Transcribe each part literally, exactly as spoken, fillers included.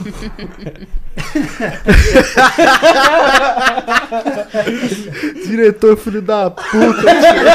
Diretor, filho da puta.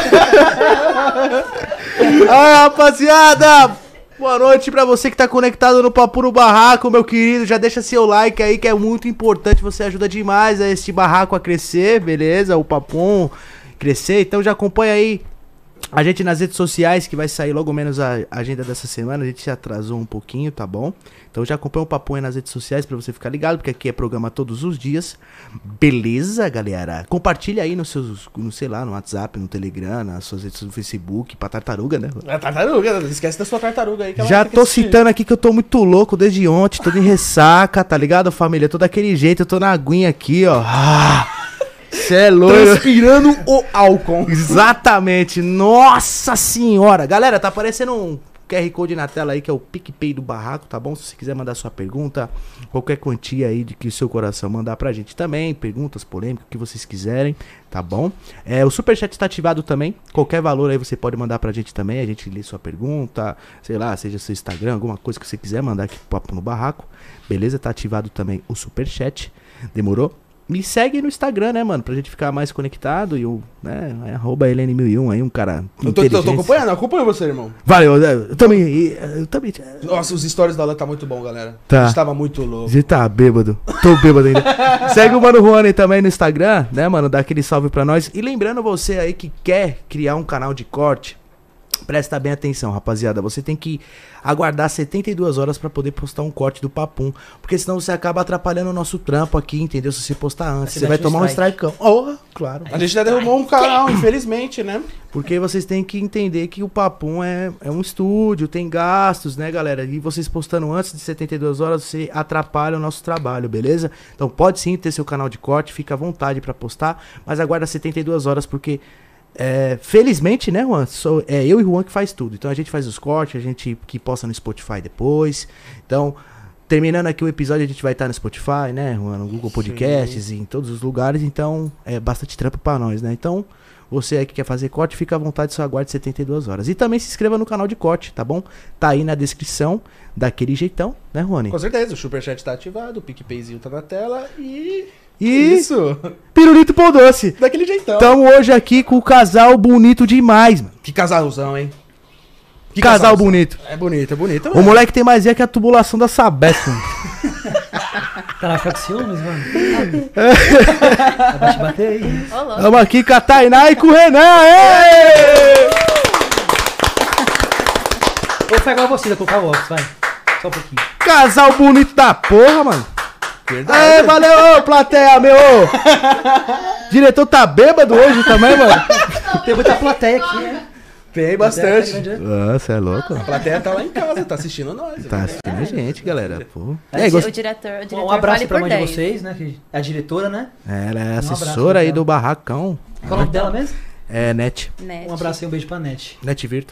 Ai, rapaziada. Boa noite pra você que tá conectado no Papo no Barraco, meu querido. Já deixa seu like aí, que é muito importante. Você ajuda demais a este barraco a crescer, beleza? O Papum crescer. Então já acompanha aí a gente nas redes sociais, que vai sair logo menos a agenda dessa semana. A gente se atrasou um pouquinho, tá bom? Então já acompanha o Papum aí nas redes sociais pra você ficar ligado, porque aqui é programa todos os dias. Beleza, galera? Compartilha aí nos seus, no, sei lá, no WhatsApp, no Telegram, nas suas redes no Facebook, pra tartaruga, né? É tartaruga, não esquece da sua tartaruga aí. Que ela Já tem que tô assistir. citando aqui que eu tô muito louco desde ontem, tô em ressaca, tá ligado, família? Tô daquele jeito, eu tô na aguinha aqui, ó. Ah, cê é louco. Transpirando o álcool. Exatamente, nossa senhora. Galera, tá aparecendo um Q R Code na tela aí, que é o PicPay do Barraco, tá bom? Se você quiser mandar sua pergunta, qualquer quantia aí de que o seu coração mandar pra gente também, perguntas, polêmicas, o que vocês quiserem, tá bom? É, o Superchat tá ativado também, qualquer valor aí você pode mandar pra gente também, a gente lê sua pergunta, sei lá, seja seu Instagram, alguma coisa que você quiser mandar aqui pro Papo no Barraco, beleza? Tá ativado também o Superchat, demorou? Me segue no Instagram, né, mano? Pra gente ficar mais conectado. E o, né, é arroba L N mil e um aí, um cara. Eu tô, tô, tô acompanhando, acompanho você, irmão. Valeu, eu também. Eu também. Nossa, os stories da Alan tá muito bom, galera. Tá. A gente tava muito louco. A gente tá bêbado. Tô bêbado ainda. Segue o Mano Juan aí também no Instagram, né, mano? Dá aquele salve pra nós. E lembrando você aí que quer criar um canal de corte, presta bem atenção, rapaziada. Você tem que aguardar setenta e duas horas pra poder postar um corte do Papum. Porque senão você acaba atrapalhando o nosso trampo aqui, entendeu? Se você postar antes, você, você vai tomar um strikeão. Oh, claro. A gente já derrubou um canal, infelizmente, né? Porque vocês têm que entender que o Papum é, é um estúdio, tem gastos, né, galera? E vocês postando antes de setenta e duas horas, você atrapalha o nosso trabalho, beleza? Então pode sim ter seu canal de corte, fica à vontade pra postar, mas aguarda setenta e duas horas, porque... É, felizmente, né, Juan? Sou, é eu e o Juan que faz tudo. Então a gente faz os cortes, a gente que posta no Spotify depois. Então, terminando aqui o episódio, a gente vai estar no Spotify, né, Juan? No Google Podcasts, sim, em todos os lugares. Então, é bastante trampo pra nós, né? Então, você aí que quer fazer corte, fica à vontade, só aguarde setenta e duas horas. E também se inscreva no canal de corte, tá bom? Tá aí na descrição, daquele jeitão, né, Juan? Com certeza, o Superchat tá ativado, o PicPayzinho tá na tela e... E isso! Pirulito Pão Doce! Daquele jeitão. Tamo hoje aqui com o casal bonito demais, mano. Que casalzão, hein? Que casal casalzão. bonito. É bonito, é bonito. O moleque tem mais é que a tubulação da Sabesp, mano. Tá na ficar com ciúmes, mano? Vai te bater aí. Olá. Tamo aqui com a Tainá e com o Renan, aê! Vou pegar você, vou colocar o óculos, vai. Só um pouquinho. Casal bonito da porra, mano. Verdade. Aê, valeu, ô, plateia, meu. Diretor tá bêbado hoje também, mano? Tem muita plateia aqui, né? Tem bastante. Nossa, é louco. A plateia tá lá em casa, tá assistindo nós. Tá assistindo a gente, galera. Pô. É, É, gost... o diretor, o diretor Um abraço vale pra por mãe de dez. vocês, né? Que é a diretora, né? Ela é Um abraço assessora aí pra do ela. Barracão. Qual o nome dela mesmo? É, Net. Net. Um abraço e um beijo pra Net. Net Virtua.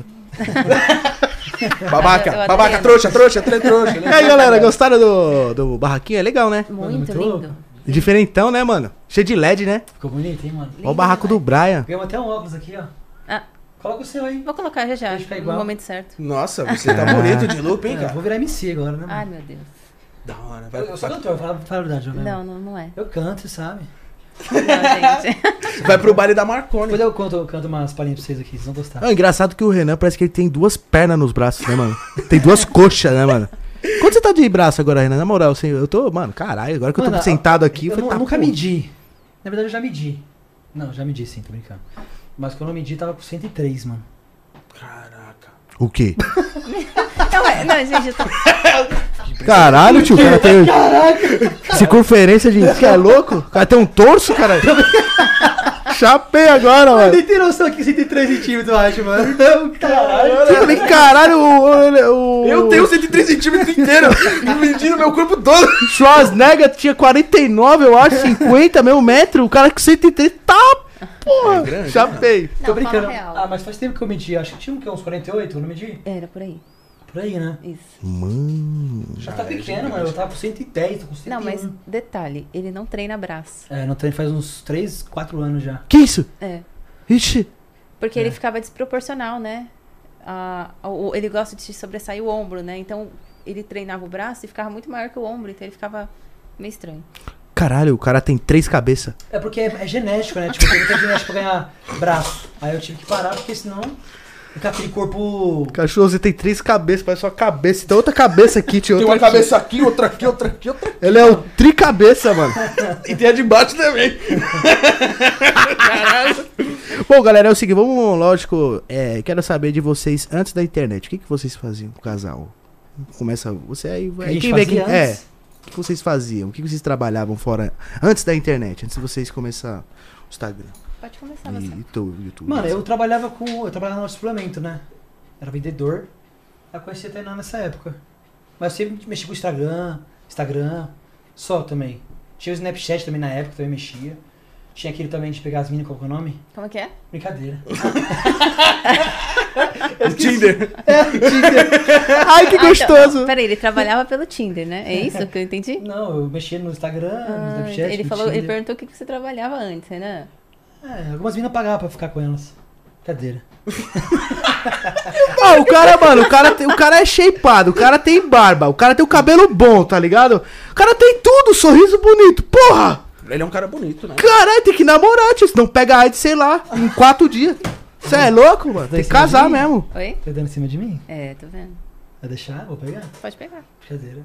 Babaca, Eu- eu babaca, adorei. trouxa, trouxa, tre- trouxa. E aí, galera, gostaram do, do barraquinho? É legal, né? Muito Muito lindo. louco. Diferentão, né, mano? Cheio de L E D, né? Ficou bonito, hein, mano? Olha o barraco do Brian. Ganhamos até um óculos aqui, ó. Ah, Coloca o seu aí. vou colocar já já, Deixa ficar no igual. momento certo. Nossa, você tá bonito de loop, hein, É, eu cara? vou virar M C agora, né, mano? Ai, meu Deus. Da hora, Eu, vai, eu sou vai, cantor, fala, fala a verdade, né? Não, não, não é. Eu canto, você sabe? Não, gente. vai pro baile da Marconi. Depois eu canto, eu canto umas palhinhas pra vocês aqui, vocês vão gostar. É engraçado que o Renan parece que ele tem duas pernas nos braços, né, mano? Tem duas coxas, né, mano? Quanto você tá de braço agora, Renan? Na moral, assim, eu tô, mano, caralho, agora que eu tô Mano, sentado aqui, eu, foi nu- tá, nunca pô. medi. Na verdade, eu já medi. Não, já medi sim, tô brincando. Mas quando eu medi, tava com cento e três, mano. Caraca. O quê? Não, é, não, gente, eu tô... Caralho, tio, o cara tem. Caraca! Circunferência de. Você é louco? O cara tem um torso, cara. Chapei agora, mano. Nem tem noção que cento e três centímetros, eu acho, mano. Caralho. Você também, caralho, o. o Eu tenho cento e três centímetros inteiro, medindo meu corpo todo. Schwarzenegger tinha quarenta e nove, eu acho, cinquenta, meio metro. O cara com cento e três. Tá, porra. É grande, Chapei. Tô Não, brincando. fala real. Ah, mas faz tempo que eu medi. Acho que tinha um, que, uns quarenta e oito, eu não medi? Era por aí. Por aí, né? Isso. Mano. Já tá Ah, é pequeno, gigante. mano. Eu tava com cento e dez, tô com cento e um. Não, mas detalhe, ele não treina braço. É, no treino faz uns três, quatro anos já. Que isso? É. Ixi. Porque É. ele ficava desproporcional, né? Ah, o- ele gosta de sobressair o ombro, né? Então, ele treinava o braço e ficava muito maior que o ombro, então ele ficava meio estranho. Caralho, o cara tem três cabeças. É porque é, é genético, né? Tipo, tem muita genética pra ganhar braço. Aí eu tive que parar, porque senão fica aquele corpo... Cachorro, você tem três cabeças, parece sua cabeça. Tem outra cabeça aqui, tinha Tem outra uma aqui. cabeça aqui, outra aqui, outra aqui, outra aqui. Ele é o tricabeça, mano. E tem a de baixo também. Bom, galera, é o seguinte, vamos, lógico, é, quero saber de vocês antes da internet. O que, que vocês faziam com o casal? Começa você aí. que a aí gente quem vem fazia aqui- É. antes? O que vocês faziam? O que vocês trabalhavam fora antes da internet? Antes de vocês começar o Instagram Pode começar e você. YouTube. YouTube Mano, eu trabalhava com... Eu trabalhava no suplemento, né? Era vendedor. Eu conheci a Tainá nessa época. Mas eu sempre mexi com o Instagram, Instagram, só também. Tinha o Snapchat também na época, também mexia. Tinha aquele também de pegar as minas, qual que é o nome? Como que é? Brincadeira. O Tinder. É, Tinder. Ai, que Ah, então, gostoso! não, peraí, ele trabalhava pelo Tinder, né? É isso que eu entendi? Não, eu mexia no Instagram, no Ah, Snapchat, ele, no falou, ele Tinder. perguntou o que que você trabalhava antes, né? É, algumas minas pagavam pra ficar com elas. Brincadeira. Ah, o cara, mano, o cara, tem, o cara é shapeado, o cara tem barba, o cara tem o cabelo bom, tá ligado? O cara tem tudo, sorriso bonito, porra! Ele é um cara bonito, né? Caralho, tem que namorar, tio, senão pega AIDS, sei lá, em quatro dias. Você é louco, mano? Tem que casar mesmo. Oi? Tá dando em cima de mim? É, tô vendo. Vai deixar? Vou pegar? Pode pegar. Brincadeira.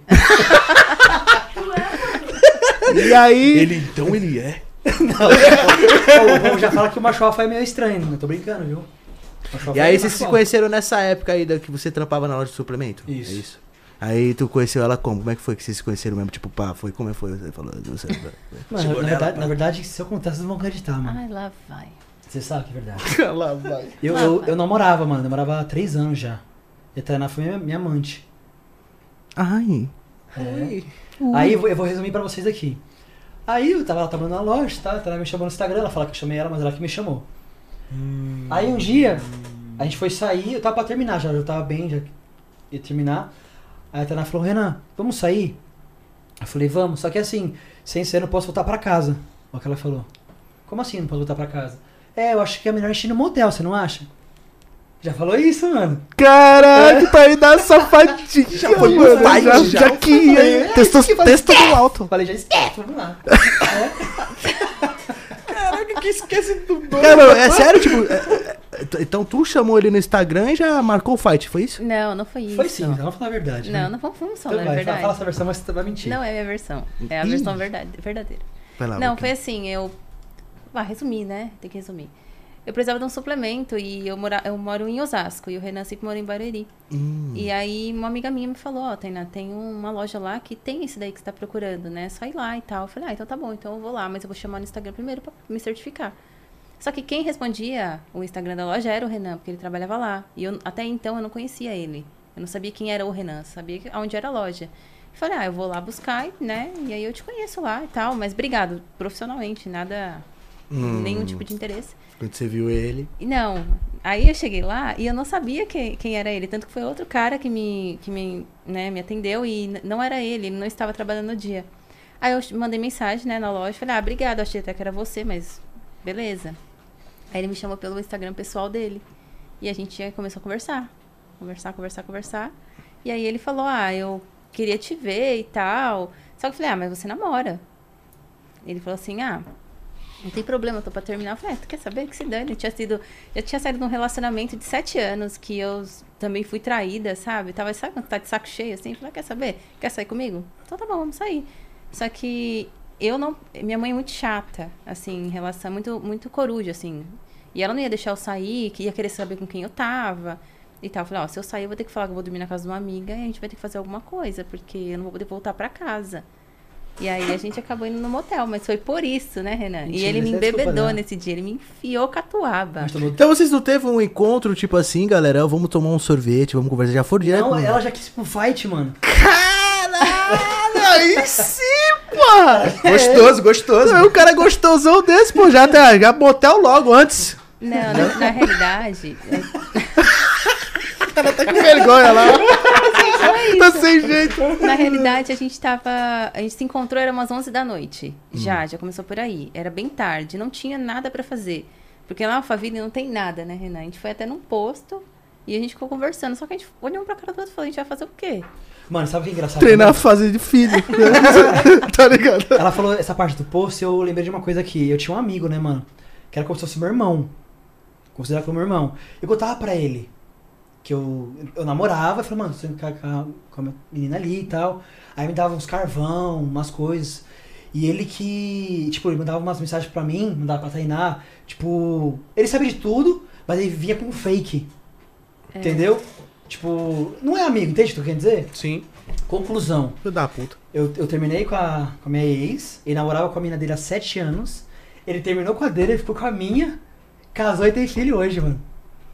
E aí... Ele, então, ele é. Ô, o povo já fala que o macho alfa é meio estranho, não tô brincando, viu? Macho alfa E aí é vocês macho se alfa. conheceram nessa época aí da que você trampava na loja de suplemento? Isso. É isso. Aí tu conheceu ela como? Como é que foi que vocês se conheceram mesmo? Tipo, pá, foi como é que foi? Você falou, você... Mano, Chegou na, nela, verdade, pá. na verdade, se eu contar, vocês não vão acreditar, mano. Ai, lá vai. Você sabe que é verdade. Lá vai. Eu, Ah, eu, vai. eu namorava, mano. Namorava há três anos já. E a Tainá foi minha, minha amante. Ai. É. Aí eu vou, eu vou resumir pra vocês aqui. Aí eu tava, ela tava na loja, tá? A Tainá me chamou no Instagram, ela fala que eu chamei ela, mas ela que me chamou. Aí um dia, a gente foi sair, eu tava pra terminar já, eu tava bem, já ia terminar. Aí a Tainá falou, Renan, vamos sair? Eu falei, vamos, só que assim, sem ser, eu não posso voltar pra casa. Olha o que ela falou. Como assim não posso voltar pra casa? É, eu acho que é melhor a gente ir no motel, você não acha? Já falou isso, mano? Caraca, tá aí da safadinha, já foi pro fight, já, já. já que ia, hein? É, Testou, que vai- texto do alto. Falei, já esquece, vamos lá. Caraca, que esquece do dono. Cara, é sério, tipo... é- é- então tu chamou ele no Instagram e já marcou o fight, foi isso? Não, não foi isso. Foi sim, vamos falar a verdade. Não, né? não vamos, vamos Então falar a vai, fala, verdade. fala essa versão, mas você vai mentir. Não é a minha versão. É a Ih. versão verdade, verdadeira. Vai lá, Não, Boquinha. foi assim, eu... Ah, resumir, né? Tem que resumir. Eu precisava de um suplemento e eu, mora... eu moro em Osasco e o Renan sempre mora em Barueri. Hum. E aí uma amiga minha me falou, ó, Tainá, tem uma loja lá que tem esse daí que você tá procurando, né? Só ir lá e tal. Eu falei, ah, então tá bom, então eu vou lá, mas eu vou chamar no Instagram primeiro pra me certificar. Só que quem respondia o Instagram da loja era o Renan, porque ele trabalhava lá. E eu, até então eu não conhecia ele. Eu não sabia quem era o Renan, sabia que- onde era a loja. Eu falei, ah, eu vou lá buscar, né? E aí eu te conheço lá e tal. Mas obrigado, profissionalmente, nada, Hum. nenhum tipo de interesse. Quando você viu ele... E não, aí eu cheguei lá e eu não sabia que, quem era ele. Tanto que foi outro cara que me, que me, né, me atendeu e n- não era ele, ele não estava trabalhando no dia. Aí eu mandei mensagem, né, na loja, falei, ah, obrigado, achei até que era você, mas beleza. Aí ele me chamou pelo Instagram pessoal dele. E a gente ia- começou a conversar. Conversar, conversar, conversar. E aí ele falou, ah, eu queria te ver e tal. Só que eu falei, ah, mas você namora. Ele falou assim, ah, não tem problema, eu tô pra terminar. Eu falei, ah, tu quer saber que se dane? Eu tinha sido, já tinha saído de um relacionamento de sete anos, que eu s- também fui traída, sabe? Tava, sabe quando tá de saco cheio, assim? Eu falei, ah, quer saber? Quer sair comigo? Então tá bom, vamos sair. Só que eu não... Minha mãe é muito chata, assim, em relação... Muito, muito coruja, assim. E ela não ia deixar eu sair, que ia querer saber com quem eu tava e tal. Eu falei, ó, se eu sair, eu vou ter que falar que eu vou dormir na casa de uma amiga e a gente vai ter que fazer alguma coisa, porque eu não vou poder voltar pra casa. E aí a gente acabou indo no motel, mas foi por isso, né, Renan? Mentira, e ele me isso é desculpa, embebedou né? nesse dia, ele me enfiou catuaba. Mas tomou... Então vocês não teve um encontro, tipo assim, galera, vamos tomar um sorvete, vamos conversar, já foram direto? Não, no- ela já quis ir pro fight, mano. Caralho, aí sim, porra! Gostoso, gostoso. Não, o cara é gostosão desse, pô, já, tá, já motel logo antes. Não, na, na realidade, O cara tá com vergonha lá. foi Tá isso. sem jeito. Na realidade, a gente tava. A gente se encontrou, era umas onze da noite. Hum. Já, já começou por aí. Era bem tarde, não tinha nada pra fazer. Porque lá na Alphaville não tem nada, né, Renan? A gente foi até num posto E a gente ficou conversando, só que a gente olhou um pra cara do outro e falou, a gente vai fazer o quê? Mano, sabe o que é engraçado? Treinar a fase de filho. Tá ligado? Ela falou essa parte do post, eu lembrei de uma coisa aqui. Eu tinha um amigo, né, mano? Que era como se fosse meu irmão. Considerado como meu irmão. Eu contava pra ele que eu, eu namorava, eu falei, mano, você ficar com a, com a menina ali e tal. Aí me dava uns carvão, umas coisas. E ele que, tipo, ele mandava umas mensagens pra mim, mandava pra Tainá. Tipo, ele sabia de tudo, mas ele vinha com um fake. É. Entendeu? Tipo, não é amigo, entende o que eu quero dizer? Sim. Conclusão. Filho da puta. Eu, eu terminei com a, com a minha ex, ele namorava com a mina dele há sete anos. Ele terminou com a dele, ele ficou com a minha, casou e tem filho hoje, mano.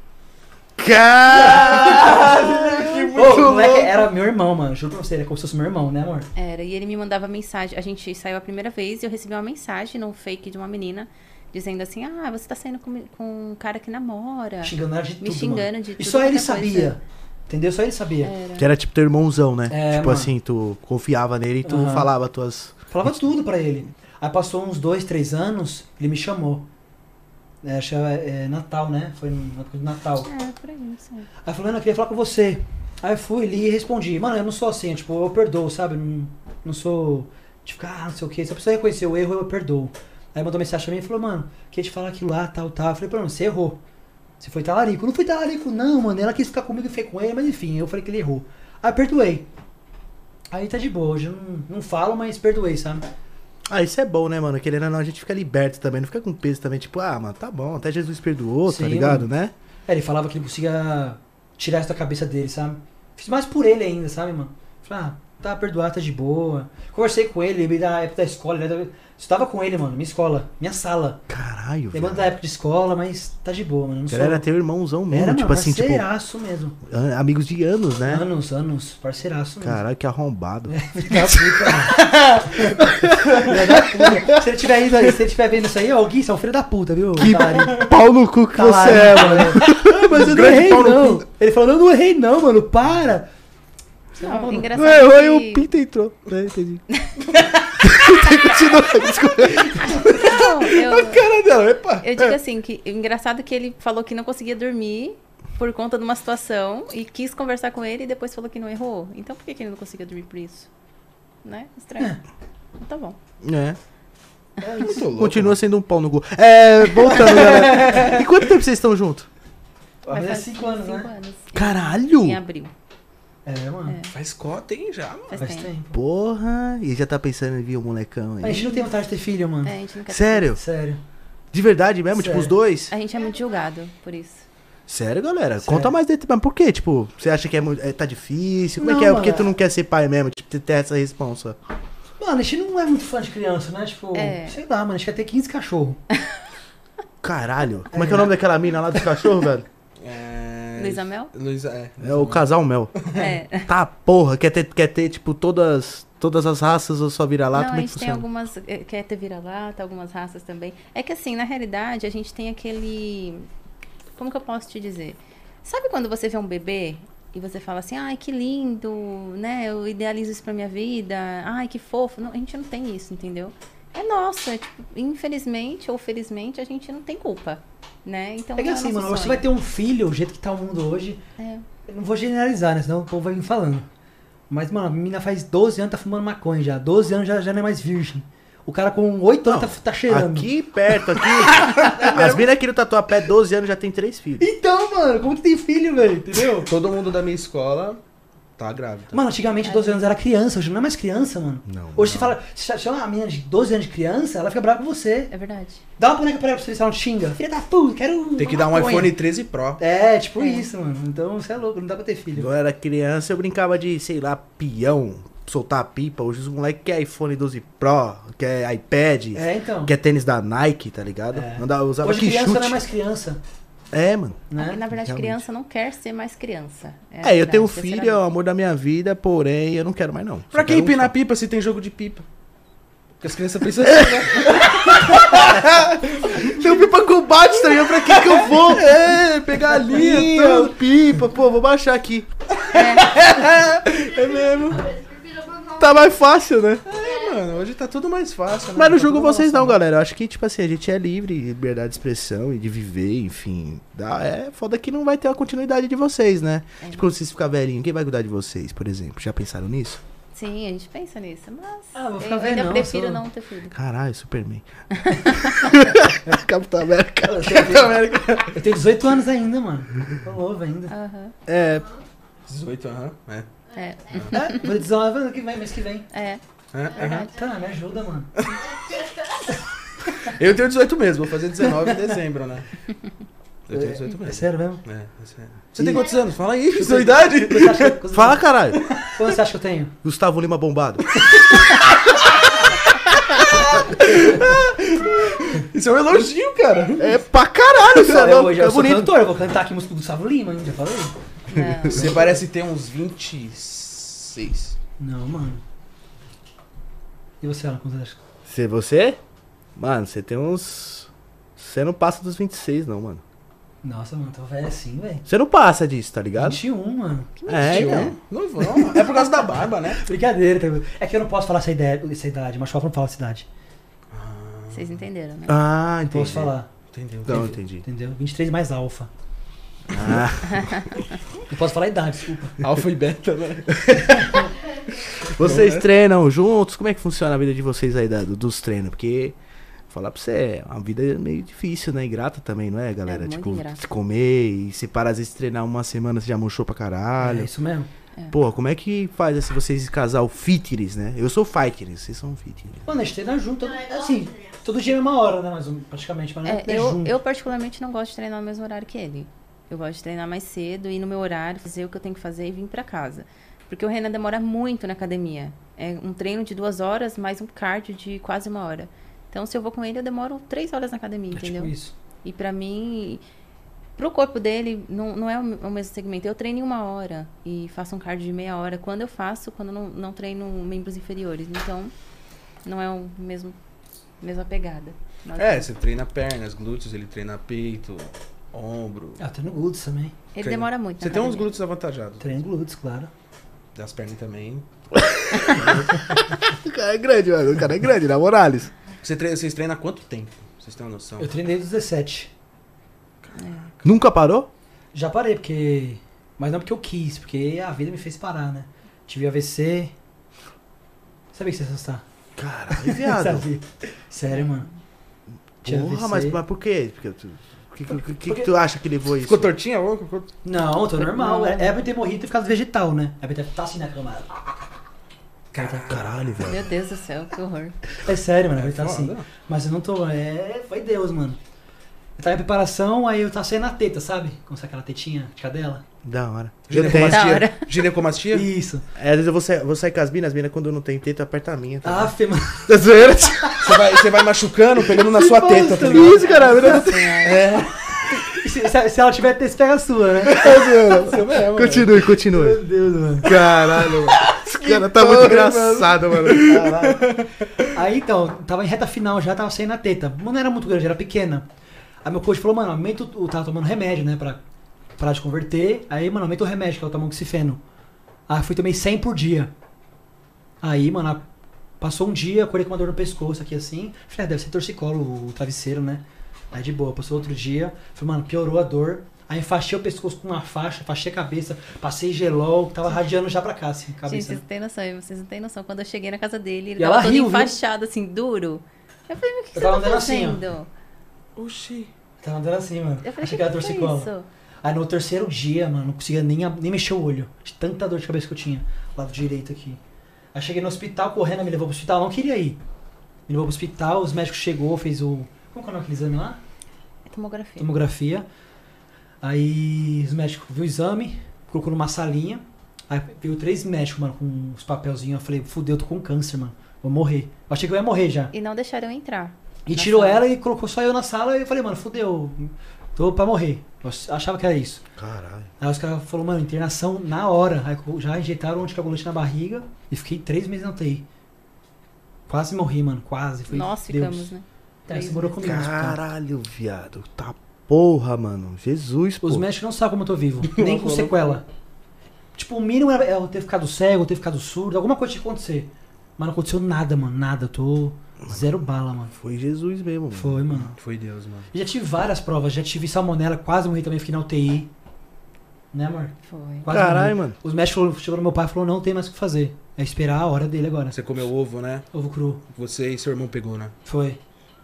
Caralho! Que muito Ô, o moleque louco. era meu irmão, mano. Juro pra você, ele é como se fosse meu irmão, né, amor? Era, e ele me mandava mensagem. A gente saiu a primeira vez e eu recebi uma mensagem no fake de uma menina dizendo assim: ah, você tá saindo com, com um cara que namora. Xingando ela de tudo, Me xingando mano. de E tudo só ele quanto é coisa. sabia. Entendeu? Só ele sabia. Era. Que era tipo teu irmãozão, né? É, tipo mano. assim, tu confiava nele e tu Aham. falava tuas... Falava tudo pra ele. Aí passou uns dois, três anos, ele me chamou. É, acho que é, é Natal, né? Foi na época do Natal. É, por aí, não sei. Aí falou, eu queria falar com você. Aí eu fui ali e respondi. Mano, eu não sou assim, tipo, eu perdoo, sabe? Não, não sou de ficar, ah, não sei o que. Se a pessoa reconhecer o erro, eu perdoo. Aí mandou mensagem pra mim e falou, mano, queria te falar aquilo lá, tal, tal. Eu falei, pra mim, você errou. Você foi talarico. Não fui talarico, não, mano. Ela quis ficar comigo e fiquei com ele, mas enfim, eu falei que ele errou. Aí eu perdoei. Aí tá de boa, hoje eu não, não falo, mas perdoei, sabe? Ah, isso é bom, né, mano? Querendo ou não, a gente fica liberto também. Não fica com peso também. Tipo, ah, mano, tá bom. Até Jesus perdoou, tá Sim, ligado, mano. né? É, ele falava que ele conseguia tirar isso da cabeça dele, sabe? Fiz mais por ele ainda, sabe, mano? Falei, ah, tá perdoado, tá de boa. Conversei com ele, lembrei da época da escola. Ele estava com ele, mano, minha escola, minha sala. Caralho, Lembrando da velho. época de escola, mas tá de boa, mano. Não Ele era teu irmãozão mesmo, Era, tipo mano, assim, tipo... parceiraço mesmo. an- Amigos de anos, né? Anos, anos, parceiraço mesmo. Caralho, que arrombado. Filho da puta, mano. Filho da puta. Se ele tiver indo aí, se ele tiver vendo isso aí, ó, o Gui, você é um filho da puta, viu? Que Talarico. pau no cu que você Talarico, é, mano. Ah, mas eu não Grande errei, pau no não. cu. Ele falou, não, não errei não, mano, para. Não, Não, engraçado Não errou e que... o Pinto entrou. É, entendi. Continua, desculpa. Não, eu, Cara dela, epa. eu digo assim, que engraçado que ele falou que não conseguia dormir por conta de uma situação e quis conversar com ele e depois falou que não errou. Então por que, que ele não conseguia dormir por isso? Né? Estranho. Então tá bom. É. É muito louco. Continua sendo um pau no cu. É, voltando, galera. E quanto tempo vocês estão juntos? Vai fazer faz cinco anos, cinco né? anos. Caralho! Em abril. É, mano. É. Faz cota, hein, já, mano. Faz Faz tempo. tempo. Porra! E já tá pensando em vir o molecão A aí. gente não tem vontade de ter filho, mano. É, a gente não quer ter Sério? Sério. De verdade mesmo? Tipo, Sério. os dois? A gente é muito julgado por isso. Sério, galera? Sério. Conta mais dele. Mas por quê? Tipo, você acha que é, muito- é- tá difícil? Como Não, é que é? mano, Porque tu é- não quer ser pai mesmo? Tipo, ter essa responsa. Mano, a gente não é muito fã de criança, né? Tipo, É. sei lá, mano, a gente quer ter quinze cachorros. Caralho. Como é que é o nome daquela mina lá dos cachorros, velho? É... Luísa Mel? Luísa, é. É o casal Mel. É. Tá, porra. Quer ter, quer ter tipo, todas, todas as raças ou só vira-lata? Não, Como a é que gente tem funciona? algumas. eh, Quer ter vira-lata, algumas raças também. É que assim, na realidade, a gente tem aquele. Como que eu posso te dizer? Sabe quando você vê um bebê e você fala assim, ai, que lindo, né? Eu idealizo isso pra minha vida, ai, que fofo. Não, a gente não tem isso, entendeu? É nosso, é, tipo, infelizmente ou felizmente, a gente não tem culpa, né? Então, É que é assim, nosso mano, você sonho. vai ter um filho, o jeito que tá o mundo hoje. É. Eu não vou generalizar, né? Senão o povo vai me falando. Mas, mano, a menina faz doze anos tá fumando maconha já. doze anos já, já não é mais virgem. O cara com oito anos Não, tá, tá cheirando. Aqui perto, aqui. As minas aqui no Tatuapé, doze anos, já tem três filhos. Então, mano, como que tem filho, velho? Entendeu? Todo mundo da minha escola tá grávida. Mano, antigamente doze anos era criança, hoje não é mais criança, mano. Não. Hoje você fala, você chama uma menina de doze anos de criança, ela fica brava com você. É verdade. Dá uma boneca pra ela pra você ver se ela não xinga. Filha da puta, quero. Tem que uma dar um maconha. iPhone treze Pro. É, tipo É. isso, mano. Então você é louco, não dá pra ter filho. Quando eu era criança, eu brincava de, sei lá, peão, soltar pipa. Hoje os moleques querem iPhone doze Pro, quer iPad, É, então. quer tênis da Nike, tá ligado? É. Andava, usava Hoje que criança chute. não é mais criança, É, mano. né? Na verdade, Realmente. criança não quer ser mais criança. a É, eu verdade, tenho um filho, é o sinceramente. amor da minha vida, porém eu não quero mais não. Pra Só que quero um empinar só. pipa se tem jogo de pipa? Porque as crianças pensam assim, né? Tem um pipa combate, tá ligado? Pra que que eu vou? É, pegar a linha, pipa, pô, vou baixar aqui. É mesmo. Tá mais fácil, né? mano. Hoje tá tudo mais fácil, né? Mas não Tá julgo tudo na vocês nossa não, mão. galera. Eu acho que, tipo assim, a gente é livre, liberdade de expressão e de viver, enfim. Dá, é foda que não vai ter a continuidade de vocês, né? É. Tipo, quando vocês ficarem velhinhos, quem vai cuidar de vocês, por exemplo? Já pensaram nisso? Sim, a gente pensa nisso, mas Ah, vou ficar eu ainda velhão, prefiro sou- não ter filho. Caralho, Superman. Capitão América. Eu tenho, eu tenho dezoito anos ainda, mano. Tô novo ainda. Aham. É, dezoito, aham. É. É, É, vou dezenove ano que vem, mês que vem. é, É, aham. verdade. Tá, me ajuda, mano. Eu tenho dezoito mesmo, vou fazer dezenove em dezembro, né? Eu tenho dezoito É mesmo. sério mesmo? É, é sério. Você tem quantos anos? Fala aí, sua idade. Quanto você acha que- fala, caralho. Quanto você acha que eu tenho? Gustavo Lima bombado. Isso é um elogio, cara. É pra caralho, você Cara, é eu, louco. hoje eu É sou bonito. cantor, eu vou cantar aqui música do Gustavo Lima, hein? Já falei? Não. Você parece ter uns vinte e seis. Não, mano. E você, Alan, quanto você acha? Se você? Mano, você tem uns... Você não passa dos vinte e seis, não, mano. Nossa, mano, tô velho assim, velho. Você não passa disso, tá ligado? vinte e um, mano. É, então. Noivão. É por causa da barba, né? Brincadeira, tá? É que eu não posso falar essa, ideia, essa idade, mas não fala essa idade. Vocês entenderam, né? Ah, entendi. Posso falar, Entendeu? Não, entendi. entendeu? vinte e três mais alfa. Ah, Não posso falar a idade, desculpa. Alfa e beta, né? vocês treinam juntos? Como é que funciona a vida de vocês aí da- dos treinos? Porque, falar pra você, é uma vida meio difícil, né? Ingrata também, não é, galera? muito tipo, ingrata. se comer e se para às vezes treinar uma semana, você já murchou pra É caralho. isso mesmo. Porra, como é que faz assim, vocês casal fitness, né? Eu sou fighters, vocês são fitness. Mano, a gente treina junto, assim, todo dia é a mesma hora, né? Mas praticamente, mas não É, é, eu, junto. eu particularmente não gosto de treinar no mesmo horário que ele. Eu gosto de treinar mais cedo, ir no meu horário, fazer o que eu tenho que fazer e vir pra casa. Porque o Renan demora muito na academia. É um treino de duas horas, mais um cardio de quase uma hora. Então, se eu vou com ele, eu demoro três horas na academia, É entendeu? tipo isso. E pra mim, pro corpo dele, não, não é o o mesmo segmento. Eu treino em uma hora e faço um cardio de meia hora. Quando eu faço, quando eu não, não treino membros inferiores. Então, não é o mesmo, mesma pegada. Mas É, você treina pernas, glúteos, ele treina peito, ombro. Ah, treino glúteos também. ele Treina. demora muito Você na tem uns academia. glúteos avantajados. Treino glúteos, claro. Das pernas também. O cara é grande, mano. O cara é grande, na Morales. Você treina, vocês treinam há quanto tempo? Vocês têm uma noção? Eu treinei dos dezessete. Nunca parou? Já parei, porque... Mas não porque eu quis, porque a vida me fez parar, né? Tive A V C. Sabia que você assustar? Caralho, viado. Sabia. Sério, mano. Tinha Porra, A V C. mas, mas por quê? Porque tu- O que, que, que, que Porque- tu acha que levou isso? Ficou tortinha, louco? Ficou... Não, tô normal. Não. É, é pra eu ter morrido e ter ficado vegetal, né? É pra eu ter tá assim na cama. Caralho, velho. Meu Deus do céu, que horror. É sério, mano. É Ele tá foda. assim. Mas eu não tô. É. Foi Deus, mano. Eu tava em preparação, aí eu tava saindo a teta, sabe? Como se aquela tetinha de cadela. Da hora. Eu tenho. Da Ginecomastia? hora. Ginecomastia? Isso. É, às vezes eu vou sair, vou sair com as minas, as minas quando não tem teto, aperta a minha. Tá Ah, Fê, mano. Tá zoeira? Você vai, você vai machucando, pegando na sua teta, tá ligado? Isso, cara. a mina não tem- Se, se- se ela tiver teta, você pega a sua, né? Tá zoeira. Você mesmo, Continue, continue. Meu Deus, mano. Caralho, mano. Esse cara tá muito engraçado, mano. Caralho. Aí então, tava em reta final já, tava saindo a teta. Mas não era muito grande, era pequena. Aí meu coach falou, mano, aumenta o. Eu tava tomando remédio, né? Pra parar de converter. Aí, mano, aumenta o remédio, que é o tamoxifeno. Aí fui tomei cem por dia. Aí, mano, a- passou um dia, acordei com uma dor no pescoço aqui assim. Falei, ah, deve ser torcicolo, o travesseiro, né? Aí de boa, passou outro dia. Falei, mano, piorou a dor. Aí enfaixei o pescoço com uma faixa, enfaixei a cabeça, passei gelol, tava radiando já pra cá, assim, Gente, cabeça. vocês não têm noção, vocês não têm noção. Quando eu cheguei na casa dele, ele E tava ela todo riu, viu? enfaixado, assim, duro. Eu falei, mas o que Eu você tava tá andando assim, ó. fazendo? Oxi. Tava andando assim, mano. Eu falei, Achei que que era que é torcicolo. isso? Aí no terceiro dia, mano, não conseguia nem, ab- nem mexer o olho. De tanta dor de cabeça que eu tinha. Lado direito aqui. Aí cheguei no hospital, correndo, me levou pro hospital. Não queria ir. Me levou pro hospital, os médicos chegou, fez o... Como que é o nome daquele exame lá? É tomografia. Tomografia. Aí os médicos viu o exame, colocou numa salinha. Aí veio três médicos, mano, com os papelzinhos. Eu falei, fudeu, eu tô com câncer, mano. Vou morrer. Eu achei que eu ia morrer já. E não deixaram eu entrar. E na tirou sala. ela e colocou só eu na sala. E eu falei, mano, fudeu. Tô pra morrer. Eu achava que era isso. Caralho. Aí os caras falaram, mano, internação na hora. Aí já injetaram um anticoagulante na barriga e fiquei três meses na U T I. Quase morri, mano, quase. Foi Nós Deus. ficamos, né? É, Três você morou meses. comigo no hospital. Caralho, viado. Tá porra, mano. Jesus, pô. Os médicos não sabem como eu tô vivo, nem com sequela. Tipo, o mínimo é eu ter ficado cego, eu ter ficado surdo, alguma coisa tinha que acontecer. Mas não aconteceu nada, mano. Nada. Eu tô zero bala, mano. Foi Jesus mesmo, mano. Foi, mano. Foi Deus, mano. Já tive várias provas. Já tive salmonela, quase morri também. Fiquei na U T I. Né, amor? Foi. Quase Caralho, morri. mano. Os médicos chegou no meu pai e falou, não tem mais o que fazer. É esperar a hora dele agora. Você comeu ovo, né? Ovo cru. Você e seu irmão pegou, né? Foi.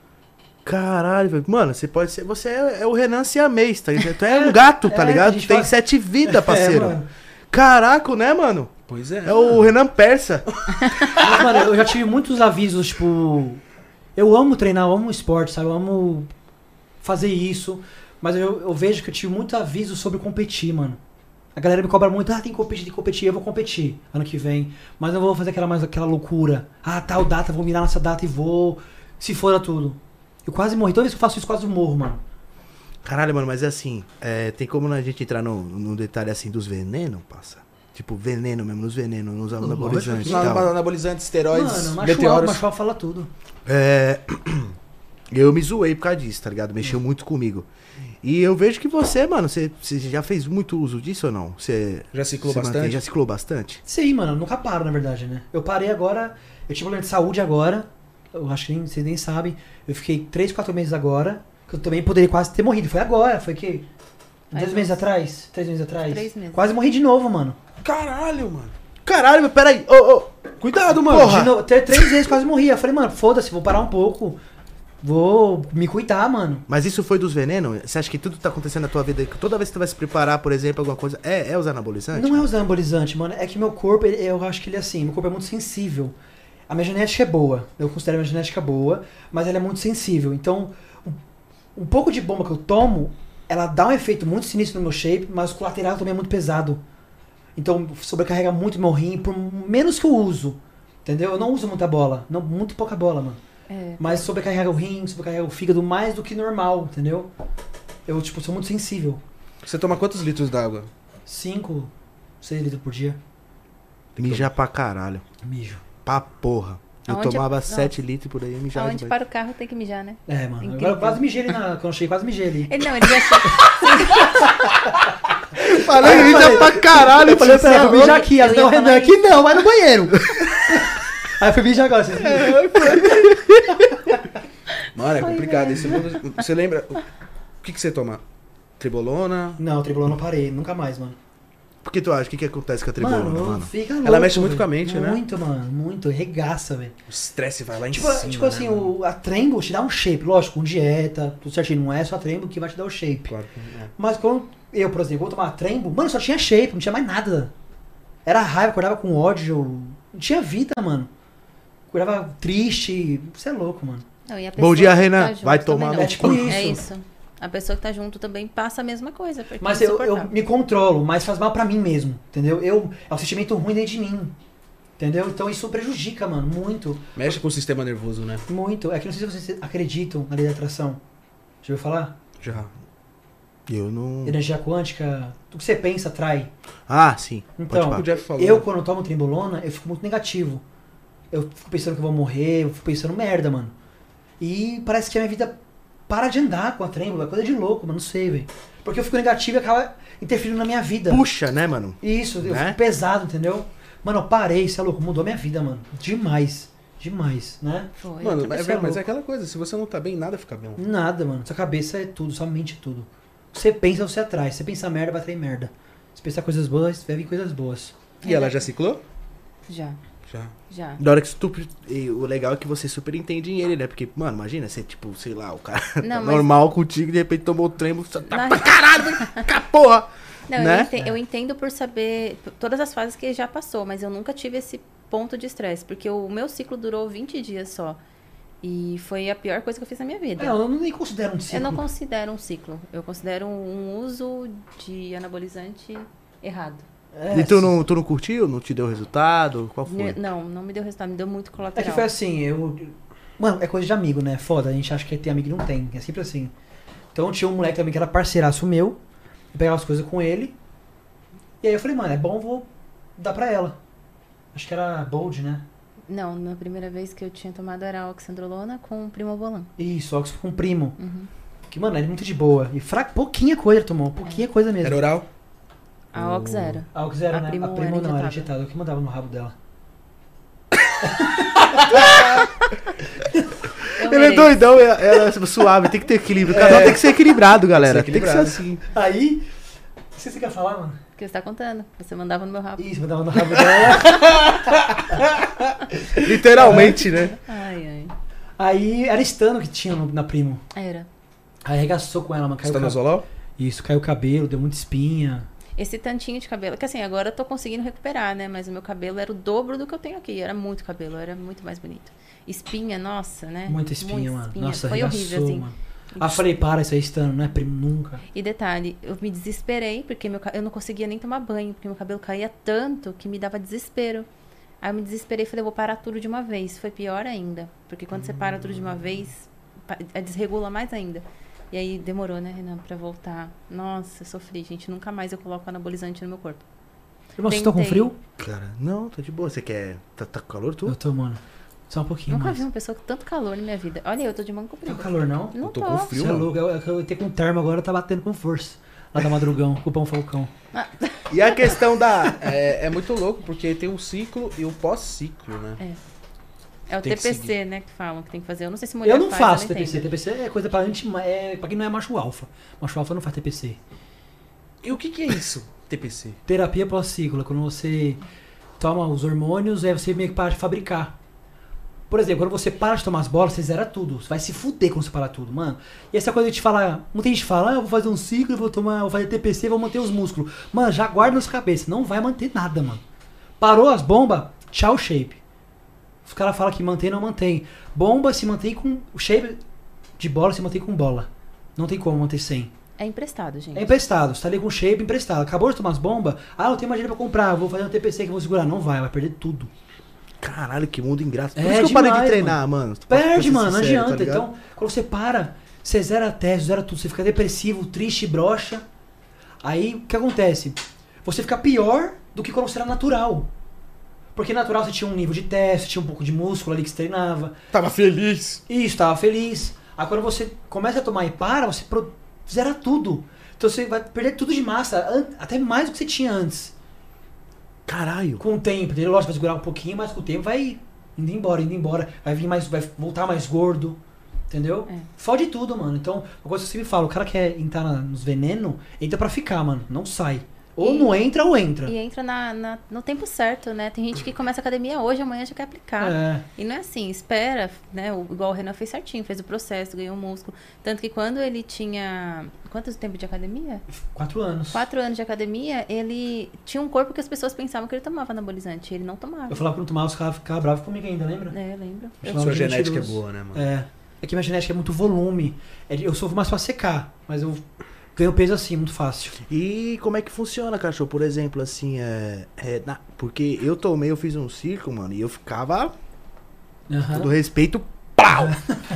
Caralho, velho. Mano, você pode ser. Você é, é o Renan Siamês, tá ligado? Tu é um gato, tá É, ligado? a Tu gente tem fala- sete vidas, parceiro. É, mano. Caraca, né, mano? Pois é. É o Renan Persa. Mas, mano, eu já tive muitos avisos, tipo... Eu amo treinar, eu amo esporte, sabe? Eu amo fazer isso. Mas eu, eu vejo que eu tive muito aviso sobre competir, mano. A galera me cobra muito, ah, tem que competir, tem que competir. Eu vou competir ano que vem. Mas não vou fazer aquela, mais aquela loucura. Ah, tal data, vou mirar nessa data e vou... Se for tudo. Eu quase morri. Toda vez que eu faço isso, quase morro, mano. Caralho, mano, mas é assim, é, tem como a gente entrar no, no detalhe assim dos venenos, passa? Tipo, veneno mesmo, nos venenos, nos anabolizantes e Não, tal. anabolizantes, esteroides, Mano, machual, meteoros. machual fala tudo. É, eu me zoei por causa disso, tá ligado? Mexeu muito comigo. E eu vejo que você, mano, você, você já fez muito uso disso ou não? Você Já ciclou você bastante? mantém- já ciclou bastante? Sim, mano, eu nunca paro, na verdade, né? Eu parei agora, eu tive problema de saúde agora, eu acho que nem, vocês nem sabem. Eu fiquei três, quatro meses agora, que eu também poderia quase ter morrido. Foi agora, foi que? Faz Dois meses uns- atrás? Três meses atrás? Três meses. Quase morri de novo, mano. Caralho, mano. Caralho, mas peraí, ô, ô, cuidado, mano. De novo, ter- três vezes quase morri. Eu falei, mano, foda-se, vou parar um pouco. Vou me cuidar, mano. Mas isso foi dos venenos? Você acha que tudo tá acontecendo na tua vida? Que toda vez que tu vai se preparar, por exemplo, alguma coisa, é, é os anabolizantes? Não é usar anabolizante, mano. É que meu corpo, ele- eu acho que ele é assim, meu corpo é muito sensível. A minha genética é boa. Eu considero a minha genética boa, mas ela é muito sensível. Então, um, um pouco de bomba que eu tomo, ela dá um efeito muito sinistro no meu shape, mas o colateral também é muito pesado. Então, sobrecarrega muito meu rim, por menos que eu uso. Entendeu? Eu não uso muita bola. Não, muito pouca bola, mano. É. Mas sobrecarrega o rim, sobrecarrega o fígado mais do que normal, entendeu? Eu, tipo, sou muito sensível. Você toma quantos litros d'água? cinco, seis litros por dia. Mijar pra caralho. Mijo. Pra porra. Eu Aonde- tomava Nossa. sete litros por aí e mijava Aonde de para o carro tem que mijar, né? É, mano. Incrível. Eu quase mijei ali na. Quando eu cheguei, quase mijei ali. Ele não, ele já chega. Falei, Aí eu mija falei- pra caralho. Eu falei pra ela, Não, vou mijar aqui. Ela eu deu ia o Renan falar aqui, não, vai no banheiro. Aí eu fui mijar agora. Vocês viram? Mano, é Foi, complicado. velho. Esse mundo- Você lembra? O que, que você toma? Tribolona? Não, o tribulão não parei, nunca mais, mano. Por que tu acha? O que, que acontece com a tribolona, Mano, mano? fica Ela louco, mexe muito velho. com a mente, né? Muito, mano, muito. Regaça, velho. O estresse vai lá em Tipo, cima. tipo assim, né, mano? o, a Trembo te dá um shape, lógico, com dieta, tudo certinho. Não é só a Trembo que vai te dar o shape. Claro que é. Mas quando eu, por exemplo, vou tomar Trembo, mano, só tinha shape, não tinha mais nada. Era raiva, acordava com ódio. Não tinha vida, mano. Acordava triste. Você é louco, mano. Não, e a Bom pessoa dia, que Renan. tá junto Vai também tomar não. no cu. É isso. A pessoa que tá junto também passa a mesma coisa. Porque Mas é eu, eu insuportável. me controlo, mas faz mal pra mim mesmo, entendeu? Eu, é um sentimento ruim dentro de mim, entendeu? Então isso prejudica, mano, muito, Mexe com o sistema nervoso, né? muito. É que não sei se vocês acreditam na lei da atração. Já ouviu falar? Já. Eu não... Energia quântica, tudo que você pensa atrai. Ah, sim. Então, pá. O Jeff falou. eu quando tomo trembolona, eu fico muito negativo. Eu fico pensando que eu vou morrer, eu fico pensando merda, mano. E parece que a minha vida para de andar com a trêmbula, é coisa de louco, mano, não sei, velho. Porque eu fico negativo e acaba interferindo na minha vida. Puxa, né, mano? Isso, eu Né? fico pesado, entendeu? Mano, eu parei, isso é louco, mudou minha vida, mano. Demais, demais, né? Foi. Mano, mas, Isso é, é mas louco. é aquela coisa, se você não tá bem, nada fica bem. Nada, mano. Sua cabeça é tudo, sua mente é tudo. Você pensa, você atrai. Se você pensar merda, vai atrair merda. Se pensar coisas boas, vai vir coisas boas. E ela já ciclou? Já, Já. já. Da hora que tu... E o legal é que você super entende ele, né? Porque, mano, imagina, você, tipo, sei lá, o cara tá Não, mas- normal contigo, de repente tomou o trembo, você tá Na- pra caralho, vai cá, porra! Não, né? eu, entendo, eu entendo por saber p- todas as fases que ele já passou, mas eu nunca tive esse ponto de estresse, porque o meu ciclo durou vinte dias só. E foi a pior coisa que eu fiz na minha vida. É, eu não nem considero um ciclo. Eu não considero um ciclo. Eu considero um uso de anabolizante errado. É, E tu sim. não, tu não curtiu? Não te deu resultado? Qual foi? N- Não, não me deu resultado, me deu muito É colateral. que foi assim, eu... Mano, é coisa de amigo, né? Foda, a gente acha que tem amigo e não tem. É sempre assim. Então tinha um moleque também que era parceiraço meu. Eu pegava as coisas com ele. E aí eu falei, mano, é bom, vou dar pra ela. Acho que era Bold, né? Não, na primeira vez que eu tinha tomado era oxandrolona com primobolan. Isso, Oxford com um primo. Uhum. Que, mano, é muito de boa. E fraco, pouquinha coisa ele tomou. Pouquinha coisa mesmo. Era oral? A Ox era. A Ox era, A né? Primo a primo era não, era injetável. injetada. Eu que mandava no rabo dela. Eu Ele é mereço. doidão, ela ela é suave, tem que ter equilíbrio. O casal É. tem que ser equilibrado, galera. Tem que Tem ser que ser assim. Aí, o que você quer falar, mano? O que você tá contando? Você mandava no meu rabo. Isso, mandava no rabo dela. Literalmente, né? Ai, ai. Aí era estano que tinha no- na Primo. Era. Aí arregaçou com ela, mano. Caiu Você tá o no cabelo. Zolol? Isso, caiu o cabelo, deu muita espinha. Esse tantinho de cabelo, que assim, agora eu tô conseguindo recuperar, né? Mas o meu cabelo era o dobro do que eu tenho aqui. Era muito cabelo, era muito mais bonito. Espinha, nossa, né? Muita espinha, mano. espinha. Nossa, Foi arregaçou, horrível, assim. mano. Ah, falei, para, isso aí estano, não é Primo nunca. E detalhe, eu me desesperei, porque meu, ca- eu não conseguia nem tomar banho, porque meu cabelo caía tanto que me dava desespero. Aí eu me desesperei e falei, eu vou parar tudo de uma vez. Foi pior ainda, porque quando você para tudo de uma vez, pa- eh, desregula mais ainda. E aí demorou, né, Renan, pra voltar. Nossa, eu sofri, gente. Nunca mais eu coloco anabolizante no meu corpo. Irmão, vocês estão com Tentei. frio? Cara, não, tô de boa. Você quer. Tá, tá com calor tu? Eu tô, mano. Só um pouquinho Nunca mais. vi uma pessoa com tanto calor na minha vida. Olha, eu tô de manga Tá comprida. com calor, não? Não Eu tô tô. com frio, Você é mano. louco. Eu, eu, eu tenho com termo agora, tá batendo com força. Lá da madrugão, com o pão falcão. E a questão da. É, é muito louco, porque tem um ciclo e o pós-ciclo, né? É o Tem que T P C, seguir. né, que falam que tem que fazer. Eu não sei se mulher Eu não faz, faço eu T P C. entendo. T P C é coisa pra, anti, é, pra quem não é macho alfa. Macho alfa não faz T P C. E o que que é isso, T P C? Terapia pós-ciclo, é quando você toma os hormônios, aí você meio que para de fabricar. Por exemplo, quando você para de tomar as bolas, você zera tudo. Você vai se fuder quando você parar tudo, mano. E essa coisa de te falar, muita gente fala, ah, eu vou fazer um ciclo, eu vou tomar, vou fazer T P C, vou manter os músculos. Mano, já guarda na sua cabeça, não vai manter nada, mano. Parou as bombas, tchau shape. Os caras falam que mantém, não mantém. Bomba se mantém com o shape de bola, se mantém com bola. Não tem como manter sem. É emprestado, gente. É emprestado, você tá ali com shape emprestado. Acabou de tomar as bombas, ah, eu tenho mais dinheiro pra comprar, vou fazer um T P C que eu vou segurar. Não vai, vai perder tudo. Caralho, que mundo ingrato. Por É isso que eu parei de demais, treinar, mano. Perde, Pra ser mano, não sincero, tá adianta. ligado? Então, quando você para, você zera teste, zera tudo, você fica depressivo, triste, broxa. Aí, o que acontece? Você fica pior do que quando você era natural. Porque natural você tinha um nível de teste, tinha um pouco de músculo ali que você treinava. Tava feliz. Isso, tava feliz. Aí quando você começa a tomar e para, você pro- zera tudo. Então você vai perder tudo de massa, an- até mais do que você tinha antes. Caralho. Com o tempo, entendeu? Lógico, vai segurar um pouquinho, mas com o tempo vai indo embora, indo embora. Vai vir mais, vai voltar mais gordo. Entendeu? É. Fode tudo, mano. Então, uma coisa que você me fala, o cara quer entrar na- nos venenos, entra pra ficar, mano. Não sai. Ou E- não entra ou entra. E entra na, na- no tempo certo, né? Tem gente que começa a academia hoje, amanhã já quer aplicar. É. E não é assim, espera, né? O- Igual o Renan fez certinho, fez o processo, ganhou músculo. Tanto que quando ele tinha. Quanto tempo de academia? Quatro anos. Quatro anos de academia, ele tinha um corpo que as pessoas pensavam que ele tomava anabolizante. Ele não tomava. Eu falava que não tomava, os caras ficavam bravos comigo ainda, lembra? É, eu lembro. Eu Eu- chamava Sua de genética é mentiroso. boa, né, mano? É. É que minha genética é muito volume. É de- Eu sofro mais pra secar, mas eu ganho peso assim, muito fácil. E como é que funciona, cachorro? Por exemplo, assim, é. é na- porque eu tomei, eu fiz um ciclo, mano, e eu ficava. Aham. Todo respeito, pau!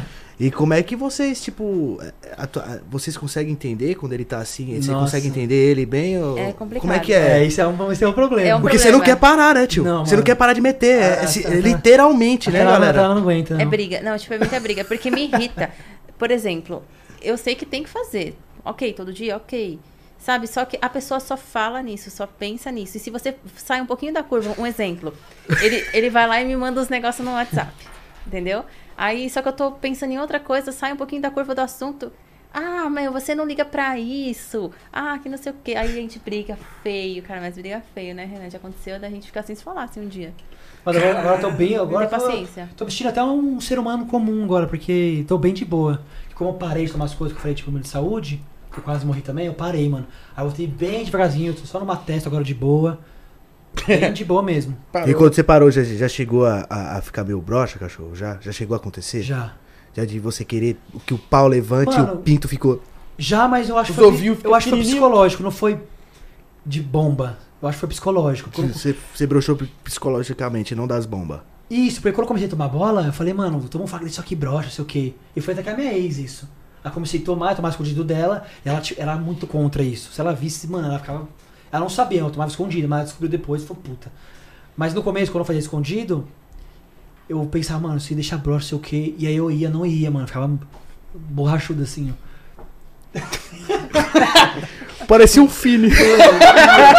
E como é que vocês, tipo. é, atu- a- vocês conseguem entender quando ele tá assim? Você Nossa. consegue entender ele bem? Ou... É complicado. Como é que É, é? isso é um, esse é um problema. É um Porque você problema. não quer parar, né, tio? Não, você não mano. quer parar de meter. é, Ah, é, se- tá, é tá. literalmente, né, Ela não- galera? ela não aguenta, não. É briga. Não, tipo, é muita briga. Porque me irrita. Por exemplo, eu sei que tem que fazer. Ok, todo dia, ok. Sabe? Só que a pessoa só fala nisso, só pensa nisso. E se você sai um pouquinho da curva, um exemplo. Ele, ele vai lá e me manda os negócios no WhatsApp. Entendeu? Aí, só que eu tô pensando em outra coisa, sai um pouquinho da curva do assunto. Ah, mas você não liga pra isso. Ah, que não sei o quê. Aí a gente briga feio, cara, mas briga feio, né, Renan? Já aconteceu da gente ficar sem se falar assim um dia. Mas agora, agora eu tô bem, agora Não tem eu tô, paciência. tô me sentindo até um ser humano comum agora, porque tô bem de boa. Como eu parei de tomar as coisas que eu falei, tipo, de saúde, que eu quase morri também, eu parei, mano. Aí eu voltei bem devagarzinho, tô só numa testa agora de boa. Bem de boa mesmo. E quando você parou, já, já chegou a, a, a ficar meio broxa, cachorro? Já? Já chegou a acontecer? Já. Já de você querer que o pau levante e Mano, o pinto ficou. Já, mas eu acho Os que foi, ovinhos eu acho que foi pequenininho. psicológico, não foi de bomba. Eu acho que foi psicológico. Quando- Você, você broxou psicologicamente, não das bombas. Isso, porque quando eu comecei a tomar bola, eu falei, mano, todo mundo fala que isso aqui brocha, não sei o quê. E foi até com a minha ex isso. Aí comecei a tomar, tomar escondido dela, e ela, ti- ela era muito contra isso. Se ela visse, mano, ela ficava. Ela não sabia, eu tomava escondido, mas ela descobriu depois e falou, puta. Mas no começo, quando eu fazia escondido, eu pensava, mano, se deixar broxa, não sei o quê. E aí eu ia, não ia, mano, ficava borrachudo assim, ó. Parecia um filho.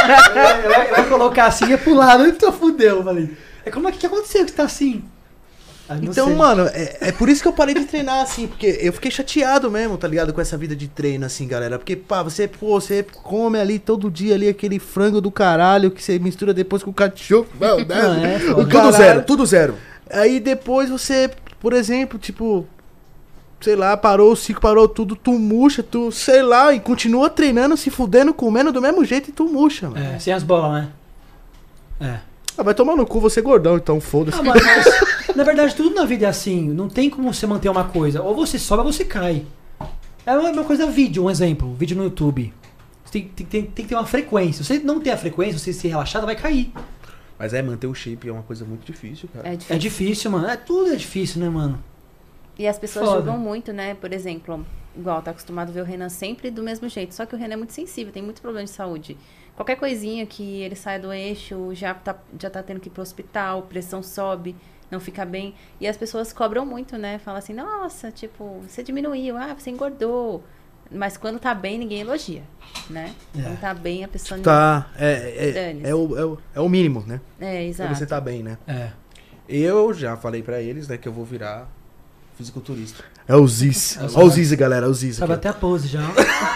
Ela vai colocar assim e ia pro lado, então fudeu, eu falei. É como é que, que aconteceu que você tá assim? Ah, não Então, sei. mano, é, é por isso que eu parei de treinar, assim, porque eu fiquei chateado mesmo, tá ligado? Com essa vida de treino, assim, galera. Porque, pá, você, pô, você come ali todo dia ali aquele frango do caralho que você mistura depois com o cachorro. Meu Deus. Não, é, foda. O Tudo caralho. zero, tudo zero. Aí depois você, por exemplo, tipo, sei lá, parou o ciclo, parou tudo, tu murcha, tu, sei lá, e continua treinando, se fudendo, comendo do mesmo jeito e tu murcha, mano. É, sem as bolas, né? É. Ah, vai tomar no cu, você é gordão, então foda-se. Ah, mas, mas, na verdade, tudo na vida é assim. Não tem como você manter uma coisa. Ou você sobe ou você cai. É a mesma coisa vídeo, um exemplo. Vídeo no YouTube. Você tem, tem, tem, tem que ter uma frequência. Se você não tem a frequência, você se relaxar, vai cair. Mas é, manter o shape é uma coisa muito difícil, cara. É difícil. É difícil, mano. É, tudo é difícil, né, mano? E as pessoas Foda. julgam muito, né? Por exemplo, igual, tá acostumado a ver o Renan sempre do mesmo jeito. Só que o Renan é muito sensível, tem muito problema de saúde. Qualquer coisinha que ele saia do eixo, já tá, já tá tendo que ir pro hospital, pressão sobe, não fica bem. E as pessoas cobram muito, né? Falam assim, nossa, tipo, você diminuiu, ah, você engordou. Mas quando tá bem, ninguém elogia, né? É. Quando tá bem, a pessoa... Tá, é, é, Dane-se. é, o, é, o, é o mínimo, né? É, É exato. você tá bem, né? É. Eu já falei pra eles, né, que eu vou virar fisiculturista. É o Ziz. É o Olha o Ziz, galera, é o Ziz. Sabe aqui. até a pose já.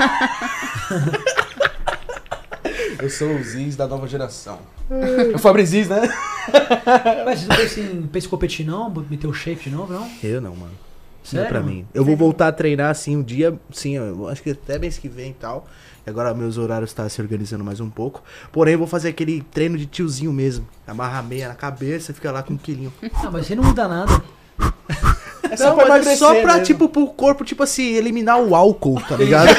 Eu sou o Ziz da nova geração. O Fabriziz, né? Mas você não pensa em pensa em competir, não? Meter o shape de novo, não? Eu não, mano. Sério? Não é pra mim. Eu vou voltar a treinar assim um dia, sim, eu acho que até mês que vem e tal. E agora meus horários estão se organizando mais um pouco. Porém, eu vou fazer aquele treino de tiozinho mesmo. Amarra a meia na cabeça, fica lá com um quilinho. Ah, mas você não muda nada. É só Não, pra mas é emagrecer só pra, mesmo. tipo, pro corpo, tipo assim, eliminar o álcool, tá ligado?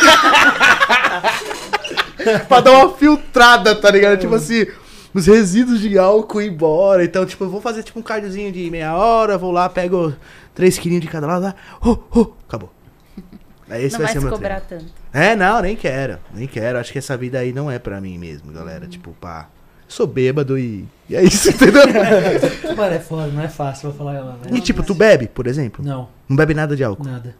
Pra dar uma filtrada, tá ligado? Tipo assim, os resíduos de álcool ir embora. Então, tipo, eu vou fazer tipo um cardiozinho de meia hora, vou lá, pego três quilinhos de cada lado, lá, oh, oh, acabou. Aí esse Não vai vai ser se meu cobrar treino. tanto. É, não, nem quero, nem quero. Acho que essa vida aí não é pra mim mesmo, galera. Tipo, pá, sou bêbado e, e é isso, entendeu? Mano, é foda, não é fácil, vou falar ela. E tipo, tu bebe, por exemplo? Não, Não bebe nada de álcool? nada.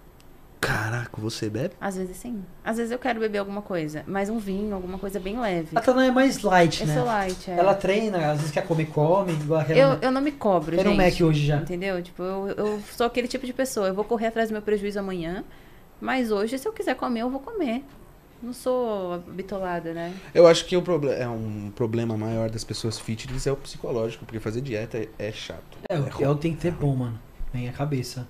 Caraca, você bebe? Às vezes sim. Às vezes eu quero beber alguma coisa, mas um vinho, alguma coisa bem leve. A Tana é mais light, Eu né? sou light, é. Ela treina, às vezes quer comer, come. Igual aquela. Eu, eu não me cobro, Quero um gente. Mac hoje já. Entendeu? Tipo, eu, eu sou aquele tipo de pessoa. Eu vou correr atrás do meu prejuízo amanhã, mas hoje, se eu quiser comer, eu vou comer. Não sou bitolada, né? Eu acho que o proble- é um problema maior das pessoas fitness é o psicológico, porque fazer dieta é, é chato. É, o é que eu tenho que ter bom, mano. Vem a cabeça.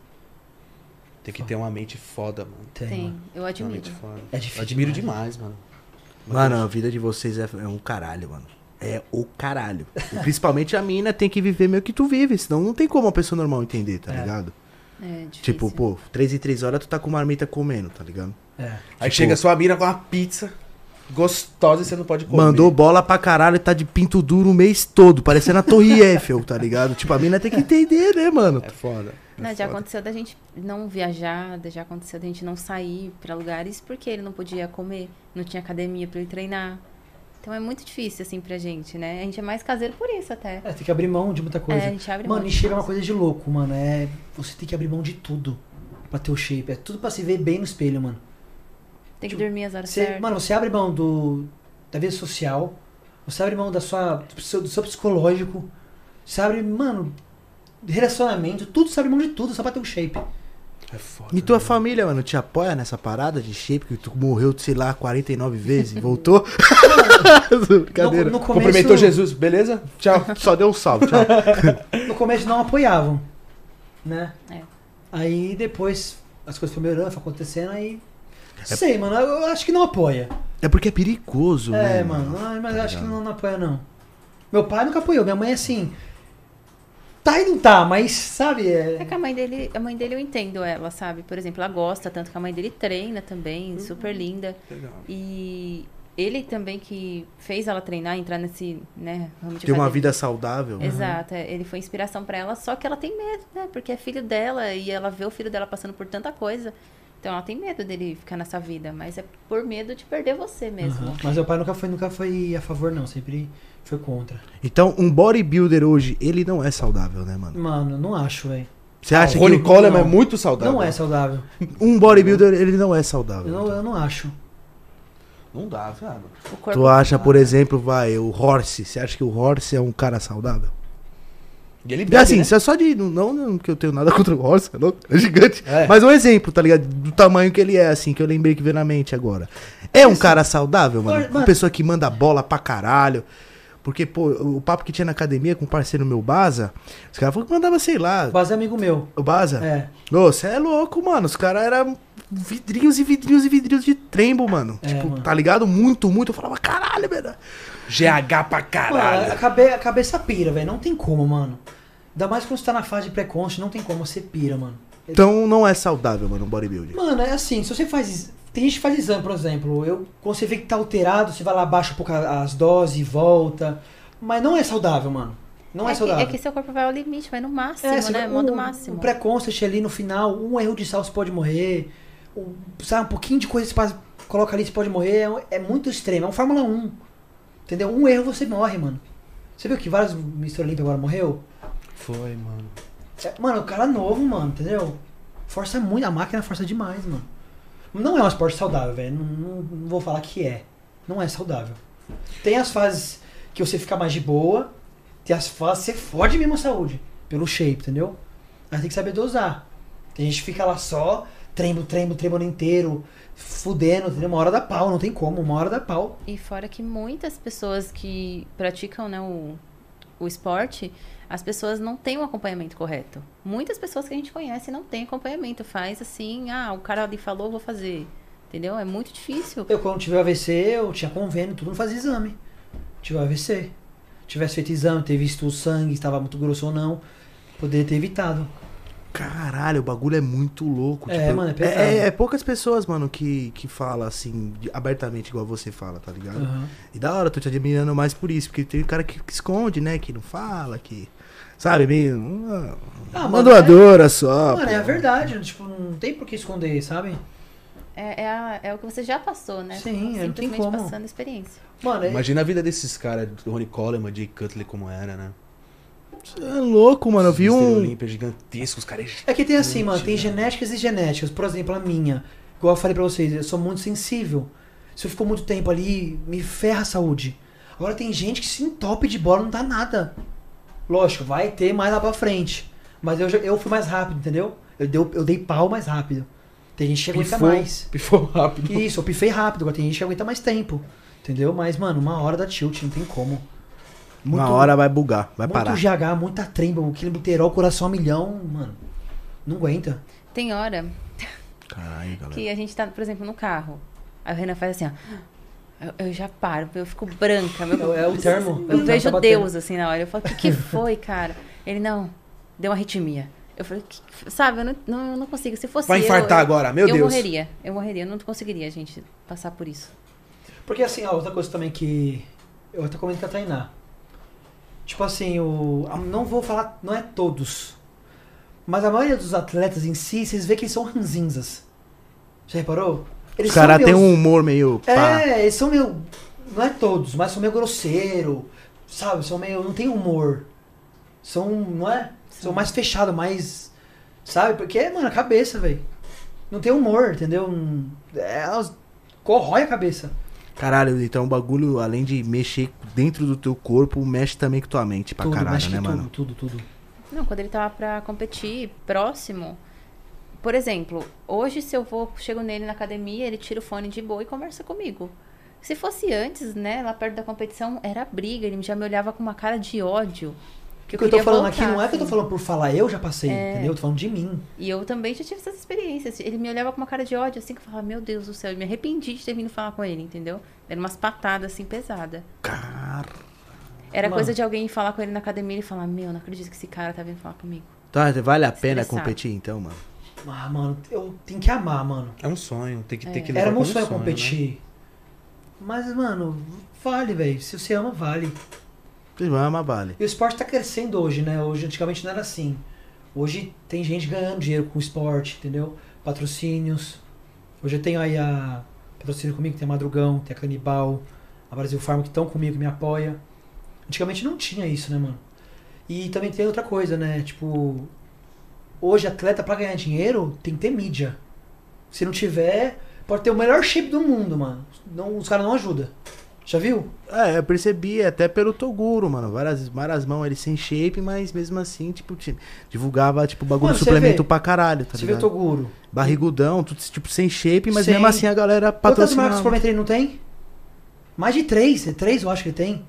Tem que ter uma mente foda, mano. Tem, Tem, mano. eu Uma admiro. mente foda. É difícil Eu admiro demais. demais, mano. Mano, a vida de vocês é, é um caralho, mano. É o caralho. E principalmente a mina tem que viver meio que tu vive, senão não tem como uma pessoa normal entender, tá É. ligado? É difícil. Tipo, pô, três em três horas tu tá com marmita comendo, tá ligado? É. Aí Tipo- chega a sua mina com uma pizza gostosa e você não pode comer. Mandou bola pra caralho e tá de pinto duro o mês todo, parecendo a Torre Eiffel, tá ligado? Tipo, a mina tem que entender, né, mano? É foda. É Não, já foda. aconteceu da gente não viajar, já aconteceu da gente não sair pra lugares porque ele não podia comer, não tinha academia pra ele treinar. Então é muito difícil, assim, pra gente, né? A gente é mais caseiro por isso até. É, tem que abrir mão de muita coisa. É, a gente abre Mano, mão e de chega uma coisa. coisa de louco, mano. É. Você tem que abrir mão de tudo pra ter o shape. É tudo pra se ver bem no espelho, mano. Tem que tipo, dormir as horas Você, certas. mano, você abre mão do, da vida social, você abre mão da sua, do, seu, do seu psicológico, você abre, mano, relacionamento, tudo, você abre mão de tudo só pra ter um shape. É foda. E tua família, mano, te apoia nessa parada de shape que tu morreu, sei lá, quarenta e nove vezes e voltou? Brincadeira. No, no começo, Cumprimentou Jesus, beleza? Tchau. Só deu um salve, tchau. No começo não apoiavam, né? É. Aí depois as coisas foram melhorando, foram acontecendo, aí... É- Sei, mano, eu acho que não apoia. É porque é perigoso, né? É, mano, ah, mas Tá acho que ligado? não, não apoia, não. Meu pai nunca apoiou, minha mãe, assim... Tá e não tá, mas, sabe, É é... que a mãe dele, a mãe dele eu entendo ela, sabe? Por exemplo, ela gosta tanto que a mãe dele treina também, super linda. Legal. E ele também que fez ela treinar, entrar nesse, né, ramo de Ter uma academia. vida saudável. Exato, é, ele foi inspiração pra ela, só que ela tem medo, né? Porque é filho dela e ela vê o filho dela passando por tanta coisa. Então ela tem medo dele ficar nessa vida, mas é por medo de perder você mesmo. Aham. Mas meu pai nunca foi, nunca foi a favor, não. Sempre foi contra. Então, um bodybuilder hoje, ele não é saudável, né, mano? Mano, não acho, velho. Você acha o Ronnie que Coleman é não. muito saudável. Não é saudável. um bodybuilder, ele não é saudável? Eu não, eu não acho. Não dá, viado. O corpo Tu acha, por exemplo, vai, o Horse, você acha que o Horse é um cara saudável? E ele E bebe, assim, né? isso é só de. Não, não que eu tenho nada contra o Horus, é louco, é gigante. É. Mas um exemplo, tá ligado? Do tamanho que ele é, assim, que eu lembrei que veio na mente agora. É um cara saudável, mano? Mano. Uma pessoa que manda bola pra caralho. Porque, pô, o papo que tinha na academia com o parceiro meu, Baza, os caras falaram que mandava, sei lá. Quase amigo meu. O Baza? É. Ô, você é louco, mano. Os caras eram vidrinhos e vidrinhos e vidrinhos de trembo, mano. É, tipo, mano. tá ligado? Muito, muito. Eu falava, caralho, velho. G H pra Mano, a, caralho. cabe, a cabeça pira, velho. Não tem como, mano. Ainda mais quando você tá na fase de pré-concha, não tem como, você pira, mano. Então não é saudável, mano, o bodybuilding. Mano, é assim, se você faz. Tem gente que faz exame, por exemplo. Eu, quando você vê que tá alterado, você vai lá, baixa um pouco as doses e volta. Mas não é saudável, mano. Não é, que, saudável. é que seu corpo vai ao limite, vai no máximo, É, né? você vai- Modo um, máximo. Um pré-constant ali no final, um erro de sal você pode morrer. Um, sabe, um pouquinho de coisa que você faz- coloca ali você pode morrer. É, é muito extremo. É um Fórmula um. Entendeu? Um erro você morre, mano. Você viu que vários mister Olímpia agora morreu? Foi, mano. É, mano, o cara novo, mano, entendeu? Força muito, a máquina força demais, mano. Não é um esporte saudável, velho. Não, não, não vou falar que é. Não é saudável. Tem as fases que você fica mais de boa, tem as fases que você fode mesmo a saúde. Pelo shape, entendeu? Mas tem que saber dosar. Tem gente que fica lá só, trembo, trembo, trembo o ano inteiro, fudendo, entendeu? Uma hora dá pau, não tem como, uma hora dá pau. E fora que muitas pessoas que praticam, né, o, o esporte, as pessoas não têm um acompanhamento correto. Muitas pessoas que a gente conhece não têm acompanhamento. Faz assim, ah, o cara ali falou, vou fazer. Entendeu? É muito difícil. Eu, quando tive o A V C, eu tinha convênio, tudo, não fazia exame. Tive o A V C. Tivesse feito exame, ter visto o sangue, estava muito grosso ou não, poderia ter evitado. Caralho, o bagulho é muito louco. É, tipo, mano, é pesado. É, é poucas pessoas, mano, que, que falam assim, de- abertamente, igual você fala, tá ligado? Aham. E da hora, eu tô te admirando mais por isso, porque tem cara que, que esconde, né? Que não fala, que. Sabe, meio. Uma, Ah, uma mano, doadora só. Mano, pô. é a verdade, tipo, não tem por que esconder, sabe? É, é, a- é o que você já passou, né? Sim, não tem Simplesmente como. passando a experiência. Mano, é, Imagina a vida desses caras, do Ronnie Coleman, Jay Cutler, como era, né? Você é louco, mano. Eu vi mister um. Olímpia gigantesco, os caras... é que tem assim, mano, tem Mentira. genéticas e genéticas. Por exemplo, a minha, igual eu falei pra vocês, eu sou muito sensível. Se eu fico muito tempo ali, me ferra a saúde. Agora tem gente que se entope de bola, não dá nada. Lógico, vai ter mais lá pra frente. Mas eu, já- eu fui mais rápido, entendeu? Eu, deu, eu dei pau mais rápido. Tem gente que aguenta Pifou, mais. pifou rápido. Isso, eu pifei rápido, agora tem gente que aguenta mais tempo. Entendeu? Mas, mano, uma hora da tilt, não tem como. Uma hora vai bugar, vai muito parar. G H, muita tremba, o quilobuterol, coração a milhão, mano. Não aguenta. Tem hora Caralho, galera. que a gente tá, por exemplo, no carro. Aí o Renan faz assim, ó. Eu, eu já paro, eu fico branca. Meu, É o- é o termo. Eu Tá vejo batendo. Deus, assim, na hora. Eu falo, o que, que foi, cara? Ele, não, deu uma arritmia. Eu falei, que, que- sabe, eu não, não, eu não consigo. Se fosse Vai eu, infartar eu, agora, meu eu Deus. morreria. Eu morreria. Eu não conseguiria, gente, passar por isso. Porque assim, ó, outra coisa também que eu até comento com a Tainá. Tipo assim, o, a- não vou falar, não é todos. Mas a maioria dos atletas em si, vocês vê que eles são ranzinzas. Já reparou? Eles Os caras são têm meus- um humor meio. pá. É, eles são meio. Não é todos, mas são meio grosseiro, sabe? São meio. Não tem humor. São. Não é? São mais fechados, mais. Sabe? Porque, mano, a cabeça, velho. Não tem humor, entendeu? Não- É, elas corrói a cabeça. Caralho, então o bagulho, além de mexer dentro do teu corpo, mexe também com tua mente pra tudo, caralho, mexe né, tudo, mano? tudo, tudo. Não, quando ele tava pra competir, próximo. Por exemplo, hoje se eu vou, chego nele na academia, ele tira o fone de boa e conversa comigo. Se fosse antes, né, lá perto da competição, era briga, ele já me olhava com uma cara de ódio. O que eu tô queria falando voltar, aqui não é que eu tô assim. falando por falar, eu já passei, É. entendeu? Eu tô falando de mim. E eu também já tive essas experiências. Ele me olhava com uma cara de ódio, assim, que eu falava, meu Deus do céu, eu me arrependi de ter vindo falar com ele, entendeu? Era umas patadas, assim, pesadas. Cara. Era Mano. coisa de alguém falar com ele na academia e ele falar, meu, não acredito que esse cara tá vindo falar comigo. Tá, vale a pena Estressado. competir então, mano? Ah, mano, eu tenho que amar, mano. É um sonho, tem que, É. tem que levar Era meu como sonho né? competir. Mas, mano, vale, velho. Se você ama, vale. Ama, vale. E o esporte tá crescendo hoje, né? Hoje, antigamente não era assim. Hoje tem gente ganhando dinheiro com o esporte, entendeu? Patrocínios. Hoje eu tenho aí a patrocínio comigo, tem a Madrugão, tem a Canibal, a Brasil Farm que estão comigo, que me apoia. Antigamente não tinha isso, né, mano? E também tem outra coisa, né? Tipo, hoje atleta pra ganhar dinheiro tem que ter mídia. Se não tiver, pode ter o melhor shape do mundo, mano. Não, os caras não ajudam. Já viu? É, eu percebi até pelo Toguro, mano. Várias, várias mãos ele sem shape, mas mesmo assim, tipo, ti- divulgava, tipo, bagulho Mano, de você suplemento vê. pra caralho, tá Você vê o ligado? Toguro. Barrigudão, tudo, tipo, sem shape, mas Sem- mesmo assim a galera Quantas marcas de patrocinava. suplemento ele não tem? Mais de três. É três eu acho que ele tem.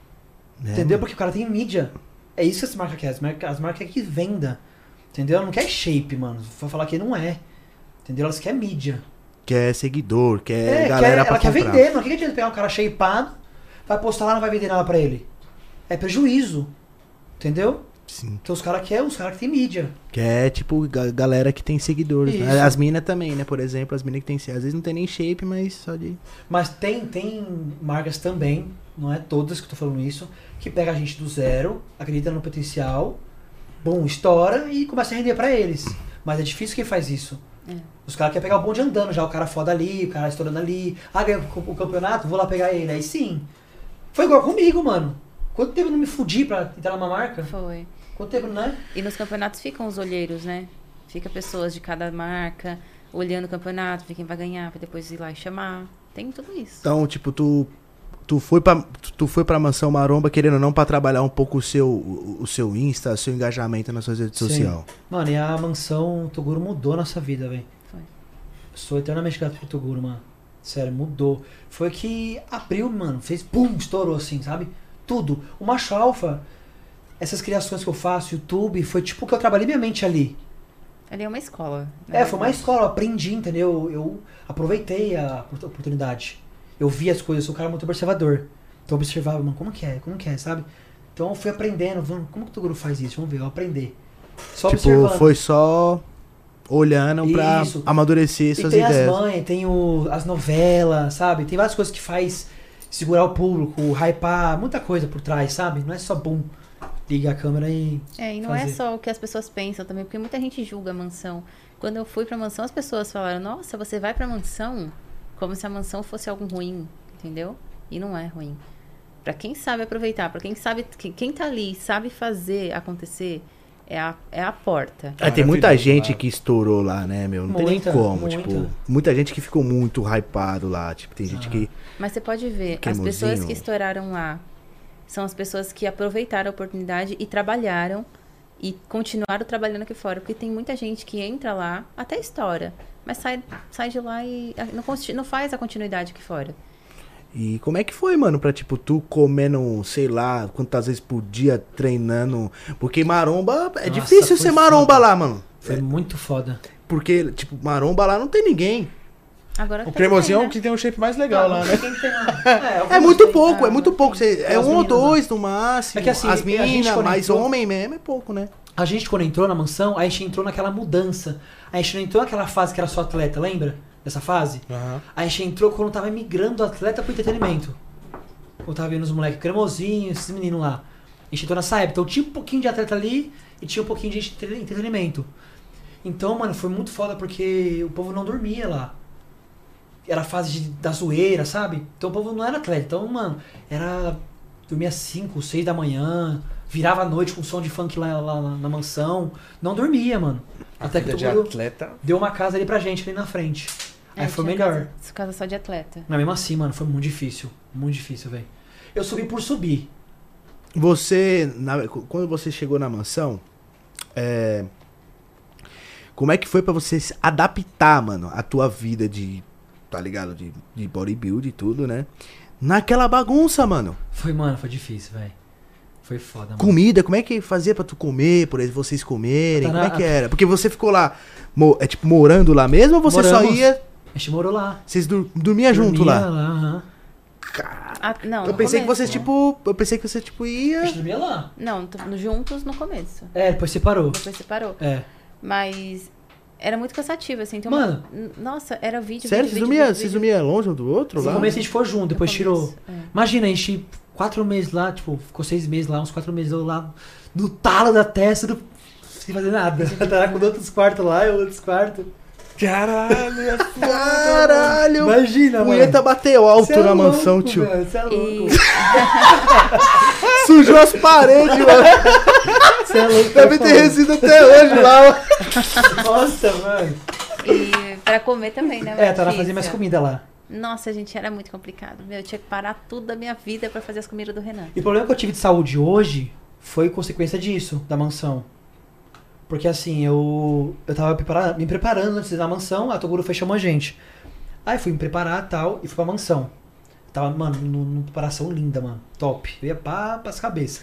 É, Entendeu? Porque o cara tem mídia. É isso que as marcas querem. As marcas, as marcas querem que venda. Entendeu? Ela não quer shape, mano. Vou falar que não é. Entendeu? Elas querem mídia. Quer seguidor, quer É, galera quer, pra ela quer comprar. vender. Não quer adianta pegar um cara shapeado, vai postar lá e não vai vender nada pra ele. É prejuízo. Entendeu? Sim. Então os caras querem os caras que tem mídia. Quer, tipo, ga- galera que tem seguidores. Né? Isso. As minas também, né? Por exemplo, as minas que tem, às vezes não tem nem shape, mas só de... Mas tem, tem marcas também, não é todas que eu tô falando isso, que pega a gente do zero, acredita no potencial, bom, estoura e começa a render pra eles. Mas é difícil quem faz isso. É. Os caras querem pegar o bonde andando já, o cara foda ali, o cara estourando ali. Ah, ganhou o campeonato, vou lá pegar ele. Aí sim. Foi igual comigo, mano. Quanto tempo eu não me fudi pra entrar numa marca? Foi. Quanto tempo, né? E nos campeonatos ficam os olheiros, né? Fica pessoas de cada marca olhando o campeonato, ver quem vai ganhar, pra depois ir lá e chamar. Tem tudo isso. Então, tipo, tu, tu, foi pra, tu foi pra Mansão Maromba querendo ou não pra trabalhar um pouco o seu, o, o seu Insta, o seu engajamento nas suas redes Sim. sociais. Mano, e a mansão Toguro mudou a nossa vida, velho. Foi. Sou eternamente grato pro Toguro, mano. Sério, mudou. Foi que abriu, mano, fez pum, estourou assim, sabe? Tudo. O Macho Alfa, essas criações que eu faço, YouTube, foi tipo que eu trabalhei minha mente ali. Ali é uma escola. né? É, foi uma escola, eu aprendi, entendeu? Eu aproveitei a oportunidade. Eu vi as coisas, eu sou um cara muito observador. Então eu observava, mano, como que é, como que é, sabe? Então eu fui aprendendo, vamos, como que o Toguro faz isso? Vamos ver, eu aprender. Só Tipo, observando. foi só olhando pra Isso. amadurecer E suas tem ideias. as mães, tem o, as novelas, sabe? Tem várias coisas que faz segurar o público, hypar, muita coisa por trás, sabe? Não é só boom, liga a câmera e... É, e não é fazer. só o que as pessoas pensam também, porque muita gente julga a mansão. Quando eu fui pra mansão, as pessoas falaram, nossa, você vai pra mansão como se a mansão fosse algo ruim, entendeu? E não é ruim. Pra quem sabe aproveitar, pra quem sabe, quem, quem tá ali e sabe fazer acontecer, é a, é a porta. É, tem muita Maravilhoso gente lá. que estourou lá, né, meu? Não tem Muita, nem como. muita. Tipo, muita gente que ficou muito hypado lá. Tipo, tem gente Ah. que. Mas você pode ver, Que as pessoas emozinho. que estouraram lá são as pessoas que aproveitaram a oportunidade e trabalharam e continuaram trabalhando aqui fora. Porque tem muita gente que entra lá, até estoura, mas sai, sai de lá e não, consti- não faz a continuidade aqui fora. E como é que foi, mano, pra, tipo, tu comendo, sei lá, quantas vezes por dia treinando? Porque maromba, é Nossa, difícil foi ser maromba foda. lá, mano. Foi muito foda. Porque, tipo, maromba lá não tem ninguém. Agora O tem cremosinho é também, o né? que tem um shape mais legal lá, né? Quem tem lá? É algumas muito tem. pouco, é ah, muito pouco. Cê- é as um ou meninas, dois no máximo. É que assim, as a gente minas, quando mas entrou- homem mesmo é pouco, né? A gente, quando entrou na mansão, a gente entrou naquela mudança. A gente não entrou naquela fase que era só atleta, lembra? Dessa fase? Aham. A gente entrou quando tava migrando do atleta pro entretenimento. Quando tava vendo os moleques cremosinhos, esses meninos lá. A gente entrou nessa época. Então tinha um pouquinho de atleta ali e tinha um pouquinho de entre- entretenimento. Então, mano, foi muito foda porque o povo não dormia lá. Era a fase de- da zoeira, sabe? Então o povo não era atleta. Então, mano, era... Dormia cinco, seis da manhã, virava a noite com som de funk lá, lá na, na mansão. Não dormia, mano. Até que Vida o de Toguro atleta. deu uma casa ali pra gente, ali na frente. Aí É, foi tinha melhor. Casa, casa só de atleta. Mas mesmo assim, mano, foi muito difícil. Muito difícil, velho. Eu subi por subir. Você, na- quando você chegou na mansão, é, como é que foi pra você se adaptar, mano, a tua vida de, tá ligado, de, de bodybuild e tudo, né? Naquela bagunça, mano. Foi, mano, foi difícil, velho. Foi foda, mano. Comida, como é que fazia pra tu comer, por exemplo, vocês comerem? Tá Como é na- que era? Porque você ficou lá, mo- é tipo, morando lá mesmo ou você só Moramos. ia, A gente morou lá. vocês dur- dormia junto Dormia lá? aham. Ah, não, Eu no pensei que começo. vocês, tipo, eu pensei que você, tipo, A ia... gente dormia lá. Não, t- juntos no começo. É, depois separou. Depois separou. É. Mas era muito cansativo, assim. Então, Mano. N- Nossa, era vídeo, Sério, vídeo, vocês vídeo, dormiam, vídeo, vocês vídeo. dormiam longe um do outro No lá? começo a gente foi junto, depois No tirou. começo, é. Imagina, a gente quatro meses lá, tipo, ficou seis meses lá, uns quatro meses lá, no talo da testa, do... sem fazer nada. Tava com outros quartos lá, eu outros quartos. Caralho, é foda. Caralho! Imagina, mano. Punheta bateu alto Cê é na louco, mansão, tio. velho, cê é louco. E Sujou as paredes, mano. Cê é louco. Deve ter resíduo até hoje lá. Nossa, mano. E pra comer também, né? É, tá lá Letícia? fazendo mais comida lá. Nossa, gente, era muito complicado. Meu, eu tinha que parar tudo da minha vida pra fazer as comidas do Renan. E o problema que eu tive de saúde hoje foi consequência disso, da mansão. Porque assim, eu, eu tava preparado, me preparando antes da mansão, a Toguro foi chamar a gente. Aí fui me preparar e tal, e fui pra mansão. Tava, mano, numa preparação linda, mano. Top. Eu ia pra, pras cabeças.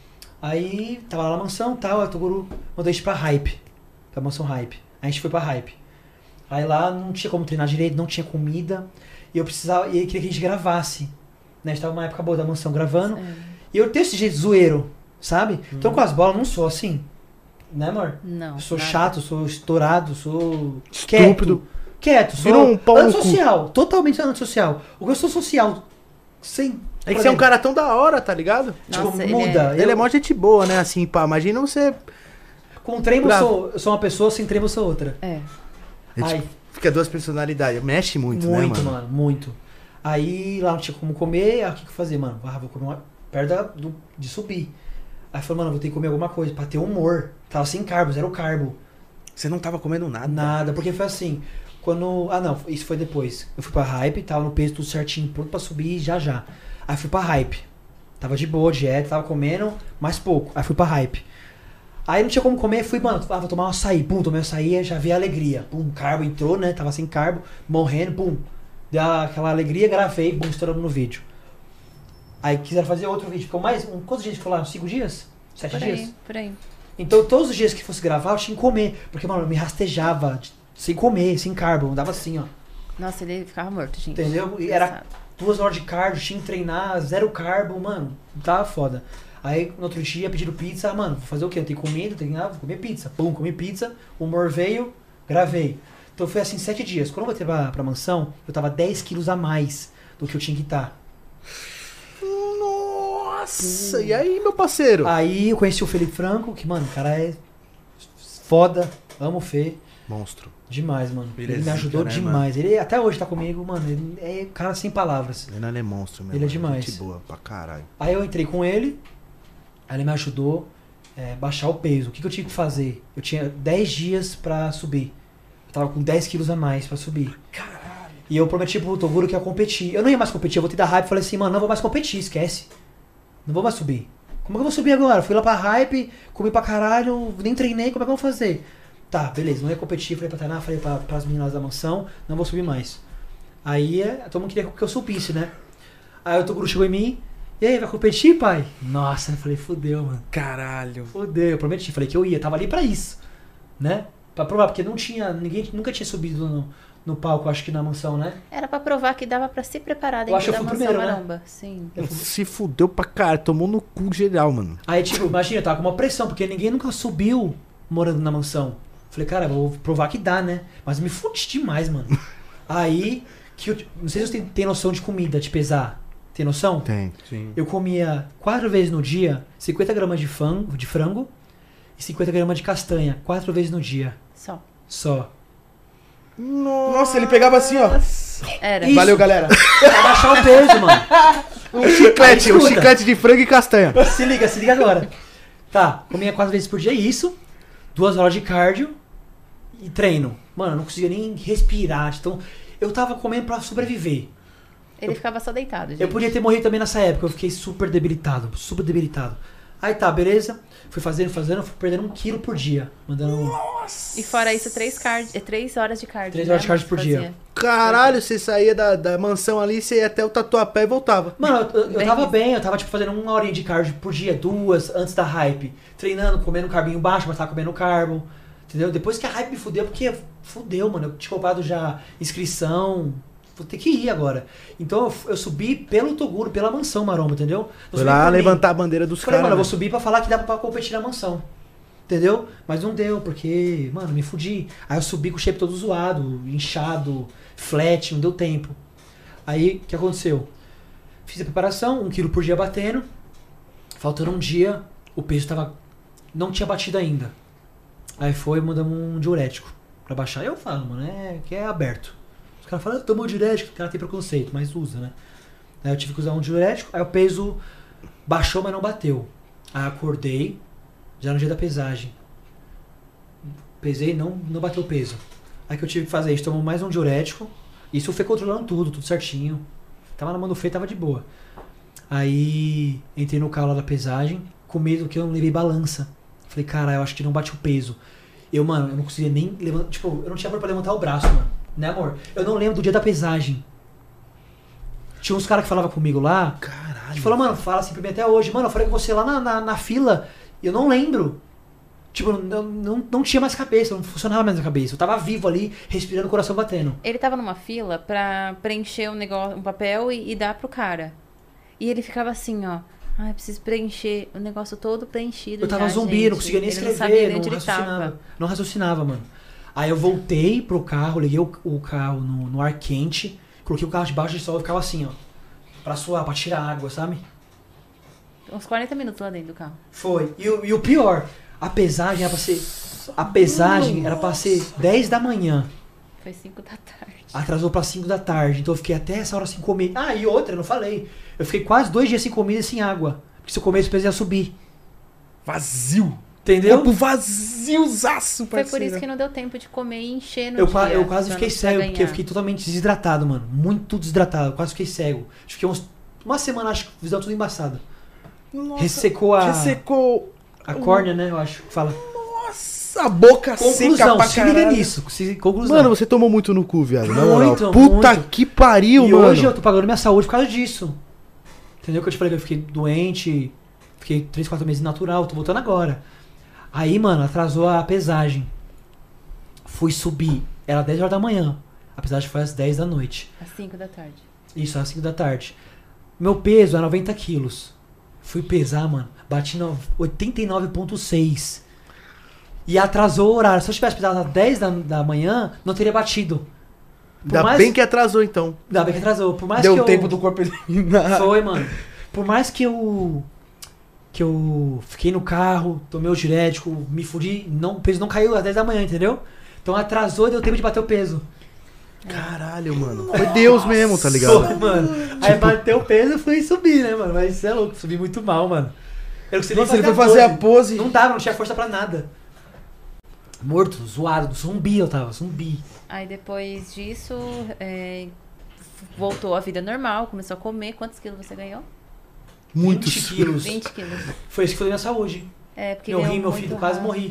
Aí, tava lá na mansão e tal, a Toguro mandou a gente pra Hype. Pra mansão Hype. Aí a gente foi pra Hype. Aí lá não tinha como treinar direito, não tinha comida. E eu precisava, e ele queria que a gente gravasse. Né? A gente tava numa época boa da mansão gravando. Sério? E eu tenho esse jeito zoeiro, sabe? Uhum. Então com as bolas eu não sou assim. Né, amor? Não. Eu sou nada. chato, sou estourado, sou Estúpido. Quieto, sou Vira um pau no cu. antissocial, totalmente antissocial. O que eu sou social, sem... É que você é um cara tão da hora, tá ligado? Tipo, Nossa, ele muda. Ele Eu- é mó gente boa, né? Assim, pá. Imagina você. Com treino eu Bravo. sou, eu sou uma pessoa, sem treino eu sou outra. É. É, Aí, tipo, fica duas personalidades. Mexe muito, muito, né, mano? mano, muito. Aí lá não tinha como comer, aí o que que eu fazia, mano? Ah, vou comer uma... perto da- do, de subir. Aí eu falei, mano, vou ter que comer alguma coisa pra ter humor. Tava sem carbo, zero carbo. Você não tava comendo nada? Nada, porque foi assim, quando... Ah, não, isso foi depois. Eu fui pra Hype, tava no peso tudo certinho, pronto pra subir já já. Aí fui pra Hype. Tava de boa, dieta, tava comendo, mais pouco. Aí fui pra Hype. Aí não tinha como comer, fui, mano, ah, vou tomar um açaí. Pum, tomei um açaí, já vi a alegria. Pum, carbo entrou, né? Tava sem carbo, morrendo, pum. Deu aquela alegria, gravei, pum, estourando no vídeo. Aí quiseram fazer outro vídeo. Ficou mais... Um, quantos dias ficou lá? Cinco dias? Sete Por dias? aí, por aí. Então todos os dias que fosse gravar, eu tinha que comer. Porque, mano, eu me rastejava de- sem comer, sem carbo. Eu dava assim, ó. Nossa, ele ficava morto, gente. Entendeu? E era Engraçado. duas horas de cardio, tinha que treinar, zero carbo, mano. Tava foda. Aí no outro dia pediram pizza, mano, vou fazer o quê? Eu tenho comida, treinar, vou comer pizza. Pum, comi pizza, o humor veio, gravei. Então foi assim sete dias. Quando eu voltei pra, pra mansão, eu tava dez quilos a mais do que eu tinha que estar. Nossa, e aí, meu parceiro? Aí eu conheci o Felipe Franco, que, mano, o cara é foda, amo o Fê. Monstro. Demais, mano. Ele Ele, é me zica, ajudou né, demais. Ele até hoje tá comigo, mano. Ele é cara sem palavras. Ele é monstro mesmo. Ele é demais. Gente boa pra caralho. Aí eu entrei com ele, aí ele me ajudou a baixar o peso. O que, que eu tinha que fazer? Eu tinha dez dias pra subir. Eu tava com dez quilos a mais pra subir. Caralho. E eu prometi pro Toguro que ia competir. Eu não ia mais competir, eu vou ter da hype. Falei assim, mano, não vou mais competir, esquece. Não vou mais subir. Como é que eu vou subir agora? Fui lá pra hype, comi pra caralho, nem treinei, como é que eu vou fazer? Tá, beleza, não ia competir, falei pra Tainá, falei pra, pras meninas da mansão, não vou subir mais. Aí é, todo mundo queria que eu subisse, né? Aí o Toguro chegou em mim, e aí, vai competir, pai? Nossa, eu falei, fudeu, mano. Caralho. Fudeu, eu prometi, falei que eu ia, tava ali pra isso, né? Pra provar, porque não tinha, ninguém nunca tinha subido no, no palco, acho que na mansão, né? Era pra provar que dava pra se preparar Eu acho dentro que da eu fui mansão primeiro, né? maromba. Sim. Eu fui- Se fudeu pra caralho, tomou no cu geral, mano. Aí, tipo, imagina, eu tava com uma pressão, porque ninguém nunca subiu morando na mansão. Falei, cara, vou provar que dá, né? Mas me fudi demais, mano. Aí, que eu, não sei se você tem, tem noção de comida, de pesar. Tem noção? Tem. Sim. Eu comia quatro vezes no dia, cinquenta gramas de frango, de frango e cinquenta gramas de castanha. Quatro vezes no dia, Só. só. Nossa, ele pegava assim, ó. Era. Isso. Valeu, galera. Pra baixar o peso, mano. Um chiclete, Aí, um escuta. chiclete de frango e castanha. Se liga, se liga agora. Tá, comia quatro vezes por dia, isso. Duas horas de cardio e treino. Mano, eu não conseguia nem respirar. Então, eu tava comendo pra sobreviver. Ele ficava só deitado, gente. Eu podia ter morrido também nessa época. Eu fiquei super debilitado, super debilitado. Aí tá, beleza. Fui fazendo, fazendo, fui perdendo um quilo por dia. Mandando E fora isso, três, card... é, três horas de cardio. Três né, horas de cardio por fazia. dia. Caralho, você saía da, da mansão ali, você ia até o Tatuapé e voltava. Mano, eu, eu Bem tava isso. bem, eu tava tipo fazendo uma horinha de cardio por dia, duas, antes da hype. Treinando, comendo um carbinho baixo, mas tava comendo carbo. Entendeu? Depois que a hype me fudeu, porque fudeu, mano. Eu tinha roubado já inscrição. Vou ter que ir agora. Então eu, eu subi pelo Toguro, pela mansão maromba, entendeu? Não Foi subi lá por mim. levantar a bandeira dos Falei, caras. mano, eu vou né? subir pra falar que dá pra competir na mansão. Entendeu? Mas não deu, porque, mano, me fudi. Aí eu subi com o shape todo zoado, inchado, flat, não deu tempo. Aí, o que aconteceu? Fiz a preparação, um quilo por dia batendo. Faltando um dia, o peso tava... não tinha batido ainda. Aí foi, mandamos um diurético pra baixar. Eu falo, mano, é que é aberto. Os caras falam, tomou diurético, o cara tem preconceito, mas usa, né? Aí eu tive que usar um diurético, aí o peso baixou, mas não bateu. Aí acordei, já no dia da pesagem. Pesei, não, não bateu o peso. Aí que eu tive que fazer isso, tomou mais um diurético, Isso foi controlando tudo, tudo certinho. Tava na mão do Fê, tava de boa. Aí entrei no carro lá da pesagem, com medo que eu não levei balança. Falei, cara, eu acho que não bate o peso. Eu, mano, eu não conseguia nem levantar. Tipo, eu não tinha força pra levantar o braço, mano. Né, amor? Eu não lembro do dia da pesagem. Tinha uns caras que falavam comigo lá. Caralho. Que falaram, mano, fala assim pra mim até hoje. Mano, eu falei com você lá na, na, na fila. E eu não lembro. Tipo, não, não, não tinha mais cabeça, não funcionava mais a cabeça. Eu tava vivo ali, respirando, o coração batendo. Ele tava numa fila pra preencher um negócio, um papel e, e dar pro cara. E ele ficava assim, ó. Ah, eu preciso preencher o negócio todo preenchido. Eu tava já, zumbi, gente. não conseguia nem Ele escrever, não, sabia não, onde ele raciocinava. tava. Não raciocinava, mano. Aí eu voltei pro carro, liguei o, o carro no, no ar quente, coloquei o carro debaixo de sol e ficava assim, ó. Pra suar, pra tirar água, sabe? Uns quarenta minutos lá dentro do carro. Foi. E, o- e o pior, a pesagem era pra ser. A pesagem era pra ser dez da manhã. Foi cinco da tarde. Atrasou pra cinco da tarde. Então eu fiquei até essa hora sem comer. Ah, e outra, eu não falei. Eu fiquei quase dois dias sem comida e sem água. Porque se eu comesse, o peso ia subir. Vazio. Entendeu? Corpo vaziozaço, Foi parceiro. por isso que não deu tempo de comer e encher no Eu, dia. qua- eu quase pra fiquei não precisar cego, porque eu ganhar. fiquei totalmente desidratado, mano. Muito desidratado. Eu quase fiquei cego. Acho que fiquei uns, uma semana, acho que visão tudo embaçada. Nossa, Ressecou a, Ressecou. a córnea, né? Eu acho que fala. Nossa, a boca seca Conclusão, pra se liga caralho. nisso. Se, conclusão. Mano, você tomou muito no cu, viado. Na moral. Muito, Puta muito. que pariu, E mano. hoje eu tô pagando minha saúde por causa disso. Entendeu? Que eu te falei que eu fiquei doente, fiquei três, quatro meses natural, tô voltando agora. Aí, mano, atrasou a pesagem. Fui subir, era dez horas da manhã. A pesagem foi às dez da noite. Às cinco da tarde. Isso, às cinco da tarde. Meu peso é noventa quilos. Fui pesar, mano, bati no oitenta e nove vírgula seis. E atrasou o horário. Se eu tivesse pesado às dez da, da manhã, não teria batido. Por Ainda mais- bem que atrasou, então. Ainda bem que atrasou. Por mais Deu que eu... tempo do corpo eliminar. Foi, mano. Por mais que eu. Que eu fiquei no carro, tomei o diurético, me fudi, não, o peso não caiu às dez da manhã, entendeu? Então atrasou e deu tempo de bater o peso. Caralho, mano. Foi Deus mesmo, tá ligado? Foi, mano. Aí bateu o peso e fui subir, né, mano? Mas isso é louco, subi muito mal, mano. Eu não consegui nem Nossa, ele foi fazer a pose. Não dava, não tinha força pra nada. Morto, zoado, zumbi eu tava, zumbi. Aí depois disso, é, voltou à vida normal, começou a comer. Quantos quilos você ganhou? Muitos. vinte quilos. vinte quilos. Foi isso que foi minha saúde. É, porque Meu ganhou rim, meu muito filho, quase rápido. morri.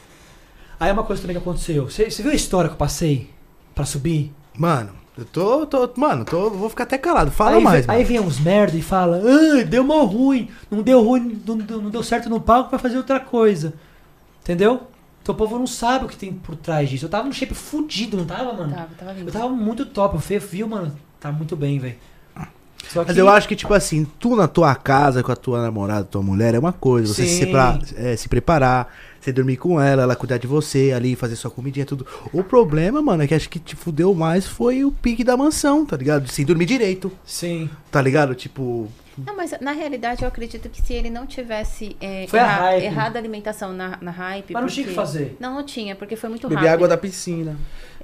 Aí uma coisa também que aconteceu. Você você viu a história que eu passei pra subir? Mano, eu tô. tô mano, tô, vou ficar até calado. Fala aí, mais, ve- aí mano. vem uns merda e fala, ah, deu mó ruim, não deu ruim, não, deu- não deu certo no palco, vai fazer outra coisa. Entendeu? Então o povo não sabe o que tem por trás disso. Eu tava no shape fudido, não tava, mano? Tava, tava lindo. Eu tava muito top, o Fê viu, mano, tá muito bem, velho. Só Mas eu acho que, tipo assim, tu na tua casa com a tua namorada, tua mulher, é uma coisa. Você se, Sim. sepra- é, se preparar, você dormir com ela, ela cuidar de você ali, fazer sua comidinha, tudo. O problema, mano, é que acho que te fudeu mais foi o pique da mansão, tá ligado? Sem dormir direito, Sim. tá ligado? Tipo. Não, mas na realidade eu acredito que se ele não tivesse é, Foi a erra- hype. errado a alimentação na, na hype. Mas não tinha o que porque- fazer. Não, não tinha, porque foi muito Beber rápido. água da piscina.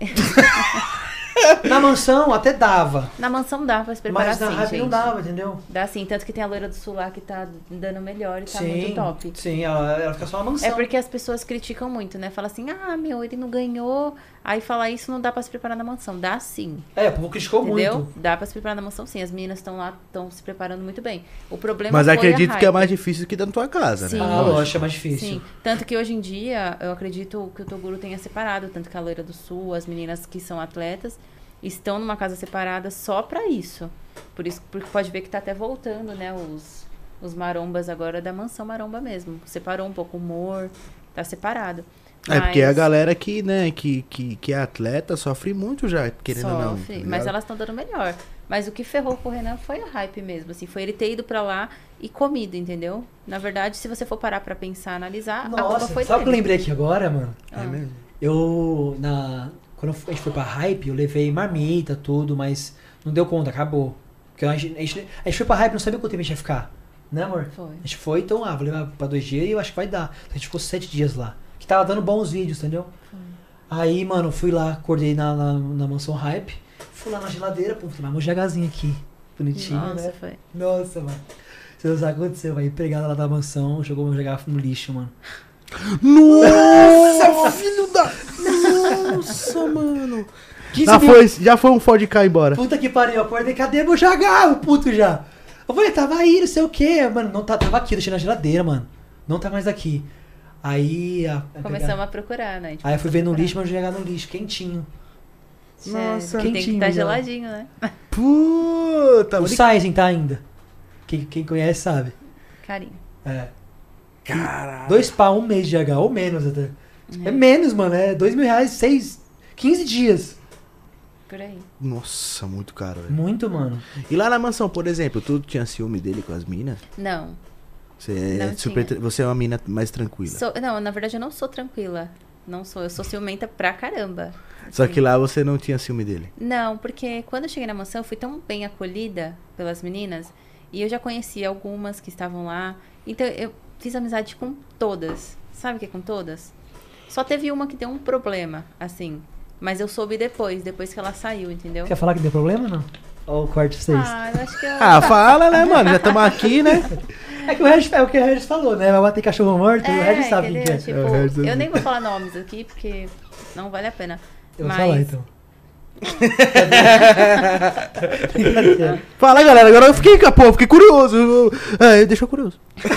Na mansão até dava, Na mansão dá pra se preparar mas na sim, hype gente. não dava, entendeu? Dá sim, tanto que tem a loira do sul lá que tá dando melhor e tá sim, muito top. sim, ela, ela fica só na mansão. É porque as pessoas criticam muito, né? Fala assim, ah, meu, ele não ganhou. Aí falar isso não dá pra se preparar na mansão. Dá sim. É, o povo criticou Entendeu? muito. Dá pra se preparar na mansão sim. As meninas estão lá, estão se preparando muito bem. O problema Mas foi acredito a que é hype. mais difícil que da tua casa, Sim. né? Ah, lógico, é mais difícil. Sim, tanto que hoje em dia eu acredito que o Toguro tenha separado, tanto que a Loira do Sul, as meninas que são atletas, estão numa casa separada só pra isso. Por isso, porque pode ver que tá até voltando, né, os, os marombas agora da mansão maromba mesmo. Separou um pouco o humor, tá separado. É, porque a Mas galera que, né, que, que, que é atleta sofre muito já, querendo ou não. sofre, tá mas ligado? elas estão dando melhor. Mas o que ferrou com o Renan foi a hype mesmo, assim, foi ele ter ido pra lá e comido, entendeu? Na verdade, se você for parar pra pensar, analisar, a culpa Nossa, foi sabe o que eu dele. lembrei aqui agora, mano? Ah. É mesmo? Eu, na, quando a gente foi pra Hype, eu levei marmita, tudo, mas não deu conta, acabou. Porque a gente, a gente, a gente foi pra Hype, não sabia quanto tempo a gente ia ficar. Né, amor? Foi. A gente foi, então, ah, vou levar pra dois dias e eu acho que vai dar. Então, a gente ficou sete dias lá. Que tava dando bons vídeos, entendeu? Aí, mano, fui lá, acordei na, na, na mansão Hype, fui lá na geladeira, pô, falei, mas um GHzinho aqui, bonitinho, Nossa, né? foi. Nossa, mano. Você não sabe o que aconteceu, vai empregada lá da mansão, jogou meu G H no lixo, mano. Nossa, filho da. Nossa, mano. quinze Já mil. foi, já foi um Ford K embora. Puta que pariu, eu acordei, cadê meu jagar? O puto já. Eu falei, tava aí, não sei o quê. Mano, não tá, tava aqui, deixei na geladeira, mano. Não tá mais aqui. Aí... A, a Começamos pegar... a procurar, né? A gente Aí eu fui ver no procurar. lixo, mas eu jogar no lixo, quentinho. Nossa, Tem que quentinho, estar já. geladinho, né? Puta, O Sizen tá ainda. Quem, quem conhece sabe. Carinho. É. Caralho. Dois pau, um mês de H, ou menos até. É menos, mano. É dois mil reais, seis, quinze dias. Por aí. Nossa, muito caro, velho. Muito, mano. E lá na mansão, por exemplo, tu tinha ciúme dele com as minas? Não. Você é, Não super, tinha. tra- você é uma mina mais tranquila. Sou- não, na verdade eu não sou tranquila. Não sou. Eu sou ciumenta pra caramba. Só Assim. que lá você não tinha ciúme dele. Não, porque quando eu cheguei na mansão, eu fui tão bem acolhida pelas meninas. E eu já conhecia algumas que estavam lá. Então eu fiz amizade com todas. Sabe o que é com todas? Só teve uma que deu um problema, assim. Mas eu soube depois, depois que ela saiu, entendeu? Quer falar que deu problema ou não? Ou o corte seis? Ah, eu acho que eu... Ah, fala, né, mano? Já estamos aqui, né? É que o Regis, é o que o Regis falou, né? Vai bater cachorro morto, o Regis sabe quem que entendeu? é. Tipo, É, o Regis eu nem vou falar nomes aqui, porque não vale a pena. Eu vou Mas falar então. Brincadeira. Fala, galera. Agora eu fiquei, pô, fiquei curioso. É, deixou curioso.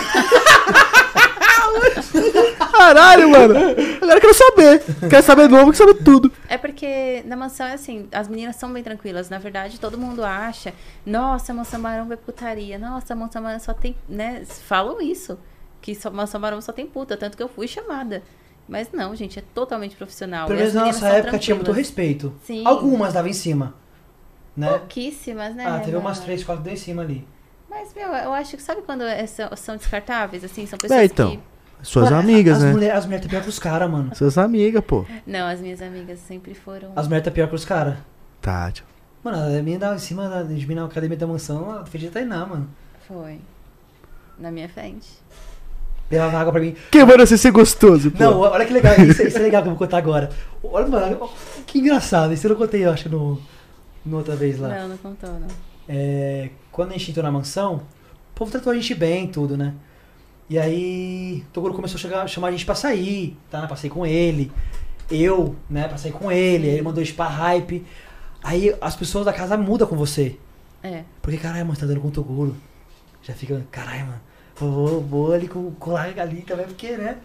Caralho, mano. Agora eu quero saber. Quero saber novo, quero saber tudo. é porque na mansão é assim, as meninas são bem tranquilas. Na verdade, todo mundo acha, nossa, a mansão maromba é putaria. Nossa, a mansão maromba só tem, né? Falam isso, que só, mansão maromba só tem puta, tanto que eu fui chamada. Mas não, gente, é totalmente profissional. Pelo E as menos na meninas nossa são época tinha muito tranquilas. respeito. Sim. Algumas davam em cima. Né? Pouquíssimas, né? Ah, teve umas Mas- três, quatro deu em cima ali. Mas, meu, eu acho que sabe quando é- são, são descartáveis, assim? São pessoas É, então. que... Suas Mano, amigas, as né? Mulher, as mulheres tá pior que os caras, mano. Suas amigas, pô. Não, as minhas amigas sempre foram... As mulheres tá pior que os caras. Tá, tio. Mano, a menina dava em cima da, de mim na academia da mansão, ela fez de Tainá, mano. Foi. Na minha frente. Levava água pra mim. Queimando você ser gostoso, pô. Não, olha que legal, isso, isso é legal que eu vou contar agora. Olha, mano, que engraçado, isso eu não contei, eu acho, no, no outra vez lá. Não, não contou, não. É, quando a gente entrou na mansão, o povo tratou a gente bem, tudo, né? E aí, o Toguro começou a chegar, chamar a gente pra sair, tá? Passei com ele. Eu, né, passei com ele, aí ele mandou isso pra hype. Aí as pessoas da casa mudam com você. É. Porque, caralho, mano, você tá dando com o Toguro. Já fica, caralho, mano, vou, vou ali com o colar ali também, porque, né?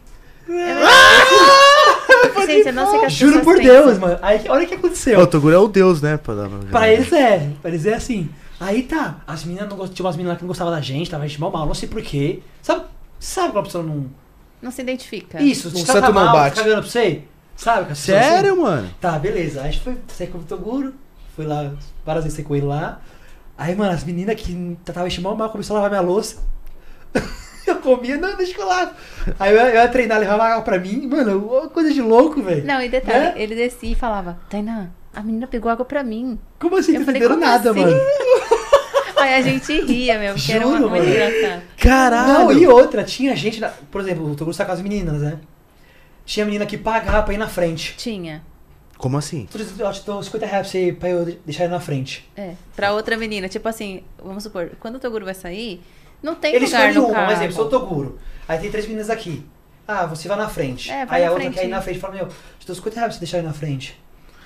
Gente, eu não sei o que as Juro pessoas por pensam. Deus, mano. Aí, olha o que aconteceu. O Toguro é o deus, né? Pra, dar- Pra eles é, pra eles é assim. Aí tá, as meninas não gostavam, tinha umas meninas lá que não gostavam da gente, tava a gente mal mal, não sei porquê. Sabe, sabe quando a pessoa não. Não se identifica. Isso, O te santo trata não mal, bate. fica cagando pra você? Sabe? com as pessoas Sério, assim? mano? Tá, beleza. Aí a gente foi sair com o Toguro, fui lá, várias vezes saí com ele lá. Aí, mano, as meninas que tratavam a gente mal mal começaram a lavar minha louça. Eu comia, não, deixa que eu lavo. Aí eu, eu ia treinar, levava água pra mim. Mano, uma coisa de louco, velho. Não, e detalhe, Né? ele descia e falava, Tainá, a menina pegou água pra mim. Como assim? Eu Não falei, entenderam como nada, assim? mano. Aí a gente ria, meu, porque era Juro, uma, muito mano. engraçado. Caralho. Não, e outra, tinha gente, na- por exemplo, o Toguro tá com as meninas, né? Tinha menina que pagava pra ir na frente. Tinha. Como assim? Eu te dou cinquenta reais pra, você, pra eu deixar ele na frente. É. Pra outra menina, tipo assim, vamos supor, quando o Toguro vai sair, não tem Ele lugar escolhe no uma, carro. um exemplo, sou o Toguro. Aí tem três meninas aqui. Ah, você vai na frente. É, vai Aí na a outra frente. quer ir na frente e fala, meu, te dou cinquenta reais pra você deixar ele na frente.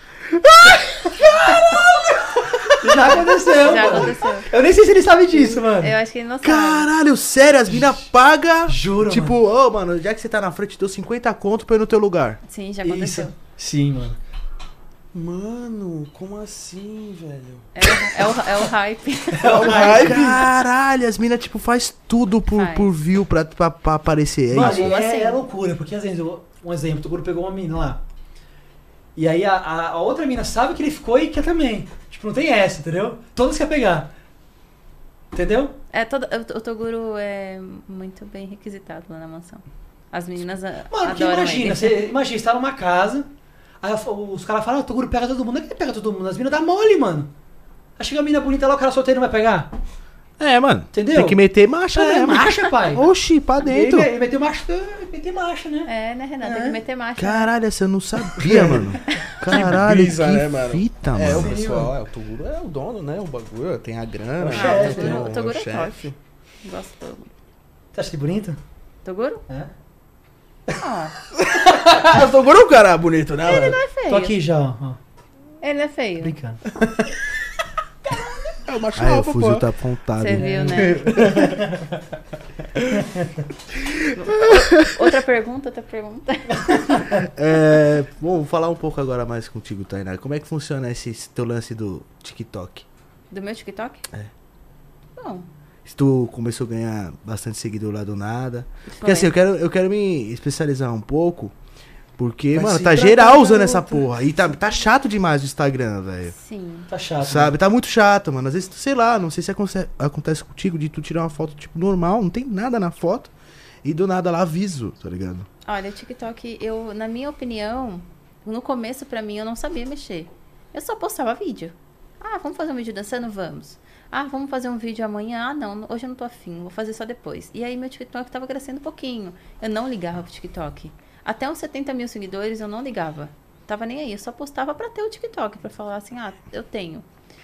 Já aconteceu, Já mano. aconteceu. Eu nem sei se ele sabe disso, mano. Eu acho que ele não sabe. Caralho, sério, as minas pagam. Juro, Tipo, ô, mano, já que você tá na frente, deu cinquenta conto pra ir no teu lugar. Sim, já aconteceu. Isso. Sim, mano. Mano, como assim, velho? É, o- é, o, é o hype. É o hype. Caralho, as minas, tipo, faz tudo por, Faz. por view pra, pra, pra aparecer. É Mano, isso. Como é, assim? é loucura, porque às vezes, eu- um exemplo, o Toguro pegou uma mina lá. E aí a, a, a outra mina sabe que ele ficou e quer também. Tipo, não tem essa, entendeu? Todas quer pegar. Entendeu? É, todo, o, o Toguro é muito bem requisitado lá na mansão. As meninas a- Mano, porque adoram imagina, ele. você, imagina, você tá numa casa, aí os caras falam, ah, o Toguro pega todo mundo. Não é que ele pega todo mundo, as minas dá mole, mano. Aí chega a mina bonita lá, o cara solteiro não vai pegar. É, mano. Entendeu? Tem que meter marcha É, mesmo. marcha, pai. Oxi, pra dentro. Ele, ele meteu marcha, ele meteu marcha, né? É, né, Renato? Tem É. que meter marcha. Caralho, essa eu não sabia, mano. Caralho, que, brisa, né, mano? fita, É, o mano. pessoal, é, o Toguro é o dono, né? O bagulho, tem a grana, O né, chefe, tem né? o, O Toguro o é chefe. Gosto do Toguro. Você acha ele bonito? Toguro? É. Ah, Ah, o Toguro é um cara bonito, né? ele mano? não é feio. Tô aqui já, ó. Ele é feio. Brincando. É o macho Aí o alfa, fuzil pô. tá apontado. Você né? viu, né? Outra pergunta, outra pergunta. É, bom, vou falar um pouco agora mais contigo, Tainá. Como é que funciona esse, esse teu lance do TikTok? Do meu TikTok? É. Bom, Se tu começou a ganhar bastante seguidor lá do nada. Porque foi. assim, eu quero, eu quero me especializar um pouco. Porque, Vai mano, se tá tratar, geral usando essa garota. porra. E tá, tá chato demais o Instagram, velho. Sim. Tá chato. Sabe? Tá muito chato, mano. Às vezes, sei lá, não sei se aconte- acontece contigo de tu tirar uma foto, tipo, normal, não tem nada na foto. E do nada lá aviso, tá ligado? Olha, o TikTok, eu, na minha opinião, no começo pra mim eu não sabia mexer. Eu só postava vídeo. Ah, vamos fazer um vídeo dançando? Vamos. Ah, vamos fazer um vídeo amanhã? Ah, não, hoje eu não tô afim, vou fazer só depois. E aí meu TikTok tava crescendo um pouquinho. Eu não ligava pro TikTok. Até uns setenta mil seguidores eu não ligava. Tava nem aí, eu só postava pra ter o TikTok, pra falar assim, ah, eu tenho.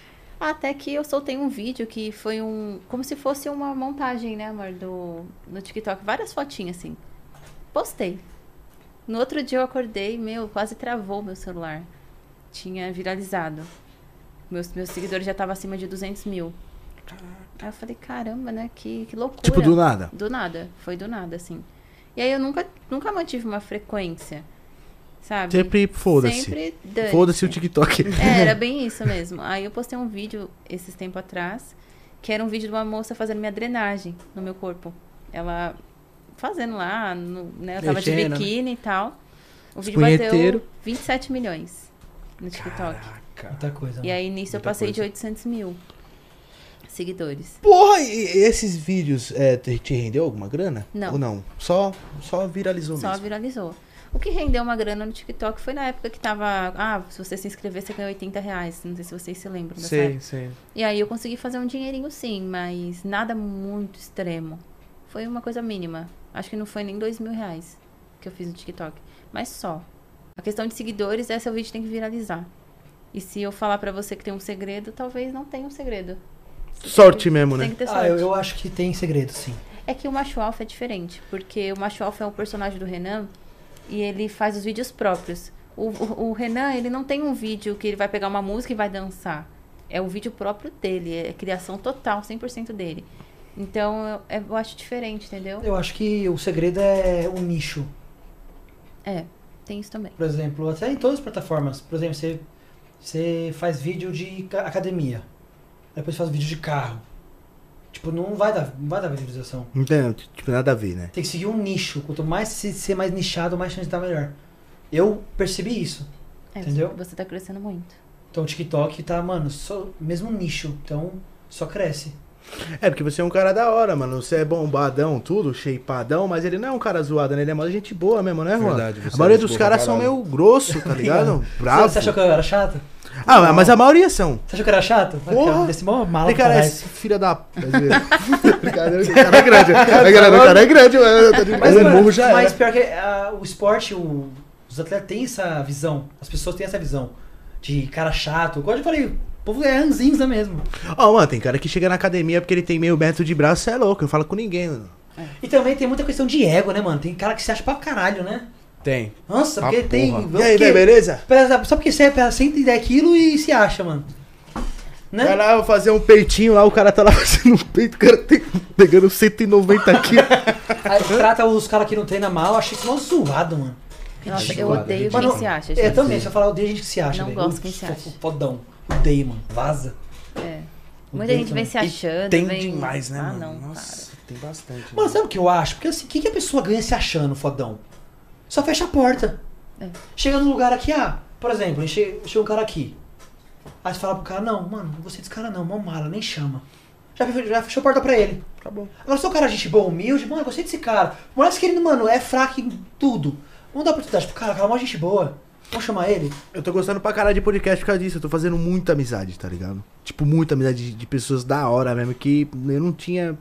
Até que eu soltei um vídeo que foi um... Como se fosse uma montagem, né, amor, do, no TikTok. Várias fotinhas, assim. Postei. No outro dia eu acordei, meu, quase travou meu celular. Tinha viralizado. Meus, meus seguidores já estavam acima de duzentos mil. Aí eu falei, caramba, né, que, que loucura. Tipo, do nada. Do nada, foi do nada, assim. E aí eu nunca, nunca mantive uma frequência, sabe? Sempre foda-se. Sempre dane-se. Foda-se o TikTok. É, era bem isso mesmo. Aí eu postei um vídeo esses tempos atrás, que era um vídeo de uma moça fazendo minha drenagem no meu corpo. Ela fazendo lá, no, né? Eu tava de Mexendo, né? biquíni e tal. O Os vídeo punheteiros. bateu vinte e sete milhões no TikTok. Caraca. Muita coisa. E aí nisso eu Muita passei de coisa. oitocentos mil seguidores. Porra, e e esses vídeos é, te, te rendeu alguma grana? Não. Ou não? Só, só viralizou Só mesmo. viralizou. O que rendeu uma grana no TikTok foi na época que tava... Ah, se você se inscrever, você ganha oitenta reais. Não sei se vocês se lembram dessa Sei, época. sei. E aí eu consegui fazer um dinheirinho sim, mas nada muito extremo. Foi uma coisa mínima. Acho que não foi nem dois mil reais que eu fiz no TikTok. Mas só. A questão de seguidores é seu vídeo tem que viralizar. E se eu falar pra você que tem um segredo, talvez não tenha um segredo. Você Sorte tem que- mesmo, né? Tem que ter sorte. Ah, eu, eu acho que tem segredo, sim. É que o Macho Alfa é diferente, porque o Macho Alfa é um personagem do Renan e ele faz os vídeos próprios. O, o, o Renan, ele não tem um vídeo que ele vai pegar uma música e vai dançar. É o vídeo próprio dele, é criação total, cem por cento dele. Então, eu, eu acho diferente, entendeu? Eu acho que o segredo é o nicho. É, tem isso também. Por exemplo, até em todas as plataformas. Por exemplo, você, você faz vídeo de ca- academia. Depois faz vídeo de carro. Tipo, não vai dar, não vai dar visualização. Não tem, tipo, nada a ver, né? Tem que seguir um nicho. Quanto mais se ser mais nichado, mais chance de dar melhor. Eu percebi isso. É, Entendeu? Você, você tá crescendo muito. Então o TikTok tá, mano, só, mesmo nicho. Então só cresce. É, porque você é um cara da hora, mano. Você é bombadão, tudo, shapeadão, mas ele não é um cara zoado, né? Ele é mó gente boa mesmo, né, Juan? Verdade, você A maioria é dos gente boa caras pra são caralho. meio grosso, tá ligado? Bravo. Você achou que eu era chato? Ah, mas a maioria são. Você achou que eu era chato? Porra! Desse mó mala Tem pra cara, é caralho. esse filha da... Brincadeira, o cara é grande. É grande, o cara é grande, mano. Tá de- Mas, Mas é mano, burro já mas é. pior que ah, o esporte, o- os atletas têm essa visão. As pessoas têm essa visão. De cara chato. Igual eu falei, o povo é ranzinza mesmo. Ó, mano, tem cara que chega na academia porque ele tem meio metro de braço, você é louco. Eu falo com ninguém, mano. E também tem muita questão de ego, né, mano? Tem cara que se acha pra caralho, né? Tem. Nossa, Ah, porque tem... porra. E aí, porque- velho, beleza? pesa- Só porque você pesa cento e dez quilos e se acha, mano. Né? Vai lá, eu vou fazer um peitinho lá, o cara tá lá fazendo um peito, o cara tem, pegando cento e noventa quilos. Aí trata os caras que não treinam mal, eu achei que mó zoado, mano. Nossa, eu Ridículo, odeio Mano, quem se acha, Eu gente. também, se eu falar odeio gente que se acha, Não velho. gosto Eu quem se sou acha. Fodão. Odeio, mano. Vaza. É. Muita Odeio gente vem se também. achando. Tem vem... demais, né, ah, mano? não, Nossa, tem bastante. Mano, né? sabe o que eu acho? Porque assim, o que, que a pessoa ganha se achando fodão? Só fecha a porta. É. Chega no lugar aqui, ah, por exemplo, chega, chega um cara aqui. Aí você fala pro cara, não, mano, não gostei desse cara não, mó mala, nem chama. Já, fe- já fechou a porta pra ele. Acabou. Agora se o cara é gente boa, humilde, mano, eu gostei desse cara. Por mais que ele, mano, é fraco em tudo. Vamos dar oportunidade pro cara, o cara é uma gente boa. Vamos chamar ele. Eu tô gostando pra caralho de podcast por causa disso. Eu tô fazendo muita amizade, tá ligado? Tipo, muita amizade de, de pessoas da hora mesmo, que eu não tinha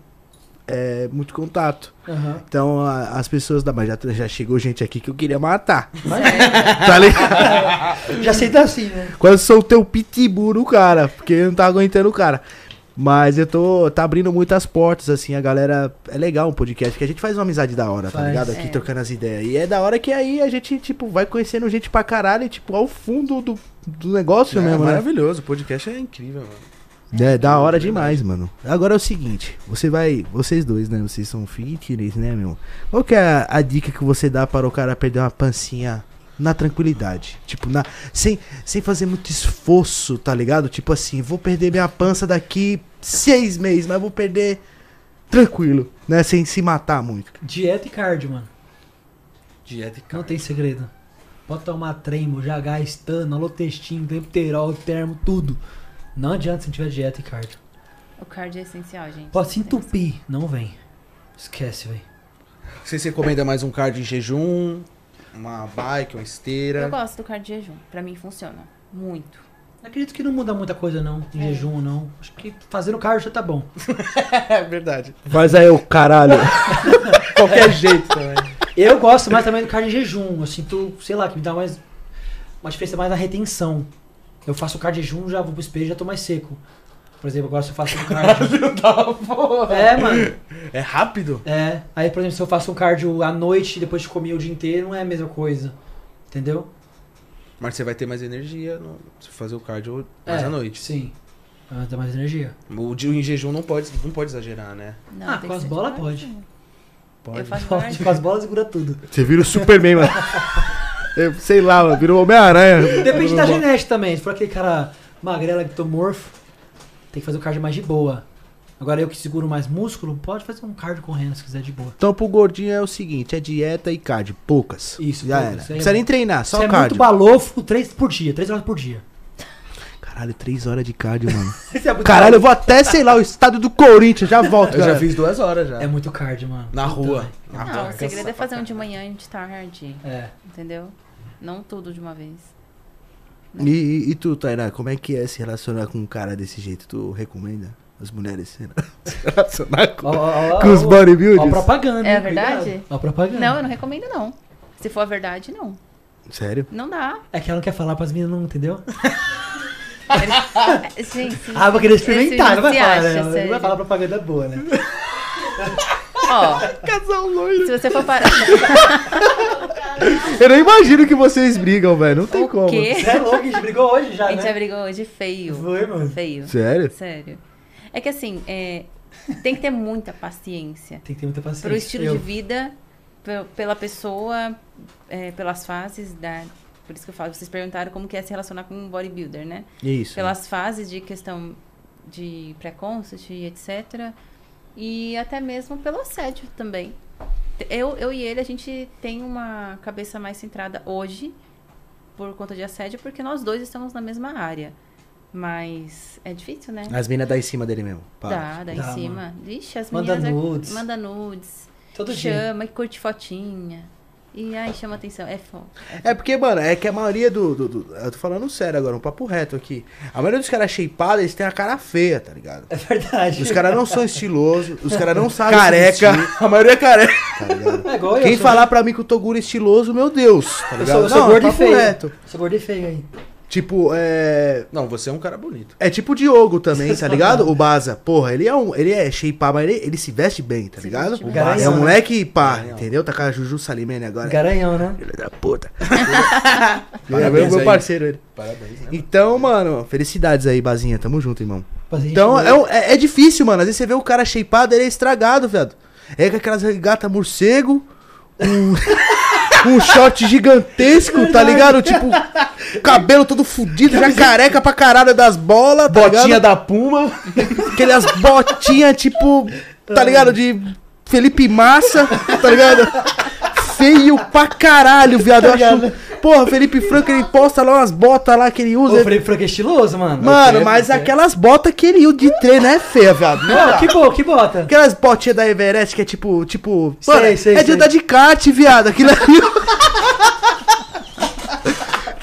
é, muito contato. Aham. Então, a- as pessoas da... Mas já, já chegou gente aqui que eu queria matar. Mas Tá ligado? já aceita assim, né? Quase soltei o pitbull no cara, porque eu não tava aguentando o cara. Mas eu tô, tá abrindo muitas portas, assim, a galera, é legal um podcast, que a gente faz uma amizade da hora, tá Faz. ligado? Aqui É. trocando as ideias. E é da hora que aí a gente, tipo, vai conhecendo gente pra caralho, e, tipo, ao fundo do, do negócio É mesmo, né? maravilhoso, o podcast é incrível, mano. É, da hora demais, mano. Agora é o seguinte, você vai, vocês dois, né, vocês são fitness, né, meu? Qual que é a, a dica que você dá para o cara perder uma pancinha na tranquilidade? Tipo, na, sem, sem fazer muito esforço, tá ligado? Tipo assim, vou perder minha pança daqui seis meses, mas vou perder tranquilo, né, sem se matar muito. Dieta e cardio, mano. Dieta e Não carne. tem segredo. Pode tomar trembo, G H, estano, alotestin, tempterol, termo, tudo. Não adianta se não tiver dieta e cardio. O cardio é essencial, gente. Pode se entupir, não vem. Esquece, velho. Você recomenda mais um cardio em jejum, uma bike, uma esteira? Eu gosto do cardio de jejum. Pra mim funciona muito. Acredito que não muda muita coisa, não. Em É. jejum, não. Acho que fazendo cardio já tá bom. É verdade. Faz aí o caralho. Qualquer jeito também. Eu gosto mais também do cardio em jejum. Eu sinto, sei lá, que me dá mais. Uma diferença mais na retenção. Eu faço cardio em jejum, já vou pro espelho e já tô mais seco. Por exemplo, agora se eu faço um cardio. É, mano. É rápido? É. Aí, por exemplo, se eu faço um cardio à noite, depois de comer o dia inteiro, não é a mesma coisa. Entendeu? Mas você vai ter mais energia no, se fazer o cardio mais é, à noite. Sim. Vai dar mais energia. O dia em jejum não pode, não pode exagerar, né? Não, Ah, tem com que as ser bolas devagarzinho. pode. Eu faço Pode, devagarzinho. com as bolas segura tudo. Você vira o Superman, mano. Eu sei lá, mano, virou Homem-Aranha. Depende da genética também. Se for aquele cara magrela, ectomorfo, tem que fazer o cardio mais de boa. Agora eu que seguro mais músculo, pode fazer um cardio correndo se quiser de boa. Então pro gordinho é o seguinte, é dieta e cardio, poucas. Isso, já poucas. era. Não Isso aí precisa é- nem treinar, só Você é muito cardio. balofo, três por dia, três horas por dia. Caralho, três horas de cardio, mano. Você é muito Caralho, eu vou até, sei lá, o estádio do Corinthians, já volto, Eu já cara. fiz duas horas já. É muito cardio, mano. Na Puta, rua. velho. Na Não, rua. o segredo é fazer um de manhã e um de tarde. É. Entendeu? Não tudo de uma vez. E, e, e tu, Tainá, como é que é se relacionar com um cara desse jeito? Tu recomenda as mulheres se relacionar com, Ó, ó, ó, com os ó, bodybuilders? Ó, propaganda. É hein, verdade? cuidado. Ó, propaganda. Não, eu não recomendo não. Se for a verdade, não. Sério? Não dá. É que ela não quer falar pras meninas, não, entendeu? É, Gente, Ah, vou querer experimentar, não vai se falar, acha, né? Não sério. vai falar propaganda boa, né? ó, Casal loiro. se você for parar... Eu não imagino que vocês brigam, velho. Não tem O como. quê? Você é louco, a gente brigou hoje já, A gente já né? brigou hoje feio. Foi, mano. Feio. Sério? Sério. É que assim, é, tem que ter muita paciência. Tem que ter muita paciência. Pro estilo Eu- de vida, pe- pela pessoa, é, pelas fases da... Por isso que eu falo, vocês perguntaram como que é se relacionar com um bodybuilder, né? Isso. Pelas fases de questão de pré-consult e etcétera. E até mesmo pelo assédio também. Eu, eu e ele, a gente tem uma cabeça mais centrada hoje por conta de assédio, porque nós dois estamos na mesma área. Mas é difícil, né? As minas dá em cima dele mesmo. Para. Dá, dá em Dá, cima. mano. Vixe, as Manda meninas... é- nudes. Manda nudes. Todo dia. Chama e curte fotinha. E ai, chama atenção. É foda. É porque, mano, é que a maioria do, do, do- Eu tô falando sério agora, um papo reto aqui. A maioria dos caras shapeados, eles têm a cara feia, tá ligado? É verdade. Os caras não são estilosos, os caras não sabem se Careca. vestir, A maioria é careca. tá ligado? É igual eu. Quem sou- falar pra mim que o Toguro é estiloso, meu Deus, tá Eu ligado? sou, eu sou Não, gordo e papo feio. reto. Sou gordo e feio aí. Tipo, é... Não, você é um cara bonito. É tipo o Diogo também, tá ligado? O Baza. Porra, ele é um. Ele é shapeado, mas ele, ele se veste bem, tá Se ligado? veste bem. Garanhão, É um né? moleque pá, Garanhão. entendeu? Tá com a Juju Salimene agora. Garanhão, né? Filho da puta. é Parabéns meu, meu aí. parceiro ele. Parabéns, né? Então, mano, felicidades aí, Bazinha. Tamo junto, irmão. Fazer gente Então, boa. é, um- é, é difícil, mano. Às vezes você vê o cara shapeado, ele é estragado, viado. É com aquelas regata morcego, um, um short gigantesco, tá ligado? Tipo, cabelo todo fudido, já careca pra caralho das bolas, tá Botinha ligado? da Puma. Aquelas botinhas, tipo, tá ligado? De Felipe Massa, tá ligado? Feio pra caralho, viado. Eu acho. Porra, Felipe Franco, ele posta lá umas botas lá que ele O usa. Felipe Franco é estiloso, mano. Mano, Ok, mas ok. aquelas botas que ele usa de treino é feia, viado. Não Ó, dá. que bom, que bota. Aquelas botinhas da Everest que é tipo, tipo, Sei, mano, sei, é de sei. andar de kart, viado. Aquilo ali.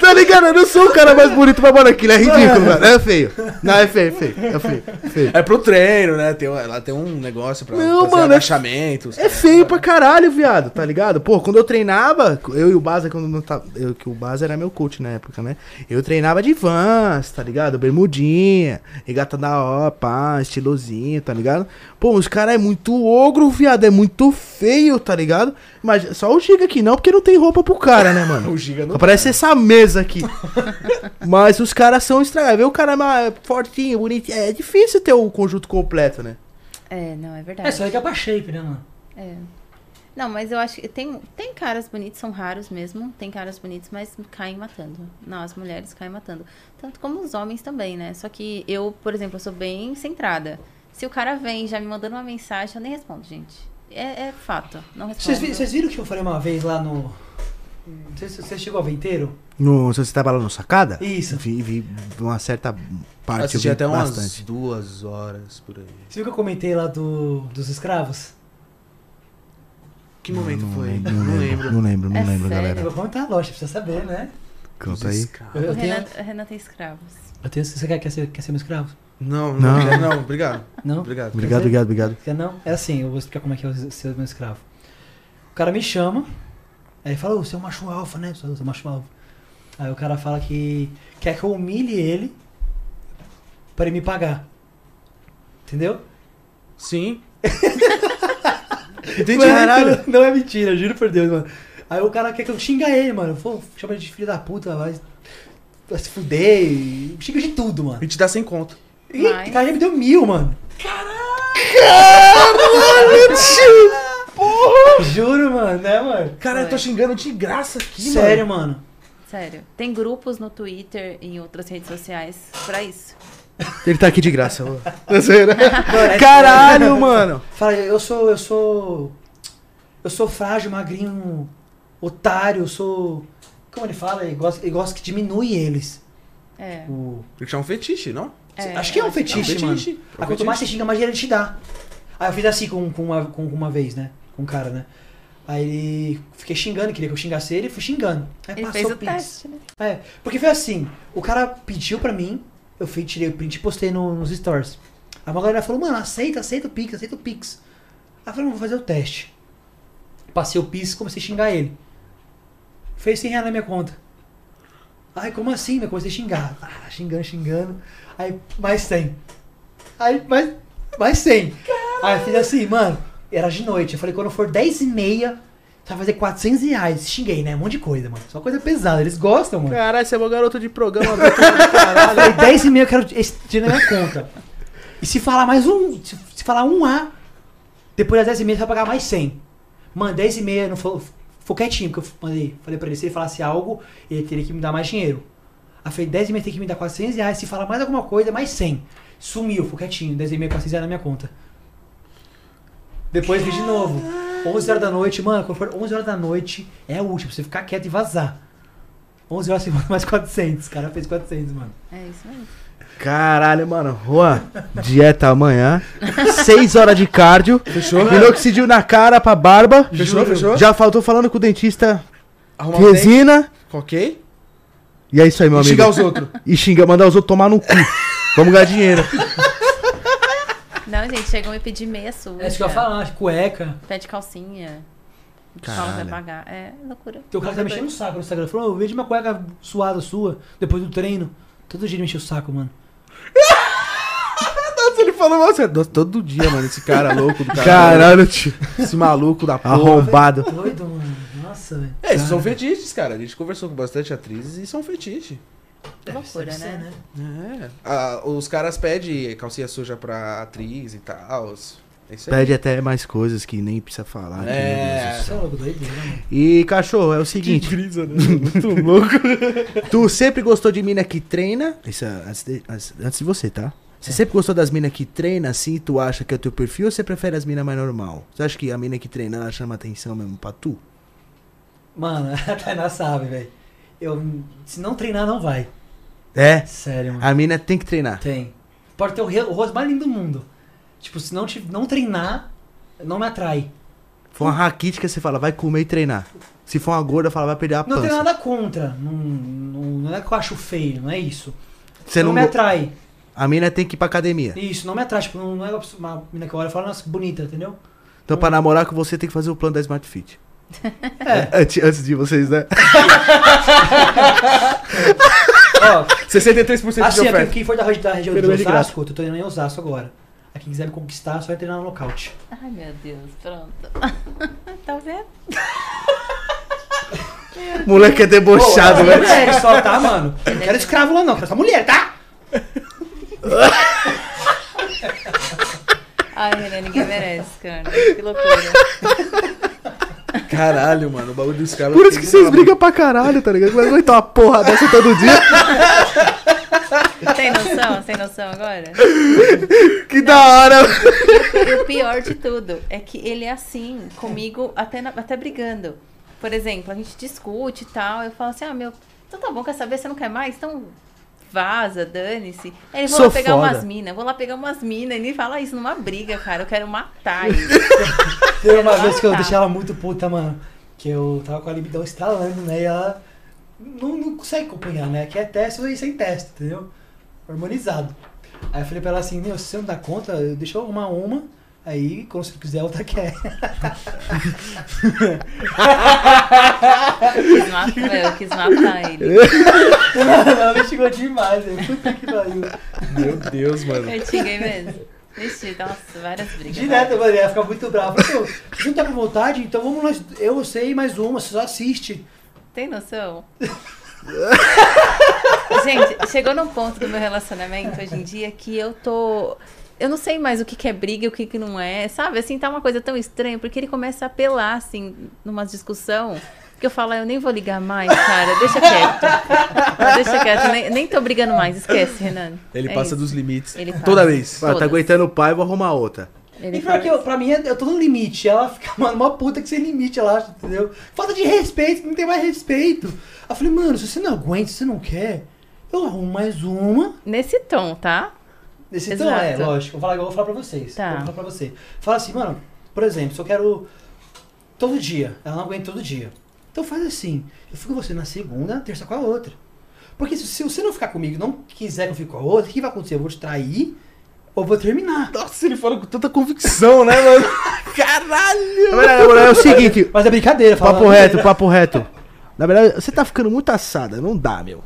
Tá ligado? Eu não sou o cara mais bonito, mas, mano, aquilo é ridículo, mano. É feio. Não, é feio, feio. É feio. É feio. É pro treino, né? Tem, lá tem um negócio pra Não, fazer mano, é- agachamentos. É feio pra caralho, viado, tá ligado? Pô, quando eu treinava, eu e o Baza, quando não tava. Eu, que o Baza era meu coach na época, né? Eu treinava de Vans, tá ligado? Bermudinha, regata da ó, pá, estilosinho, tá ligado? Pô, os caras é muito ogro, viado, é muito feio, tá ligado? Mas só o Giga aqui não, porque não tem roupa pro cara, né, mano? O Giga não Só parece essa mesa aqui. Mas os caras são estragados. Vê o cara mais fortinho, bonitinho. É difícil ter o conjunto completo, né? É, não, é verdade. É, só aí que é pra shape, né, mano? É. Não, mas eu acho que tem, tem caras bonitos, são raros mesmo. Tem caras bonitos, mas caem matando. Não, as mulheres caem matando. Tanto como os homens também, né? Só que eu, por exemplo, eu sou bem centrada. Se o cara vem já me mandando uma mensagem, eu nem respondo, gente. É, é fato, não respondo. Vocês, vi- vocês viram que eu falei uma vez lá no... Não sei se você chegou a ver inteiro? No, se você tava lá no Sacada? Isso. Vi, vi uma certa parte. Assisti eu vi até umas bastante. duas horas por aí. Você viu que eu comentei lá do, dos escravos? Que momento não, foi? Não, Não lembro. lembro. Não lembro, não É lembro, sério? Eu galera. vou comentar, lógico, precisa saber, né? Conta aí. Eu, O eu tenho, Renan, o Renan tem escravos. eu tenho... Você quer, quer, ser, quer ser meu escravo? Não, Não. não, quero, não, obrigado. Não? Obrigado. Obrigado, obrigado, obrigado. Quer não? É assim, eu vou explicar como é que é o ser meu escravo. O cara me chama, aí ele fala, ô, você é um macho alfa, né? Você é um macho alfa. Aí o cara fala que quer que eu humilhe ele pra ele me pagar. Entendeu? Sim. Entendi. Mano, Caralho. Não é mentira, juro por Deus, mano. Aí o cara quer que eu xingue ele, mano. Pô, chama ele de filho da puta, vai, vai se fuder. e Xinga de tudo, mano. E te dá sem conto. E Mas- o cara já me deu mil, mano. Porra! Juro, mano, né, mano? Cara, eu tô xingando de graça aqui, Sério, mano. Sério. Tem grupos no Twitter e em outras redes sociais pra isso. Ele tá aqui de graça. ô. é Caralho, mano. Fala, eu sou, eu sou. Eu sou frágil, magrinho, otário, eu sou. Como ele fala? Ele gosta, ele gosta que diminui eles. É. O- Porque é um fetiche, não? é acho que é um eu fetiche, É um mano. fetiche. Ah, quanto mais você xinga, mais dinheiro ele te dá. Aí eu fiz assim com, com, uma, com uma vez, né? Com um cara, né? Aí ele. Fiquei xingando, queria que eu xingasse ele, fui xingando. Aí Ele passou fez o Pix. teste, né? É, porque foi assim, o cara pediu pra mim, eu fui, tirei o print e postei no- nos stories. Aí uma galera falou, mano, aceita, aceita o Pix, aceita o Pix. Aí eu falei, não, vou fazer o teste. Passei o Pix e comecei a xingar ele. Fez cem reais na minha conta. Ai, como assim? Eu comecei a xingar. Ah, xingando, xingando. Aí, mais cem. Aí, mais, mais cem. Aí eu fiz assim, mano, era de noite. Eu falei, quando for dez e meia, você vai fazer quatrocentos reais. Xinguei, né? Um monte de coisa, mano. Só coisa pesada. Eles gostam, mano. Caralho, você é uma garota de programa. Eu falei, dez e meia eu quero esse dinheiro na minha conta. E se falar mais um, se, se falar um A, depois das dez e meia você vai pagar mais cem. Mano, dez e meia não foi, foi quietinho, porque eu mandei, falei pra ele, se ele falasse algo, ele teria que me dar mais dinheiro. Aí eu falei, dez e meia tem que me dar quatrocentos reais, se falar mais alguma coisa, mais cem. Sumiu, foi quietinho, dez e meia, quatrocentos reais na minha conta. Depois vi de novo. onze horas da noite, mano, quando for onze horas da noite, é a última, pra você ficar quieto e vazar. onze horas você manda mais quatrocentos, o cara fez quatrocentos, mano. É isso mesmo. Caralho, mano. Juan, dieta amanhã. seis horas de cardio. Fechou? Minoxidil na cara pra barba. Fechou, fechou? Já faltou falando com o dentista Arrumar um dente. resina. Ok? E é isso aí, meu E amigo. xingar os outros. E xinga, mandar os outros tomar no cu. Vamos ganhar dinheiro. Não, gente, chegam e pedir meia suja. É isso que eu ia falar, cueca. Pede calcinha. Fala que vai Caralho. pagar. É loucura. Tem o cara que tá mexendo no saco no Instagram. Falou, oh, veja uma cueca suada sua, depois do treino. Todo dia ele mexeu o saco, mano. Nossa, ele falou, nossa, nossa, todo dia, mano, esse cara louco do cara. Caralho, tio. Esse maluco da porra. Arrombado. Doido, mano. Nossa, velho. É, esses são fetiches, cara. A gente conversou com bastante atrizes e são fetiche. Loucura, Deve ser, né? É. Ah, os caras pedem calcinha suja pra atriz e tal. É isso aí. Pede até mais coisas que nem precisa falar. que, É. meu Deus do Você céu. é louco, doido, né, mano? E, cachorro, é o seguinte. brisa, né? Muito louco. Tu sempre gostou de mina que treina? Isso é antes de, antes- antes de você, tá? Você sempre gostou das minas que treina assim, tu acha que é o teu perfil ou você prefere as minas mais normal? Você acha que a mina que treina ela chama atenção mesmo pra tu? Mano, a Tainá sabe, velho. Eu, se não treinar, não vai. É? Sério, mano. A mina tem que treinar. Tem. Pode ter o, re- o rosto mais lindo do mundo. Tipo, se não, te, não treinar, não me atrai. for uma raquítica, você fala, vai comer e treinar. Se for uma gorda, fala, vai perder a Não pança. tem nada contra. Não, não, não é que eu acho feio, não é isso. Você não, não me go- atrai. A mina tem que ir pra academia. Isso, não me atrai. Tipo, não, não é uma mina que eu olho e falo, nossa, bonita, entendeu? Então, pra namorar com você, tem que fazer o plano da Smart Fit. É. Antes, antes de vocês, né? Ó, sessenta e três por cento de assim, aqui, oferta. quem for da, regi- da região de Pelo menos de Osasco, eu tô treinando em Osasco agora. Aí quem quiser me conquistar, só vai treinar no nocaute. Ai, meu Deus, pronto. Tá vendo? Moleque é debochado, Pô, velho. mulher só, tá, mano? Eu não quero escravo lá, não. Quero só mulher, tá? Ai, Renan, ninguém merece, cara. Que loucura. Caralho, mano, o bagulho dos caras. Por isso que vocês brigam pra caralho, tá ligado? Mas aguentar uma porra dessa todo dia. Tem noção? Tem noção agora? Que da hora. E o pior de tudo é que ele é assim comigo, até, na- até brigando. Por exemplo, a gente discute e tal. Eu falo assim: ah, meu, então tá bom, quer saber? Você não quer mais? Então vaza, dane-se. Aí ele vou Sou lá pegar foda. umas minas. Vou lá pegar umas minas. Ele fala isso numa briga, cara. Eu quero matar ele. Teve uma vez que eu tá. deixei ela muito puta, mano. Que eu tava com a libidão estralando, né? E ela não, não consegue acompanhar, né? Que é teste e sem teste, entendeu? Harmonizado. Aí eu falei pra ela assim: meu, se você não dá conta, deixa eu arrumar uma. Aí, quando você quiser, outra quer. Quis matar, meu, eu quis matar ele. Ela me xingou demais, velho. Puta que pariu. Meu Deus, mano. Eu xinguei mesmo. Vixe, nossa, várias brigas. Direto, mano, ia ficar muito bravo. Eu falei, "Pô, você não tá com vontade? Então vamos nós. Eu sei mais uma, você só assiste. Tem noção? Gente, chegou num ponto do meu relacionamento hoje em dia que eu tô... Eu não sei mais o que, que é briga e o que, que não é, sabe? Assim, tá uma coisa tão estranha, porque ele começa a apelar, assim, numa discussão, que eu falo, ah, eu nem vou ligar mais, cara, deixa quieto. Não, deixa quieto, nem, nem tô brigando mais, esquece, Renan. Ele É passa isso. dos limites. Ele passa. Toda vez. Ah, tá Todas. aguentando o pai, vou arrumar outra. Ele E pra, fala que eu, pra mim, eu tô no limite. Ela fica, mano, uma puta que sem limite, ela acha, entendeu? Falta de respeito, não tem mais respeito. Aí eu falei, mano, se você não aguenta, se você não quer, eu arrumo mais uma. nesse tom, tá? Desse Exato. tom, é, lógico. Eu vou falar igual eu vou falar pra vocês. Tá. Eu vou falar pra você. Fala assim, mano, por exemplo, se eu quero todo dia, ela não aguenta todo dia. Então faz assim, eu fico com você na segunda, na terça com a outra. Porque se, se você não ficar comigo e não quiser que eu fique com a outra, o que vai acontecer? Eu vou te trair ou vou terminar. Nossa, ele falou com tanta convicção, né, mano? Caralho! Na verdade, é o seguinte, Mas é brincadeira, fala. papo reto, papo reto. Na verdade, você tá ficando muito assada, não dá, meu.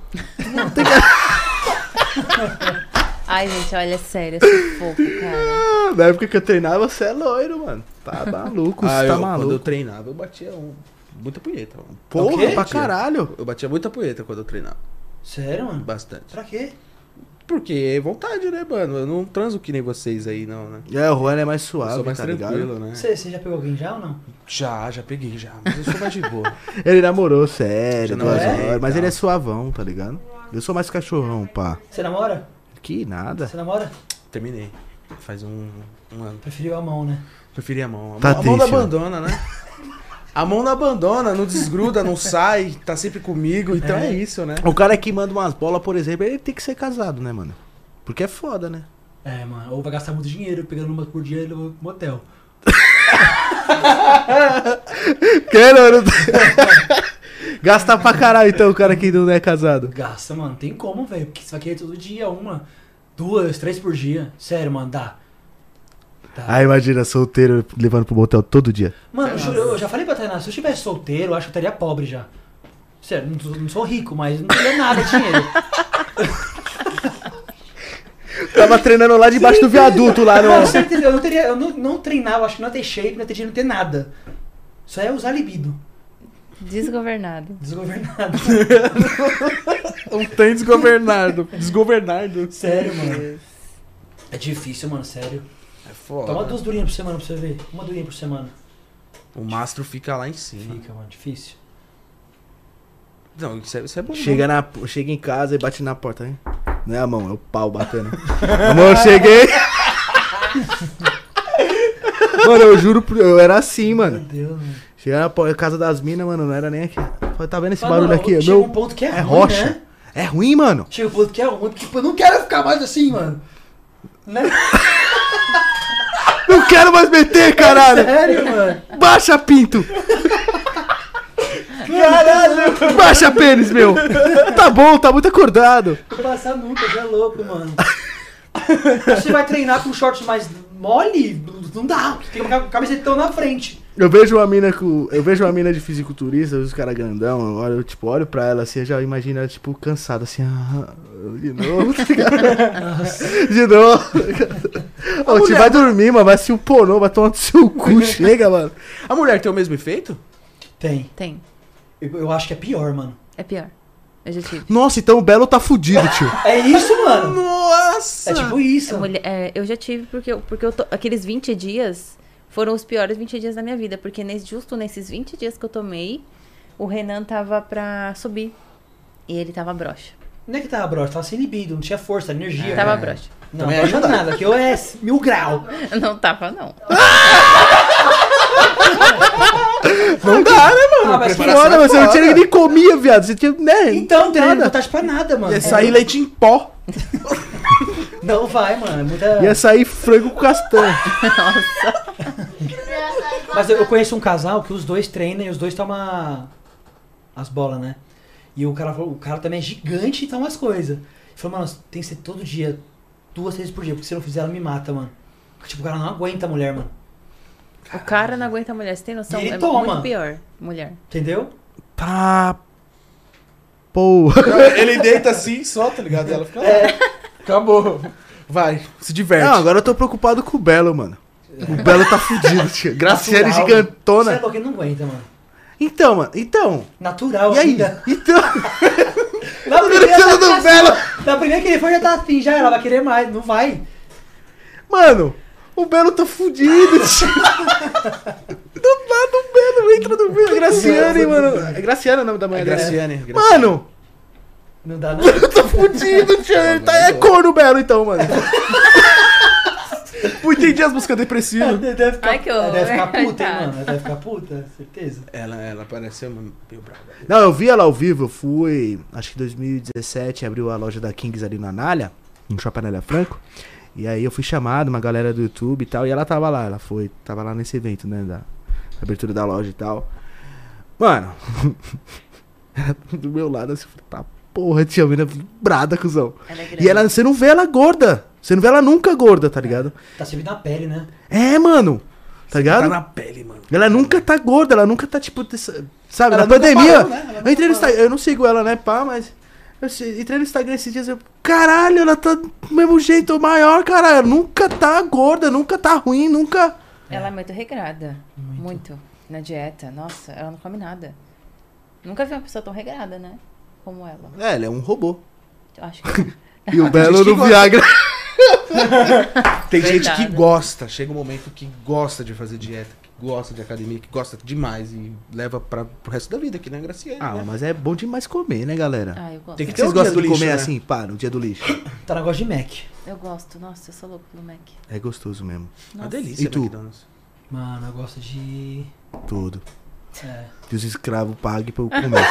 Ai, gente, olha, sério, eu sou fofo, cara. Ah, na época que eu treinava, você é loiro, mano. Tá maluco, você Ah, tá eu, quando eu maluco. treinava, eu batia um, muita punheta. Mano. Porra, O quê? pra caralho. Eu batia muita punheta quando eu treinava. Sério, mano? Bastante. Pra quê? Porque é vontade, né, mano? Eu não transo que nem vocês aí, não, né? É, o Juan é mais Eu suave, sou mais tá tranquilo, ligado? né? Você, você já pegou alguém já ou não? Já, já peguei, já. Mas eu sou mais de boa. Ele namorou, sério, Já duas namorei, horas. Mas tá. ele é suavão, tá ligado? Eu sou mais cachorrão, pá. Você namora? Que nada. Você namora? Terminei. Faz um, um ano. Preferiu a mão, né? Preferi a mão. A, Tá mão, a mão não triste, né? abandona, né? A mão não abandona, não desgruda, não sai, tá sempre comigo. Então é, É. isso, né? O cara que manda umas bolas, por exemplo, ele tem que ser casado, né, mano? Porque é foda, né? É, mano. Ou vai gastar muito dinheiro pegando uma por dia e levando pro motel. Quero, Gasta pra caralho, então, o cara que não é casado. Gasta, mano. Tem como, velho. Porque você vai querer todo dia uma, duas, três por dia. Sério, mano. Dá. Dá. Ah, imagina, solteiro levando pro motel todo dia. Mano, eu, juro, eu já falei pra Tainá, se eu estivesse solteiro, eu acho que eu estaria pobre já. Sério, não, sou- não sou rico, mas não teria nada de dinheiro. Tava treinando lá debaixo do viaduto, lá Mano, no... você entendeu? Eu não teria, eu não, não treinava, eu acho que não ia ter shape, não ia ter dinheiro, não ia ter nada. Só é usar libido. Desgovernado. Desgovernado. Não tem desgovernado. Desgovernado. Sério, mano. É difícil, mano, sério. É foda. Toma duas durinhas por semana pra você ver. Uma durinha por semana. O mastro fica lá em cima. Fica, mano, difícil. Não, isso é, isso é bom. Chega, na, chega em casa e bate na porta, hein? Não é a mão, é o pau batendo. Amor, cheguei. Mano, eu juro, por- eu era assim, Meu mano. Deus, mano. Chegar na po- casa das minas, mano, não era nem aqui. Falei, tá vendo esse Mas, barulho mano, aqui? chega Meu, um ponto que é, é ruim, rocha. né? É ruim, mano. Chega um ponto que é ruim, porque tipo, eu não quero ficar mais assim, mano. Né? Não quero mais meter, caralho. Sério, mano. Baixa, pinto! Caralho! Baixa, pênis, meu! Tá bom, tá muito acordado. Não passar nunca, você é louco, mano. Você vai treinar com shorts mais mole? Não dá. Tem que camisetão na frente. Eu vejo uma mina com. Eu vejo uma mina de fisiculturista, os caras grandão, eu olho, tipo, olho pra ela assim, eu já imagino ela, tipo, cansada, assim, ah, de novo, tá ligado? De novo. Ô, mulher- você vai dormir, mano, vai assistir um pornô, vai tomar no seu cu, chega, mano. A mulher tem o mesmo efeito? Tem. Tem. Eu, eu acho que é pior, mano. É pior. Eu já tive. Nossa, então o Belo tá fudido, tio. É isso, mano. Nossa! É tipo isso. A mulher- é, eu já tive porque, eu- porque eu tô, aqueles vinte dias foram os piores vinte dias da minha vida. Porque nesse, justo nesses vinte dias que eu tomei, o Renan tava pra subir. E ele tava broxa. Não é que tava broxa, tava sem libido, não tinha força, energia. Tava broxa. Não, Também broxa ajuda. nada, que eu é mil grau. Não tava, não. Não dá, né, mano? Ah, mas preparação Foda, é mas você não foda. tinha nem comia, viado. Você tinha, né? Então, não tem nada. vontade pra nada, mano. Ia sair leite em pó. Não vai, mano. É muita... Ia sair frango com castanha. Mas eu, eu conheço um casal que os dois treinam e os dois tomam as bolas, né? E o cara falou, o cara também é gigante e toma as coisas. Ele falou, mano, tem que ser todo dia, duas, três por dia, porque se não fizer ela me mata, mano. Tipo, o cara não aguenta a mulher, mano. O cara não aguenta a mulher, você tem noção? E ele É toma. muito pior, mulher. Entendeu? Tá. Porra. Ele deita assim só, tá ligado? E ela fica lá. Acabou. Vai, se diverte. Não, agora eu tô preocupado com o Belo, mano. O Belo tá fudido, tio. Graciane Natural. gigantona. Você é louco, ele não aguenta, mano. Então, mano, então. Natural E aí? ainda. Então. Na primeira, Parecendo já do tá assim, Belo. ó. Na primeira que ele foi, já tá afim, já ela vai querer mais, não vai. Mano, o Belo tá fudido, tio. Do lado do Belo, entra no Belo. Graciane, mano. É Graciane o nome da É mulher dela. Graciane. Graciane. Mano, Não dá não. eu tô fudido, tio. Ele tá, é corno Belo, então, mano. Pô, entendi as músicas depressivas. Deve ficar, Ai, que horror. ela deve ficar puta, hein, Coitado. mano. Ela deve ficar puta, certeza. Ela, ela pareceu meio brava. Não, eu vi ela ao vivo, eu fui, acho que em dois mil e dezessete, abriu a loja da Kings ali na Anália, no Shopping Anália Franco. E aí eu fui chamado, uma galera do YouTube e tal, e ela tava lá, ela foi, tava lá nesse evento, né, da abertura da loja e tal. Mano, ela do meu lado, assim, eu falei, tá porra, tia, mina brada, cuzão. Ela é grande. E ela, você não vê ela gorda, você não vê ela nunca gorda, tá ligado? Tá servindo na pele, né? É, mano, tá ligado? Tá na pele, mano. Ela nunca tá gorda, ela nunca tá, tipo, dessa- sabe, Ela na nunca pandemia. parou, né? Ela nunca Eu entrei no parou. Instagram, eu não sigo ela, né, pá, mas. Eu se- entrei no Instagram esses dias, eu. Caralho, ela tá do mesmo jeito maior, caralho. Nunca tá gorda, nunca tá ruim, nunca. Ela é muito regrada. Muito. Muito. Na dieta. Nossa, ela não come nada. Nunca vi uma pessoa tão regrada, né? Como ela. É, ela é um robô. Eu acho que. E o tem Belo gente que no gosta. Viagra. Tem gente que Coitado. gosta, chega um momento que gosta de fazer dieta, que gosta de academia, que gosta demais e leva pra, pro resto da vida, que nem a Graciane. Ah, né? mas é bom demais comer, né, galera? Ah, eu gosto. Tem que O que ter vocês o dia gostam do de lixo, comer né? assim, pá, no dia do lixo? Tá na gosto de Mac. Eu gosto. Nossa, eu sou louco pelo Mac. É gostoso mesmo. Uma Nossa. delícia, E tu? McDonald's. Mano, eu gosto de... Tudo. É, Que os escravos paguem pra eu comer.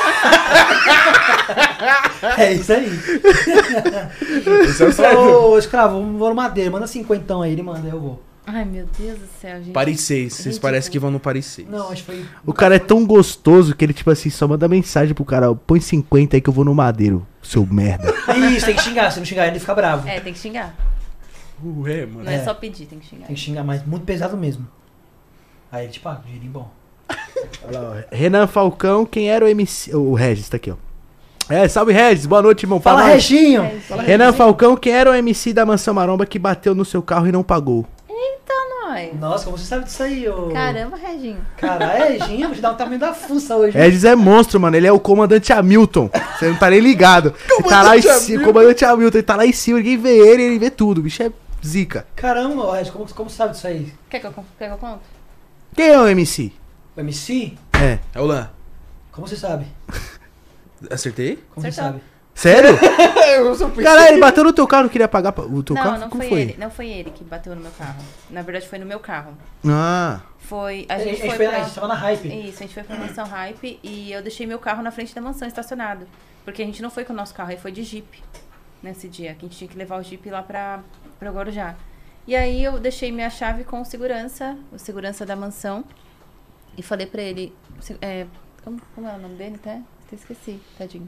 é isso aí. Esse é o certo. Ô, escravo, vou no Madeira, manda cinquentão aí, ele manda, eu vou. Ai, meu Deus do céu, gente. Paris seis, vocês Ridículo. parecem que vão no Paris seis. Não, acho que foi... O cara é tão gostoso que ele, tipo assim, só manda mensagem pro cara, ó, põe cinquenta aí que eu vou no Madeiro, seu merda. Isso, tem que xingar, se não xingar ele, ele fica bravo. É, tem que xingar. Ué, mano. Não é, É. só pedir, tem que xingar. Tem que xingar, mas muito pesado mesmo. Aí ele te paga, dinheirinho bom. Olha lá, ó. Renan Falcão, quem era o M C? O Regis tá aqui, ó. É, salve Regis, boa noite, irmão. Fala, nós. Reginho! É, gente. Renan Falcão, quem era o M C da Mansão Maromba que bateu no seu carro e não pagou? Nós. Nossa, como você sabe disso aí, ô... Caramba, Reginho. Caralho, é, Reginho, vou te dar o tamanho da fuça hoje. hein? Regis é monstro, mano. Ele é o comandante Hamilton. Você não tá nem ligado. Ele tá lá em cima, o comandante Hamilton, ele tá lá em cima, ninguém vê ele, ele vê tudo. O bicho é zica. Caramba, ô, Regis, como, como você sabe disso aí? Quer que eu, quer que eu conte? Quem é o M C? O M C? É. É o Lan. Como você sabe? Acertei? Como você Acertou. sabe? Sério? Eu só pensei. Caralho, ele bateu no teu carro, não queria pagar pa- o teu não, carro? não Como foi, foi? ele. Não foi ele que bateu no meu carro. Na verdade, foi no meu carro. Ah, Foi. A A gente gente, foi foi, pra... a gente tava na hype. Isso, a gente foi pra mansão Hype e eu deixei meu carro na frente da mansão estacionado. Porque a gente não foi com o nosso carro, aí foi de Jeep nesse dia, que a gente tinha que levar o Jeep lá pra, pra Guarujá. E aí eu deixei minha chave com o segurança, o segurança da mansão. E falei pra ele, se- é, como, como é o nome dele até? Até esqueci, tadinho.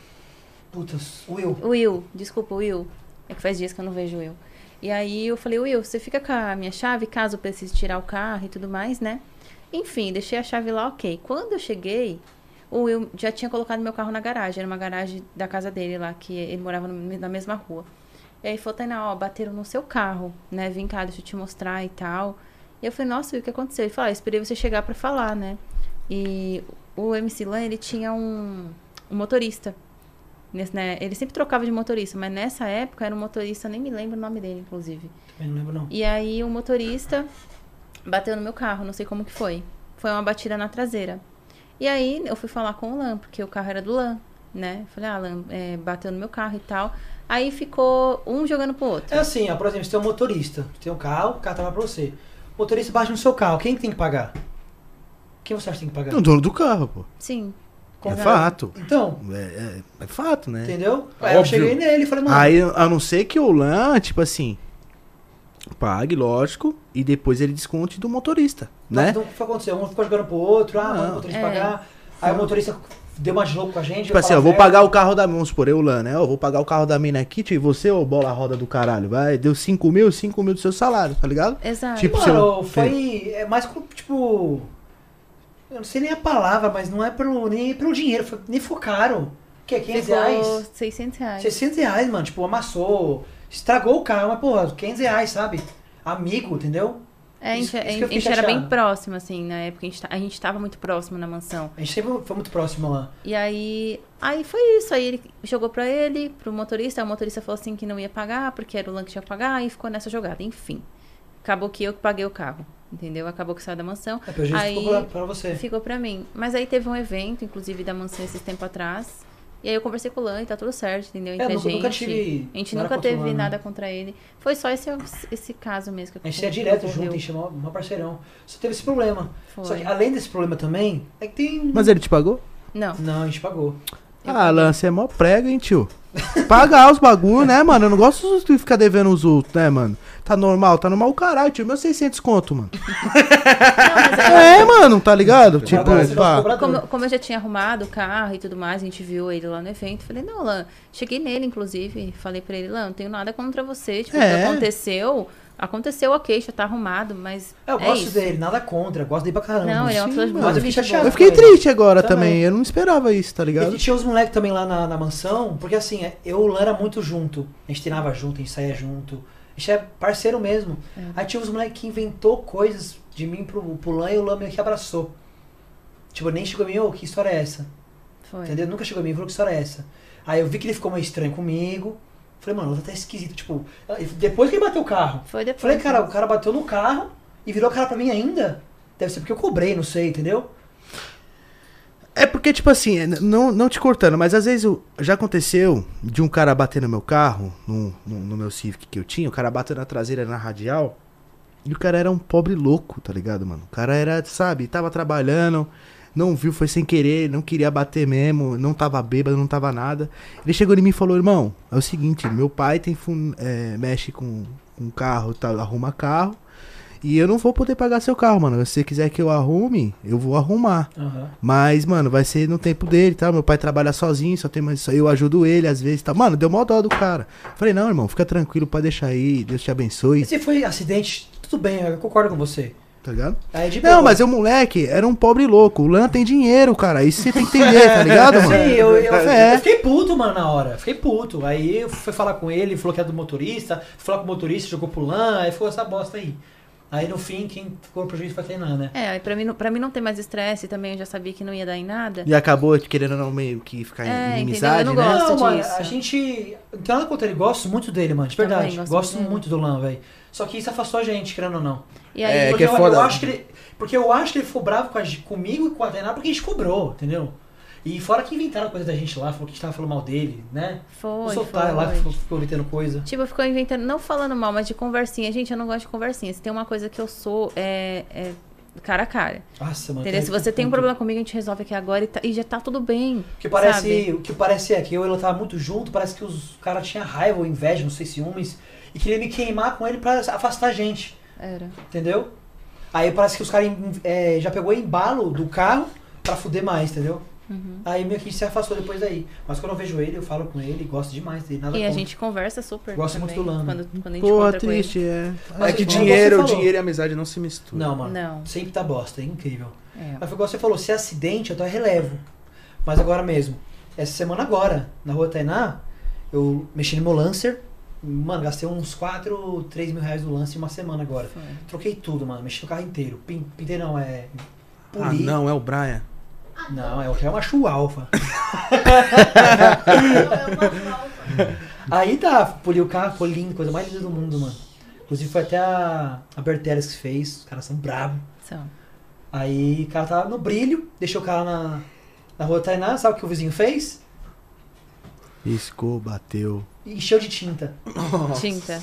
Putas, Will. Will, desculpa, Will. É que faz dias que eu não vejo o Will. E aí eu falei, Will, você fica com a minha chave caso eu precise tirar o carro e tudo mais, né? Enfim, deixei a chave lá, ok. Quando eu cheguei, o Will já tinha colocado meu carro na garagem. Era uma garagem da casa dele lá, que ele morava no- na mesma rua. E aí falou, Tainá, ó, bateram no seu carro, né? Vem cá, deixa eu te mostrar e tal. E eu falei, nossa, Will, o que aconteceu? Ele falou, ah, esperei você chegar pra falar, né? E o M C Lan, ele tinha um, um motorista. Nesse, né? Ele sempre trocava de motorista, mas nessa época era um motorista, nem me lembro o nome dele, inclusive. Eu não lembro, não. E aí o motorista bateu no meu carro, não sei como que foi. Foi uma batida na traseira. E aí eu fui falar com o Lan, porque o carro era do Lan, né? Falei, ah, Lan, é, bateu no meu carro e tal. Aí ficou um jogando pro outro. É assim, ó, por exemplo, você tem um motorista, você tem um carro, o carro tava pra você. O motorista bate no seu carro, quem que tem que pagar? Quem você acha que tem que pagar? O dono do carro, pô. Sim. É fato. Então, É, é, é fato, né? entendeu? Aí eu Óbvio. cheguei nele e falei, mano, Aí, a não ser que o Lan, tipo assim, pague, lógico, e depois ele desconte do motorista, né? então o que foi acontecer? Um ficou jogando pro outro, ah, manda o Não. motorista É. pagar. Aí o motorista deu uma de louco com a gente. Tipo assim, eu vou pagar o carro da... Vamos supor, eu, Lan, né? Eu vou pagar o carro da mina aqui, tio, e você, ô bola roda do caralho, vai, deu cinco mil, cinco mil do seu salário, tá ligado? Exato. Tipo, Mano, seu- foi é mais co- tipo. Eu não sei nem a palavra, mas não é pelo, nem pelo dinheiro, foi, nem foi caro. O que? quinhentos Ficou reais? seiscentos reais. seiscentos reais, mano. Tipo, amassou, estragou o carro, mas porra, quinhentos reais, sabe? Amigo, entendeu? É, a gente, Isso- isso a que eu fiquei gente era bem chateado. próximo, assim, na época. A gente, ta- a gente tava muito próximo na mansão. A gente sempre foi muito próximo lá. E aí, aí foi isso. Aí ele jogou pra ele, pro motorista. O motorista falou assim que não ia pagar, porque era o Lan que tinha que pagar. E ficou nessa jogada. Enfim, acabou que eu que paguei o carro. Entendeu? Acabou que saiu da mansão. É, pelo jeito Aí- ficou pra, pra você. Ficou pra mim. Mas aí teve um evento, inclusive, da mansão esses tempos atrás. E aí eu conversei com o Lan e tá tudo certo, entendeu? Entre É, a nunca, gente. nunca tive. A gente nada nunca contra o teve Lan, né? nada contra ele. Foi só esse, esse caso mesmo que A gente ia direto ocorreu. junto, a gente chamou uma parceirão. Só teve esse problema. Foi. Só que além desse problema também, é que tem. Mas ele te pagou? Não. Não, a gente pagou. Eu Ah, Lan, você é mó prega, hein, tio? Pagar os bagulho, né, mano? Eu não gosto de ficar devendo os outros, né, mano? Tá normal, tá normal o caralho, tio. Meu seiscentos conto, mano. Não, mas é- É, mano, tá ligado? Tipo, Agora você já pá. cobrador. Como, como eu já tinha arrumado o carro e tudo mais, a gente viu ele lá no evento. Falei, não, Lan, cheguei nele, inclusive. Falei pra ele, Lan, não tenho nada contra você. Tipo, o É. que aconteceu, aconteceu, ok, já tá arrumado, mas. É, eu é gosto isso. dele, nada contra, gosto dele pra caramba. Não, ele é uma Sim, pessoa mano. Mas eu muito fiquei boa. chateado. Eu fiquei com ele. triste agora Também. também. Eu não esperava isso, tá E ligado? tinha os moleques também lá na, na mansão, porque assim, é, eu e o Lan era muito junto. A gente treinava junto, a gente saía junto. A gente é parceiro mesmo. É. Aí tinha uns moleques que inventou coisas de mim pro, pro Lan e o Lan meio que abraçou. Tipo, nem chegou a mim, ô, que história é essa? Foi. Entendeu? Nunca chegou a mim e falou que história é essa. Aí eu vi que ele ficou meio estranho comigo. Falei, mano, tá até esquisito. Tipo, depois que ele bateu o carro. Foi depois. Falei, cara, o cara bateu no carro e virou a cara pra mim ainda. Deve ser porque eu cobrei, não sei, entendeu? É porque, tipo assim, é, não, não te cortando, mas às vezes eu- já aconteceu de um cara bater no meu carro, no, no, no meu Civic que eu tinha, o cara bateu na traseira, na radial, e o cara era um pobre louco, tá ligado, mano? O cara era, sabe, tava trabalhando, não viu, foi sem querer, não queria bater mesmo, não tava bêbado, não tava nada. Ele chegou em mim e falou, irmão, é o seguinte, meu pai tem fun- é, mexe com, com carro, tá, arruma carro, e eu não vou poder pagar seu carro, mano. Se você quiser que eu arrume, eu vou arrumar. Aham. Mas, mano, vai ser no tempo dele, tá? Meu pai trabalha sozinho, só tem mais só eu ajudo ele às vezes, tá? Mano, deu mó dó do cara. Falei, não, irmão, fica tranquilo, pode deixar aí, Deus te E abençoe, se foi acidente, tudo bem, eu concordo com você. tá ligado? Aí de Não, boa. mas o moleque era um pobre louco. O Lan tem dinheiro, cara. Isso você tem que entender, tá ligado, Sim, mano? eu, eu, É. eu fiquei puto, mano, na hora. Fiquei puto. Aí eu fui falar com ele, falou que era do motorista. Fui falar com o motorista, jogou pro Lan, aí ficou essa bosta aí. Aí no fim, quem ficou no prejuízo foi treinar, né? É, pra mim, não- pra mim não ter mais estresse também, eu já sabia que não ia dar em nada. E acabou querendo não meio que ficar É, em entendeu? inimizade, Eu não né? gosto Não, mano, disso. a gente. Não tem nada contra ele, gosto muito dele, mano, de Também verdade. gosto Gosto dele. muito do Lan, velho. Só que isso afastou a gente, querendo ou não. E aí, É, porque que é eu, foda. eu acho que ele. Porque eu acho que ele ficou bravo com a, gente- comigo e com a Tainá porque a gente cobrou, entendeu? E fora que inventaram coisa da gente lá, falou que a gente tava falando mal dele, né? foi, o foi. Soltar lá que ficou, ficou inventando coisa. Tipo, ficou inventando, não falando mal, mas de conversinha. Gente, eu não gosto de conversinha. Se tem uma coisa que eu sou, é, é cara a cara. Nossa, mano. Entendeu? tem- Se você tem um ponto. problema comigo, a gente resolve aqui agora e, tá- e já tá tudo bem. O que parece, sabe? o que parece é que eu e ela tava muito junto, parece que os caras tinham raiva ou inveja, não sei, ciúmes, e queria me queimar com ele pra afastar a gente, Era. entendeu? Aí parece que os caras é, já pegou embalo do carro pra fuder mais, entendeu? Uhum. Aí meio que se afastou depois daí. Mas quando eu vejo ele, eu falo com ele, gosto demais dele, nada E a contra. gente conversa super. Gosto muito também, do Lano. Quando, quando a gente Porra, encontra com ele. triste, é. Mas É que igual dinheiro, você falou. dinheiro e amizade não se misturam. Não, mano. Não. Sempre tá bosta, é incrível. É. Mas foi igual você falou, se é acidente, eu tô relevo. Mas agora mesmo, essa semana agora, na rua Tainá, eu mexi no meu Lancer. Mano, gastei uns quatro, três mil reais no Lancer em uma semana agora. Foi. Troquei tudo, mano. Mexi no carro inteiro. Pin- Pintei não, é... Ah, Poli. não, é o Brian. Não, é o que é uma Chu Alfa. Aí tá, poli o carro, ficou lindo, coisa mais linda do mundo, mano. Inclusive foi até a, a Berteles que fez, os caras são bravos. São. Aí o cara tava no brilho, deixou o carro na, na rua Tainá, sabe o que o vizinho fez? Piscou, bateu. Encheu de tinta. Tinta.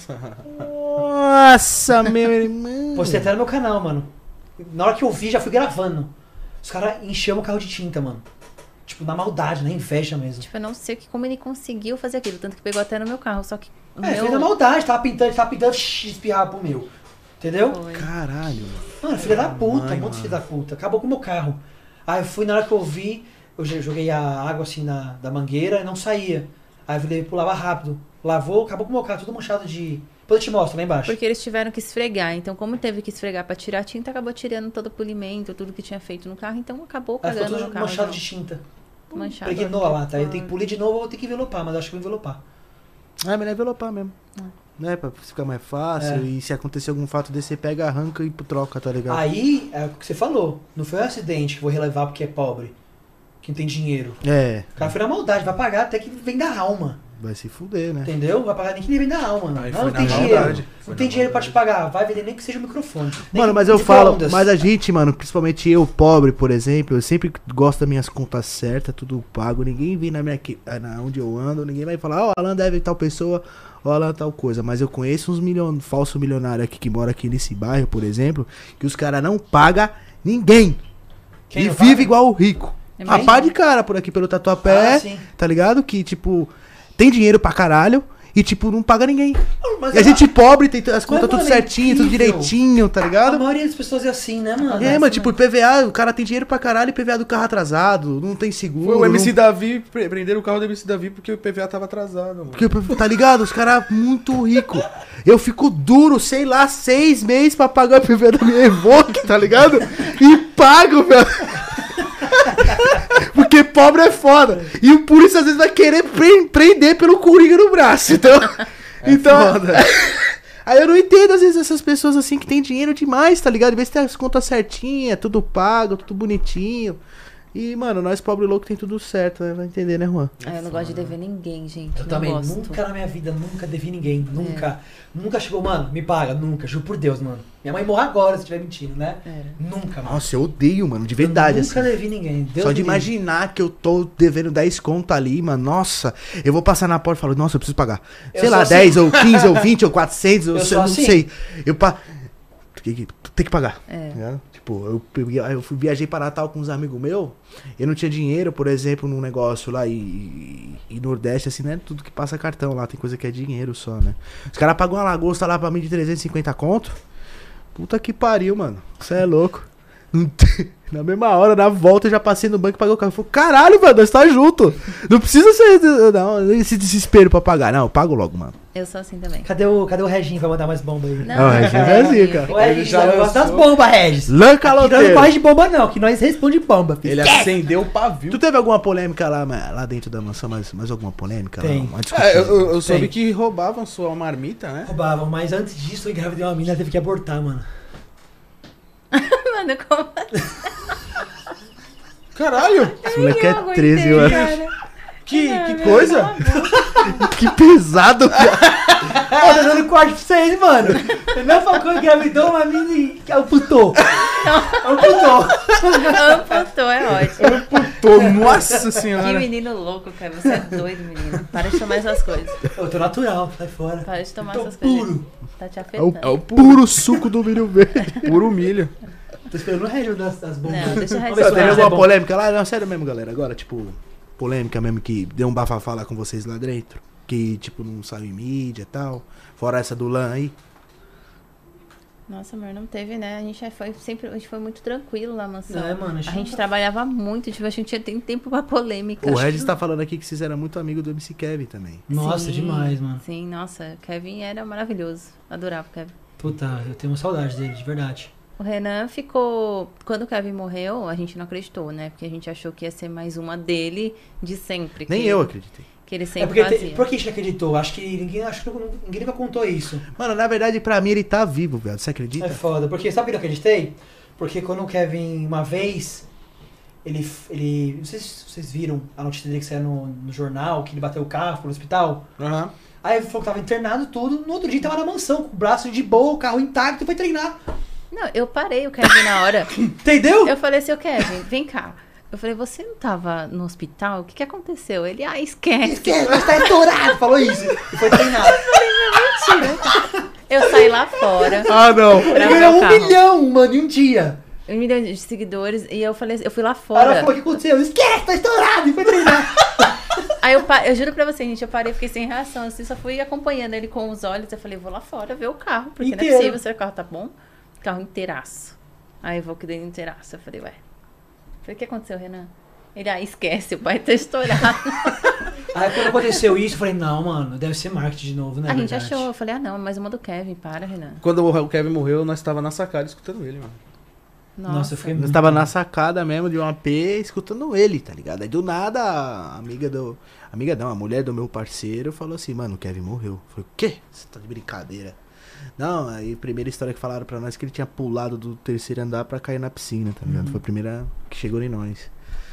Nossa, meu irmão. Postei até no meu canal, mano. Na hora que eu vi, já fui gravando. Os caras encheram o carro de tinta, mano. Tipo, na maldade, na inveja mesmo. Tipo, eu não sei que- como ele conseguiu fazer aquilo. Tanto que pegou até no meu carro. Só que o É, meu... fez na maldade, tava pintando, tava pintando, shh, espirrava pro meu. Entendeu? Foi. Caralho. Mano, filha da puta, Mãe, um monte de mano. filho da puta. Acabou com o meu carro. Aí eu fui, na hora que eu vi, eu jo- joguei a água assim na, da mangueira e não saía. Aí eu falei, pulava rápido. Lavou, acabou com o meu carro, tudo manchado de... Depois eu te mostro lá embaixo. Porque eles tiveram que esfregar. Então, como teve que esfregar pra tirar a tinta, acabou tirando todo o polimento, tudo que tinha feito no carro. Então, acabou Aí ficou cagando no tudo carro. manchado então. de tinta. Manchado. Pregnou lá, tá? Eu tenho que polir de novo, eu vou ter que envelopar, mas eu acho que vou envelopar. É melhor envelopar mesmo. Né, pra ficar mais fácil. É. E se acontecer algum fato desse, você pega, arranca e troca, tá ligado? Aí, é o que você falou. Não foi um acidente que vou relevar porque é pobre. Que não tem dinheiro. É, O cara foi na maldade, vai pagar até que vem da alma. vai se fuder, né? Entendeu? Vai pagar nem que nem vem da alma. Não, Aí não foi tem na dinheiro. maldade. Foi Não tem na dinheiro pra te maldade. pagar. Vai vender nem que seja o microfone. Nem Mano, que- mas eu falo, micro-ondas. mas a gente, mano, principalmente eu, pobre, por exemplo, eu sempre gosto das minhas contas certas, tudo pago. Ninguém vem na minha que- na onde eu ando, ninguém vai falar, ó, o Alan deve tal pessoa, ó, Alan tal coisa. Mas eu conheço uns milhões falsos milionários aqui que moram aqui nesse bairro, por exemplo, que os caras não pagam ninguém. Quem e não vive paga? igual o rico. É A mesmo? pá de cara por aqui pelo Tatuapé, Ah, sim. tá ligado? Que, tipo, tem dinheiro pra caralho e, tipo, não paga ninguém. Mas E a gente pobre, tem as contas tudo mano, é certinho, tudo incrível. direitinho, tá A ligado? maioria das pessoas é assim, né, mano? É, mas tipo, P V A, o cara tem dinheiro pra caralho e P V A do carro atrasado, não tem seguro. Foi o M C não... Davi, pre- prenderam o carro do M C Davi porque o P V A tava atrasado, mano. Porque, tá ligado? Os caras muito ricos. Eu fico duro, sei lá, seis meses pra pagar o P V A da minha Evoque, tá ligado? E pago, velho. Porque pobre é foda. E o polícia às vezes vai querer pre- prender pelo coringa no braço. Então. então. Aí eu não entendo, às vezes, essas pessoas assim que tem dinheiro demais, tá ligado? Às vezes tem as contas certinhas, tudo pago, tudo bonitinho. E, mano, nós pobre louco tem tudo certo, né? Vai entender, né, Juan? Ah, eu não gosto de dever ninguém, gente. Eu não também, gosto. nunca na minha vida, nunca devi ninguém, nunca. Nunca chegou, mano, me paga, nunca, juro por Deus, mano. Minha mãe morre agora se estiver mentindo, né? Era. Nunca, mano. Nossa, eu odeio, mano, de verdade, eu assim. nunca devi ninguém. Deus Só de me livre. imaginar que eu tô devendo dez conto ali, mano, nossa, eu vou passar na porta e falo, nossa, eu preciso pagar. Eu sei sou lá, assim. dez ou quinze ou vinte ou quatrocentos, eu, Eu sei- sou eu não assim. sei. Eu pa... tem que, tem que pagar. É. né? Tipo, eu, peguei- eu fui, viajei para Natal com uns amigos meus, eu não tinha dinheiro, por exemplo, num negócio lá e, e Nordeste, assim, né? Tudo que passa cartão lá, tem coisa que é dinheiro só, né? Os caras pagam uma lagosta lá pra mim de trezentos e cinquenta conto. Puta que pariu, mano. Você é louco. Não tem- Na mesma hora, na volta, eu já passei no banco e paguei o carro. Eu falei, caralho, mano, nós tá junto. Não precisa ser. Não, esse desespero pra pagar. Não, eu pago logo, mano. Eu sou assim também. Cadê o, cadê o Reginho pra mandar mais bomba aí? Não, Não, Regis é assim, cara. O Regis, Ele já eu gosto das lançou. bombas, Regis. Lã Aqui nós não caloteiro. corre de bomba não, que nós responde bomba. filho. Ele acendeu o pavio. Tu teve alguma polêmica lá, lá dentro da mansão? Mais, mais alguma polêmica? Tem. Lá? Uma É, eu, eu- eu soube Tem. que roubavam sua marmita, né? Roubavam, mas antes disso eu engravidei uma mina, teve que abortar, mano. Mano, como Caralho! Esse moleque eu é aguentei, treze, eu acho. cara? Que, Não, que não, coisa! Que pesado, cara. Ó, tá dando corte pra vocês, mano. Não Falcão engravidou uma mina e amputou. Amputou. Amputou, é ótimo. Tô, nossa Que senhora! menino louco, cara. Você é doido, menino. Para de tomar essas coisas. Eu tô natural, sai fora. Para de tomar Tô essas coisas. puro. Tá te É o afetando. É o puro suco do milho verde. puro milho. Tô esperando o Regis das, das bombas. Não, deixa o Regis Vamos ver se o Teve Regis é alguma bom. polêmica lá? Não, sério mesmo, galera. Agora, tipo, polêmica mesmo que deu um bafafá lá com vocês lá dentro. Que, tipo, não saiu em mídia e tal. Fora essa do Lan aí. Nossa, amor, não teve, né? A gente foi sempre, a gente foi muito tranquilo na mansão. É, mano, a a gente gente nunca- trabalhava muito, tipo, a gente tinha tem tempo pra polêmica. O Regis tá falando aqui que vocês eram muito amigos do M C Kevin também. Nossa, Sim, demais, mano. Sim, nossa, Kevin era maravilhoso. Adorava o Kevin. Puta, eu tenho uma saudade dele, de verdade. O Renan ficou. Quando o Kevin morreu, a gente não acreditou, né? Porque a gente achou que ia ser mais uma dele de sempre. Nem que, eu acreditei. Que ele É sempre porque fazia. te, por que a gente não acreditou? Acho que ninguém, acho que não- ninguém nunca contou isso. Mano, na verdade, pra mim, ele tá vivo, velho. Você acredita? É foda, porque sabe o que eu acreditei? Porque quando o Kevin, uma vez, ele. ele não sei se vocês viram a notícia dele que saiu no, no jornal, que ele bateu o carro pro hospital. Aham. Aí ele falou que tava internado tudo, no outro dia tava na mansão, com o braço de boa, o carro intacto e foi treinar. Não, eu parei o Kevin na hora. Entendeu? Eu falei assim, ô Kevin, vem cá. Eu falei, você não tava no hospital? O que que aconteceu? Ele, ah, esquece. Esquece, mas tá estourado, falou isso. E foi treinar. Mentira. Eu saí lá fora. Ah, não. Ele Pra ganhou ver o um carro. milhão, mano, em um dia. Um milhão de seguidores. E eu falei, eu fui lá Aí ela fora. falou, o que aconteceu? Esquece, tá estourado, e foi treinar. Aí eu, pa- eu juro pra você, gente, eu parei, fiquei sem reação, assim, só fui acompanhando ele com os olhos. Eu falei, vou lá fora ver o carro, porque não é Inteiro. possível, se o carro tá bom. Carro inteiraço. Aí eu vou que dei inteiraço. Eu falei, ué. Eu falei, o que aconteceu, Renan? Ele, ah, esquece, o pai tá estourado. Aí quando aconteceu isso, eu falei, não, mano, deve ser marketing de novo, né? A gente verdade? achou, eu falei, ah, não, mais uma do Kevin, para, Renan. Quando o Kevin morreu, nós tava na sacada escutando ele, mano. Nossa, Nossa, eu fiquei Nós muito... tava na sacada mesmo de um A P escutando ele, tá ligado? Aí do nada a amiga do. Amiga não, a mulher do meu parceiro falou assim, mano, o Kevin morreu. Eu falei, o quê? Você tá de brincadeira. Não, aí a primeira história que falaram pra nós é que ele tinha pulado do terceiro andar pra cair na piscina, tá ligado? Uhum. Foi a primeira que chegou em nós.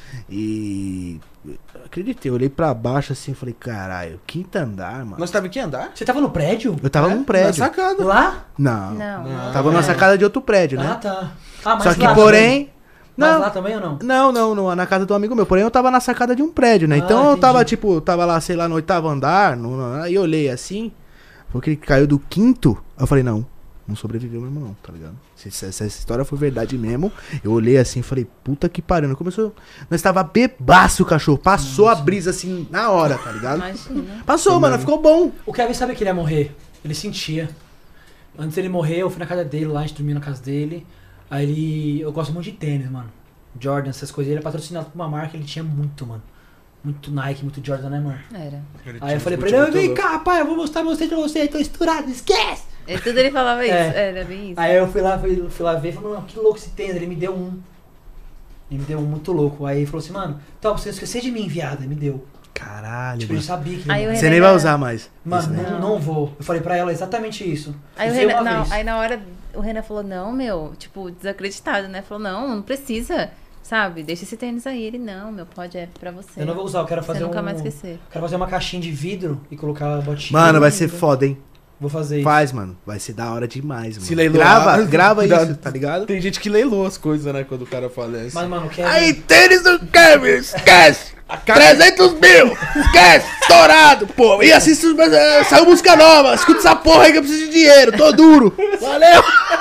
E. Acreditei, eu olhei pra baixo assim e falei, caralho, quinto andar, mano. Nós tava em que andar? Você tava no prédio? Eu tava É, num Na prédio. sacada. Lá? Não. Não. Não. Tava Ah, numa é. sacada de outro prédio, né? Ah, tá. Ah, mas Só que, lá porém. também? Mas Não, lá também ou não? Não, não, não, na casa do amigo meu. Porém, eu tava na sacada de um prédio, né? Ah, Então eu entendi. tava, tipo, eu tava lá, sei lá, no oitavo andar, no, no- aí eu olhei assim, porque ele caiu do quinto. Aí eu falei, não, não sobreviveu mesmo não, tá ligado? Se, se- se essa história foi verdade mesmo, eu olhei assim e falei, puta que pariu. Não começou. Nós tava bebaço o cachorro. Passou a brisa assim na hora, tá ligado? Imagina. Passou, Foi mano, mesmo. ficou bom. O Kevin sabe que ele ia morrer. Ele sentia. Antes dele morrer, eu fui na casa dele lá, a gente dormiu na casa dele. Aí ele... Eu gosto muito de tênis, mano. Jordan, essas coisas. Ele é patrocinado por uma marca, ele tinha muito, mano. Muito Nike, muito Jordan, né, mano? Era. Aí eu falei pra ele, vem cá, pai, eu vou mostrar meus tênis pra você, tô estourado, esquece! E tudo ele falava isso. É. Era bem isso. Aí eu fui lá, fui, fui lá ver e falei, não, que louco esse tênis. Ele me deu um. Ele me deu um muito louco. Aí ele falou assim, mano, então você esquecer de mim, viado. Ele me deu. Caralho, Tipo, ele mano. sabia que Aí ele o ia Você morrer. nem vai usar mais. Mano, Isso, né? não, não vou. Eu falei pra ela exatamente isso. Aí, o Usei Renan, uma não, vez. aí na hora o Renan falou, não, meu, tipo, desacreditado, né? Falou, não, não precisa, sabe? Deixa esse tênis aí. Ele, não, meu, pode, é pra você. Eu não vou usar, eu quero Você fazer nunca um... mais esquecer. Quero fazer uma caixinha de vidro e colocar a botinha. Mano, vai ser foda, hein? Vou fazer isso. Faz, mano. Vai ser da hora demais, mano. Se leiloar, grava, grava cuidado. isso, tá ligado? Tem gente que leilou as coisas, né, quando o cara falece. Mas, mano, quero... Aí, tênis do Kevin, esquece! trezentos mil! Esquece! Estourado, pô! E assiste, os- eh, saiu música nova! Escuta essa porra aí que eu preciso de dinheiro, tô duro! Valeu!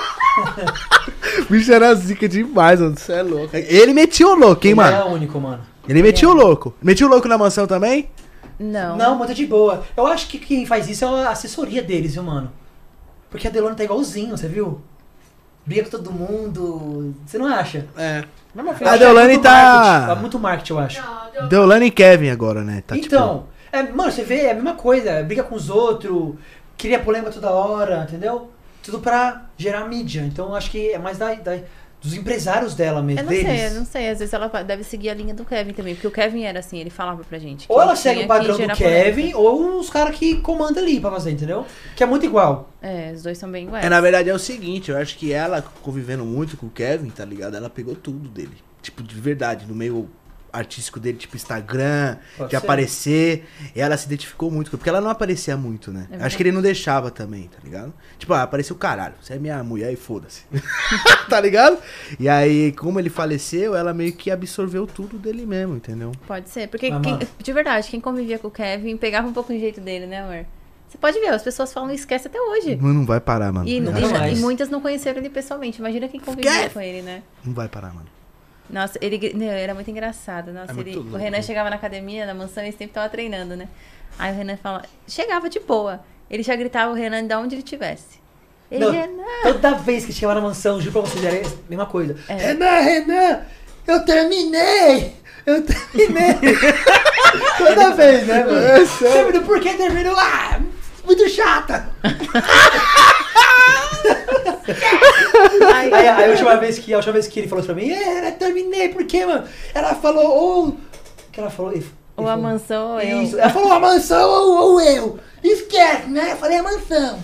Bicho era zica demais, mano. Você é louco. Ele metia o louco, hein, Ele mano? é único, mano. Ele metia o louco. Metia o louco na mansão também? Não. Não, muito de boa. Eu acho que quem faz isso é a assessoria deles, viu, mano? Porque a Delone tá igualzinho, você viu? Briga com todo mundo. Você não acha? É. Mesma Eu A acho que é Deolane muito tá- marketing, é muito marketing, eu acho. Deolane e Kevin agora, né? Tá, então, é, mano, você vê, é a mesma coisa. Briga com os outros, cria polêmica toda hora, entendeu? Tudo pra gerar mídia. Então, eu acho que é mais da, da- dos empresários dela mesmo, Eu não deles. sei, eu não sei. Às vezes ela deve seguir a linha do Kevin também. Porque o Kevin era assim, ele falava pra gente. que Ou ela tinha segue o que padrão do gerar Kevin, polêmica. ou os caras que comandam ali pra fazer, entendeu? Que é muito igual. É, os dois são bem iguais. É, na verdade é o seguinte, eu acho que ela, convivendo muito com o Kevin, tá ligado? Ela pegou tudo dele. Tipo, de verdade, no meio artístico dele, tipo Instagram, Pode de ser. aparecer. E ela se identificou muito, porque ela não aparecia muito, né? É verdade. acho que ele não deixava também, tá ligado? Tipo, ah, apareceu o caralho, você é minha mulher e foda-se. tá ligado? E aí, como ele faleceu, ela meio que absorveu tudo dele mesmo, entendeu? Pode ser. Porque, Mas, quem- mano- de verdade, quem convivia com o Kevin pegava um pouco o jeito dele, né, amor? Você pode ver, as pessoas falam esquece até hoje. Mas não vai parar, mano. E, Nunca e- mais. e muitas não conheceram ele pessoalmente. Imagina quem convivia Esquece! com ele, né? Não vai parar, mano. Nossa, ele gri- não, era muito engraçado. Nossa, É muito ele- o louco. Renan chegava na academia, na mansão, e ele sempre tava treinando, né? Aí o Renan fala, chegava de boa. Ele já gritava o Renan de onde ele estivesse. Ei, Não, Renan. toda vez que chegava na mansão, juro pra vocês, era a mesma coisa. É. Renan, Renan, eu terminei! Eu terminei! Toda vez, né, mano? É sério. Terminou, por que terminou? Ah, muito chata! Aí, Aí, aí a, última vez que, a última vez que ele falou isso pra mim, é, eu terminei, por quê, mano? Ela falou, ou... O que ela falou? Ele, ele ou a falou, mansão ou eu. Isso, ela falou a mansão ou, ou eu. Esquece, né? Eu falei a mansão.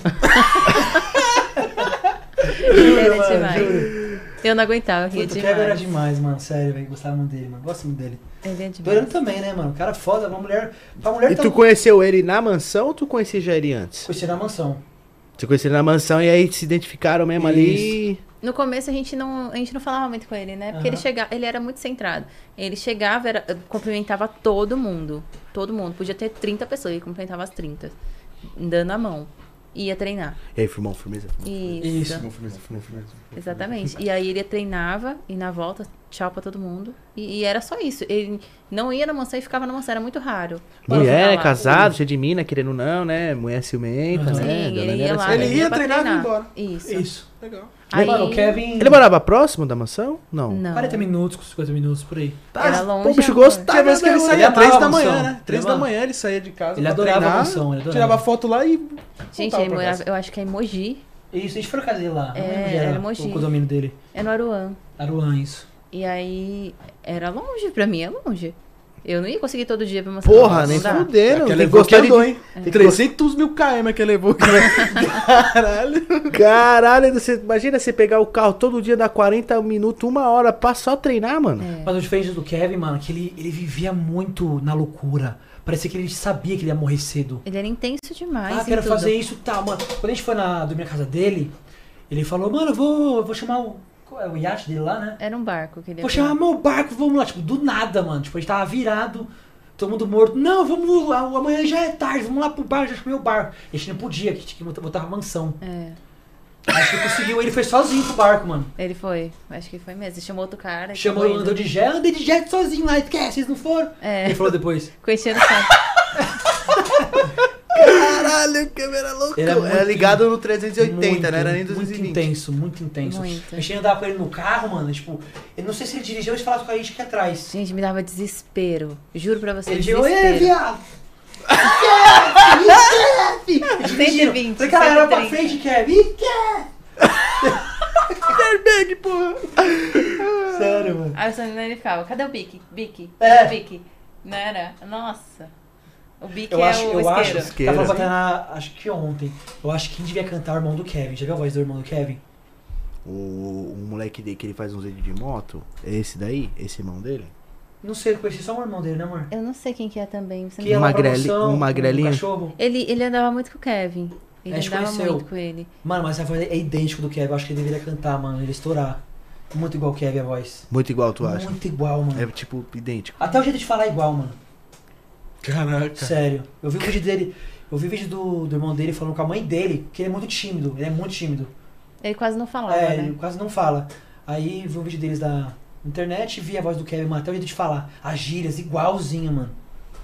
Ele era mano, demais. juro. Eu não aguentava, eu ria Puta, o Kevin era demais. demais, mano. Sério, velho. Gostava muito dele, mano. Gosto muito dele. Ele é demais. Doriano também, né, mano? O cara foda, uma mulher. Pra mulher E tá tu conheceu ele na mansão ou tu conhecia já ele antes? conheci na mansão. Você conheceu ele na mansão e aí se identificaram mesmo ali. No começo a gente não, a gente não falava muito com ele, né? Porque Aham. ele chegava, ele era muito centrado. Ele chegava, era, cumprimentava todo mundo. Todo mundo. Podia ter trinta pessoas, ele cumprimentava as trinta. Dando a mão. Ia treinar. E aí, firmão, firmeza? Isso. Isso. Firmeza, firmeza, firmeza, firmeza. Exatamente. E aí ele treinava e na volta, tchau pra todo mundo. E, e era só isso. Ele não ia na mansão e ficava na mansão, era muito raro. Mulher, Ele ia lá. casado, cheio de mina, querendo não, né? Mulher ciumenta, Aham. né? Sim, Deolane ele era ia lá. assim. Ele ia pra treinar e ia treinar. embora. Isso. Isso. Legal. Aí, Mano, o Kevin. Ele morava próximo da mansão? Não. Não. quarenta minutos, cinquenta minutos por aí. Era longe. Pô, o bicho amor. gostava. Tinha vezes que ele né, saía Ele três amava da a manhã, mansão. né? Três Ele da amava. manhã ele saía de casa Ele pra adorava a treinar, mansão, ele adorava. tirava foto lá e Gente, voltava ele pra morava, casa. eu acho que é em Mogi. Isso, a gente foi na casa dele lá. Não É, lembro onde era era Mogi. o condomínio dele. É no Aruan. Aruan, isso. E aí, era longe, pra mim é longe. Eu não ia conseguir todo dia pra uma Porra, não nem dá. fudendo. Aquela Tem que levou que gostar de... andou, hein? Tem que trezentos mil km que levou. Caralho. Caralho, você, imagina você pegar o carro todo dia, dar quarenta minutos, uma hora pra só treinar, mano. É. Mas o diferente do Kevin, mano, é que ele, ele vivia muito na loucura. Parecia que ele sabia que ele ia morrer cedo. Ele era intenso demais. Ah, em quero tudo. fazer isso e tal, mano. Quando a gente foi na, dormir na casa dele, ele falou, mano, eu vou, eu vou chamar o, qual é, o iate dele lá, né? Era um barco que ele Vou ia chamar meu barco, vamos lá. Tipo, do nada, mano. Tipo, a gente tava virado, todo mundo morto. Não, vamos lá, amanhã já é tarde, vamos lá pro barco, já chamei o barco. E a gente não podia, que a gente tinha que botar uma mansão. É, Acho que ele conseguiu, ele foi sozinho pro barco, mano. ele foi. Acho que foi mesmo. Ele chamou outro cara. e Chamou, acabou andou indo. de jet, andei de jet sozinho lá, esquece, vocês não foram? É, Ele falou depois. ficou enchendo o saco. Caralho, que era louco. Ele é Era, muito- ligado no trezentos e oitenta, Muito, não era nem Muito duzentos e vinte. intenso, muito intenso. Muito. A gente andava com ele no carro, mano, tipo, eu não sei se ele dirigiu ou se falava com a gente aqui atrás. Gente, me dava desespero. Juro pra você, Ele chegou, desespero. ei, viado! Esquece! Esquece! cento e vinte, Falei, cara, era pra cento e trinta. frente, Kevin. Esquece! Airbag, porra. Sério, mano. Aí o Sonino ele ficava, cadê o Bique? Bique? É. O Bique? Não era? Nossa. O Bique Eu é acho, o eu acho, isqueiro. Isqueiro. tava falando na, acho que ontem, eu acho que quem devia cantar é o irmão do Kevin. Já viu a voz do irmão do Kevin? O, o moleque dele que ele faz uns vídeos de moto, é esse daí? Esse irmão dele? Não sei, eu conheci só o irmão dele, né, amor? Eu não sei quem que é também. Você Que não... ia lá pra magreli- mansão, um magrelinho? com o cachorro. ele, ele andava muito com o Kevin. Ele A gente andava conheceu. muito com ele. Mano, mas essa voz é idêntica do Kevin. Eu acho que ele deveria cantar, mano. Ele ia estourar. Muito igual o Kevin a voz. Muito igual, tu acha? Muito igual, mano. É tipo idêntico. Até o jeito de falar é igual, mano. Caraca. Sério. Eu vi o vídeo dele. Eu vi o vídeo do, do irmão dele falando com a mãe dele, que ele é muito tímido. Ele é muito tímido. Ele quase não falava, É, né? ele quase não fala. Aí vi um vídeo deles da internet e vi a voz do Kevin, mano. Até o jeito de falar. As gírias, igualzinho, mano.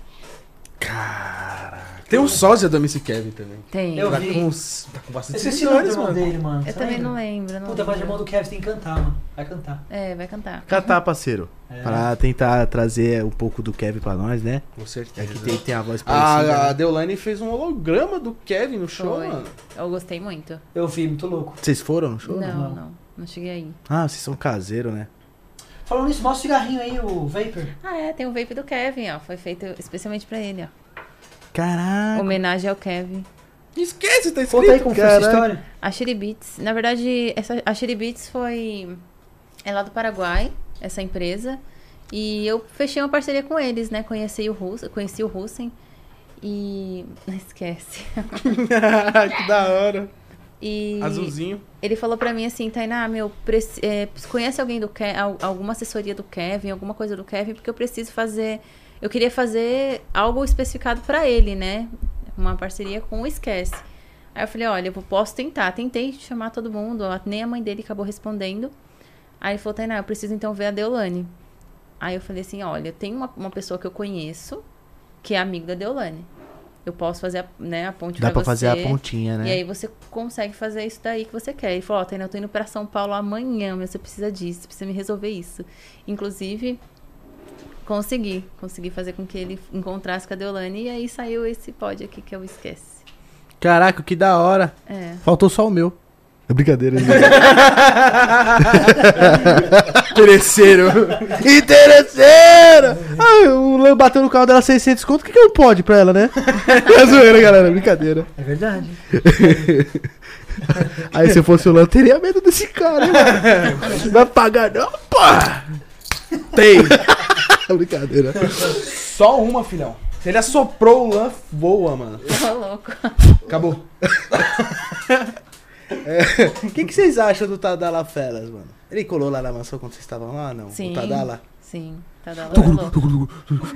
Caraca. Tem um sósia do M C Kevin também. Tem. Eu Tá vi. com, uns- tá com Eu bastante esqueci o nome do seguidores, irmão mano. dele, mano. Eu Você também lembra? não lembro. Não Puta, mas o lembro. irmão do Kevin tem que cantar, mano. Vai cantar. É, vai cantar. Catar, parceiro. É. Pra tentar trazer um pouco do Kevin pra nós, né? Com certeza. É que tem, tem a voz parecida. A, a né? Deolane fez um holograma do Kevin no show, Foi. mano. Eu gostei muito. Eu vi, muito louco. Vocês foram no show? Não, Não. não. Não cheguei aí. Ah, vocês são caseiros, né? Falando nisso, mostra o cigarrinho aí, o Vapor. Ah, é. Tem o vape do Kevin, ó. Foi feito especialmente pra ele, ó. Caraca. Homenagem ao Kevin. Esquece, tá Conta aí escrito. como foi essa caralho. história. A Chili Beats, na verdade, essa, a Chili Beats foi... É lá do Paraguai, essa empresa. E eu fechei uma parceria com eles, né? Conheci o Russen, conheci o Russen. E... Não esquece. Que da hora. E Azulzinho. ele falou pra mim assim, Tainá, meu, preci- é, conhece alguém do Kevin, alguma assessoria do Kevin, alguma coisa do Kevin, porque eu preciso fazer... Eu queria fazer algo especificado pra ele, né? Uma parceria com o Esquece. Aí eu falei, olha, eu posso tentar. Tentei chamar todo mundo, nem a mãe dele acabou respondendo. Aí ele falou, Tainá, eu preciso então ver a Deolane. Aí eu falei assim, olha, tem uma, uma pessoa que eu conheço, que é amigo da Deolane. eu posso fazer a, né, a ponte Dá pra pra você. fazer a pontinha, né? E aí você consegue fazer isso daí que você quer. Ele falou, ó, Tainá, eu tô indo pra São Paulo amanhã, mas você precisa disso, você precisa me resolver isso. Inclusive, consegui. Consegui fazer com que ele encontrasse com a Deolane. E aí saiu esse pod aqui que eu esquece. Caraca, que da hora. É. Faltou só o meu. É brincadeira. Interesseiro. Interesseiro! Ah, o Lan bateu no carro dela seiscentos conto, o que que não pode pra ela, né? É zoeira, galera, brincadeira. É verdade. Aí se eu fosse o Lan, eu teria medo desse cara, hein, mano? Não vai pagar não, pá! Tem. Brincadeira. Só uma, filhão. Se ele assoprou o lã, voa, mano. Tô louco. Acabou. O que, que vocês acham do Tadala Felas, mano? Ele colou lá na mansão quando vocês estavam lá, não? Sim. O Tadala? Sim, tá dando rolou.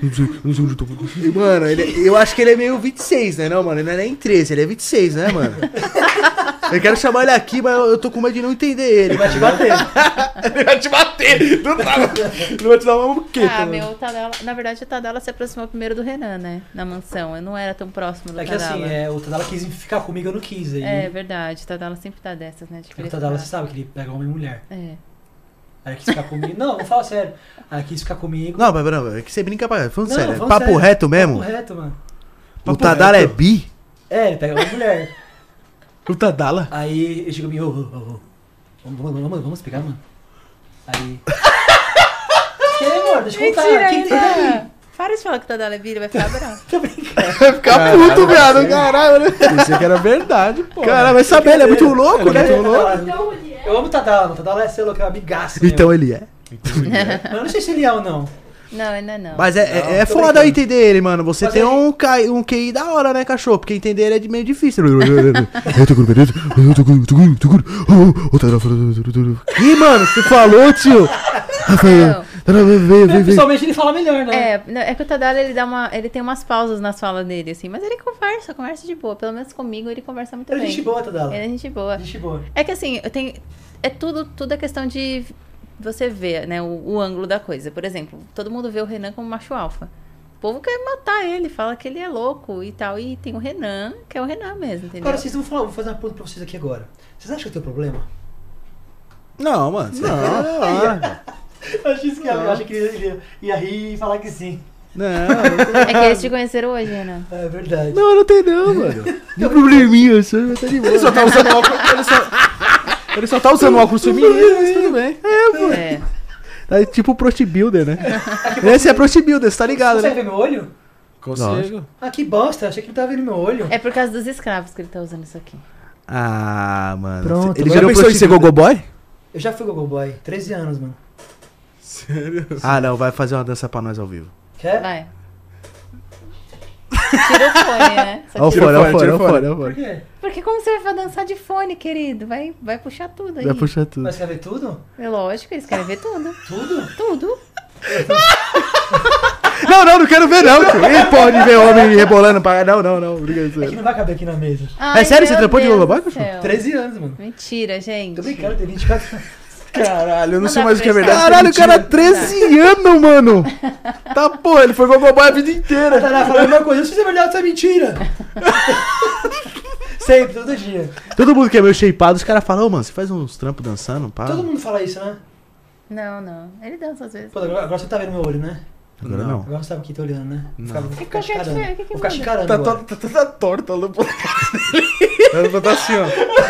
E, mano, ele, eu acho que ele é meio vinte e seis, né, não, mano? Ele não é nem treze, ele é vinte e seis, né, mano? Eu quero chamar ele aqui, mas eu tô com medo de não entender ele. Ele vai te bater. Ele vai te bater. Do nada. Ele vai te dar uma muqueta. Ah, mano. meu, o Tadala, na verdade o Tadala se aproximou primeiro do Renan, né? Na mansão. Eu não era tão próximo do É que Tadala. assim, é, o Tadala quis ficar comigo, eu não quis. Aí, É verdade, o Tadala sempre tá dessas, né? De o querer Tadala, você ficar. sabe que ele pega homem e mulher. É. Aí ela quis ficar comigo. Não, não fala sério. Ela quis ficar comigo. Não, mas não, é que você brinca pra... Falando Não, sério, é falando papo sério. reto mesmo? Papo reto, mano. O Papo Tadala é reto. bi? É, ele pega homem e mulher. O Tadala? Aí ele chegou em mim, ô, ô, ô, ô. Vamos, vamos, vamos, vamos pegar, mano. Aí. Que, mano? Deixa eu contar. Mentira, Quem tem aí? ainda. Para de falar que o Tadala é bi, ele vai ficar bravo. Tô brincando. Vai ficar puto, viado, caralho, né? Pensei que era verdade, pô. Caralho, vai saber, ele é muito louco, Ele né? é muito louco. Eu amo o Tadala, mano. O Tadala é seu louco, é um amigaço. Então meu. ele é. Mas eu não sei se ele é ou não. Não, ainda não. Mas é, é, Não, é tô foda brincando. eu entender ele, mano. Você Mas tem aí- um, K- um Q I da hora, né, cachorro? Porque entender ele é de meio difícil. Eu tô com medo, eu tô com medo, tô com medo, tô com medo. Ô, Tadala falou. Ih, mano, você falou, tio. Rafael, Tadala, vem, vem, É, vem. pessoalmente ele fala melhor, né? É, não, é que o Tadala, ele dá uma. Ele tem umas pausas nas falas dele, assim, mas ele conversa, conversa de boa. Pelo menos comigo ele conversa muito Ele é bem. gente boa, Tadala. Ele é gente boa. Gente boa. É que assim, eu tenho. É tudo, tudo é questão de você ver, né, o, o ângulo da coisa. Por exemplo, todo mundo vê o Renan como macho alfa. O povo quer matar ele, fala que ele é louco e tal. E tem o Renan, que é o Renan mesmo, entendeu? Agora, vocês vão falar, vou fazer uma pergunta pra vocês aqui agora. Vocês acham que eu tenho problema? Não, mano. Não, não. Eu achei isso que eu achei que ele ia, ia rir e falar que sim. Não, É que eles te conheceram hoje, Renan. É verdade. não, não tem não, mano. Não probleminha, só tá de boa. Ele só tá usando óculos. Ele só, ele só tá usando óculos feminino, mas tudo bem. É. É tipo prostibuilder, né? Esse é prostibuilder, você tá ligado, Você né? vê meu olho? Consigo. Ah, que bosta. Achei que ele tava vendo meu olho. É por causa dos escravos que ele tá usando isso aqui. Ah, mano. Pronto, Ele Já virou pensou em ser prostibuilder. gogoboy? Eu já fui Gogo Boy. treze anos, mano. Sério? Ah, não, vai fazer uma dança pra nós ao vivo. Quer? Vai. Tira o fone, né? Só Olha o tira- fone, olha o fone, fone, tira olha o o fone. fone, olha o Por fone. quê? Porque como você vai dançar de fone, querido? Vai, vai puxar tudo aí. Vai puxar tudo. Mas quer ver tudo? É lógico, eles querem ver tudo. Tudo? Tudo. Não, não, não quero ver não, tio. Ele pode ver homem rebolando pra... Não, não, não. É que Brincadeira. não vai caber aqui na mesa. Ai, É sério? Você meu trampou de Deus gogoboy, do cachorro? céu. treze anos, mano. Mentira, gente. Tô brincando, tem vinte e quatro anos. Caralho, eu não Não sei dá mais o que é pra verdade. Caralho, o cara é mentira. treze anos, mano. Tá, porra, ele foi gogoboy a vida inteira. Tá falando a mesma coisa. Se isso é verdade, isso é mentira. Sempre, todo dia. Todo mundo que é meio shapeado, os caras falam, ô, mano, você faz uns trampos dançando, pá. Todo mundo fala isso, né? Não, não. Ele dança às vezes. Pô, agora, agora você tá vendo meu olho, né? Agora Não. não. Agora você tava aqui, tá olhando, né? Vou ficar, vou Que ficar que é chicarando. diferente? Que que Vou ficar muda? chicarando Tá, agora. tá, tá, tá torta, olha pra cara dele. Ela tá assim, ó.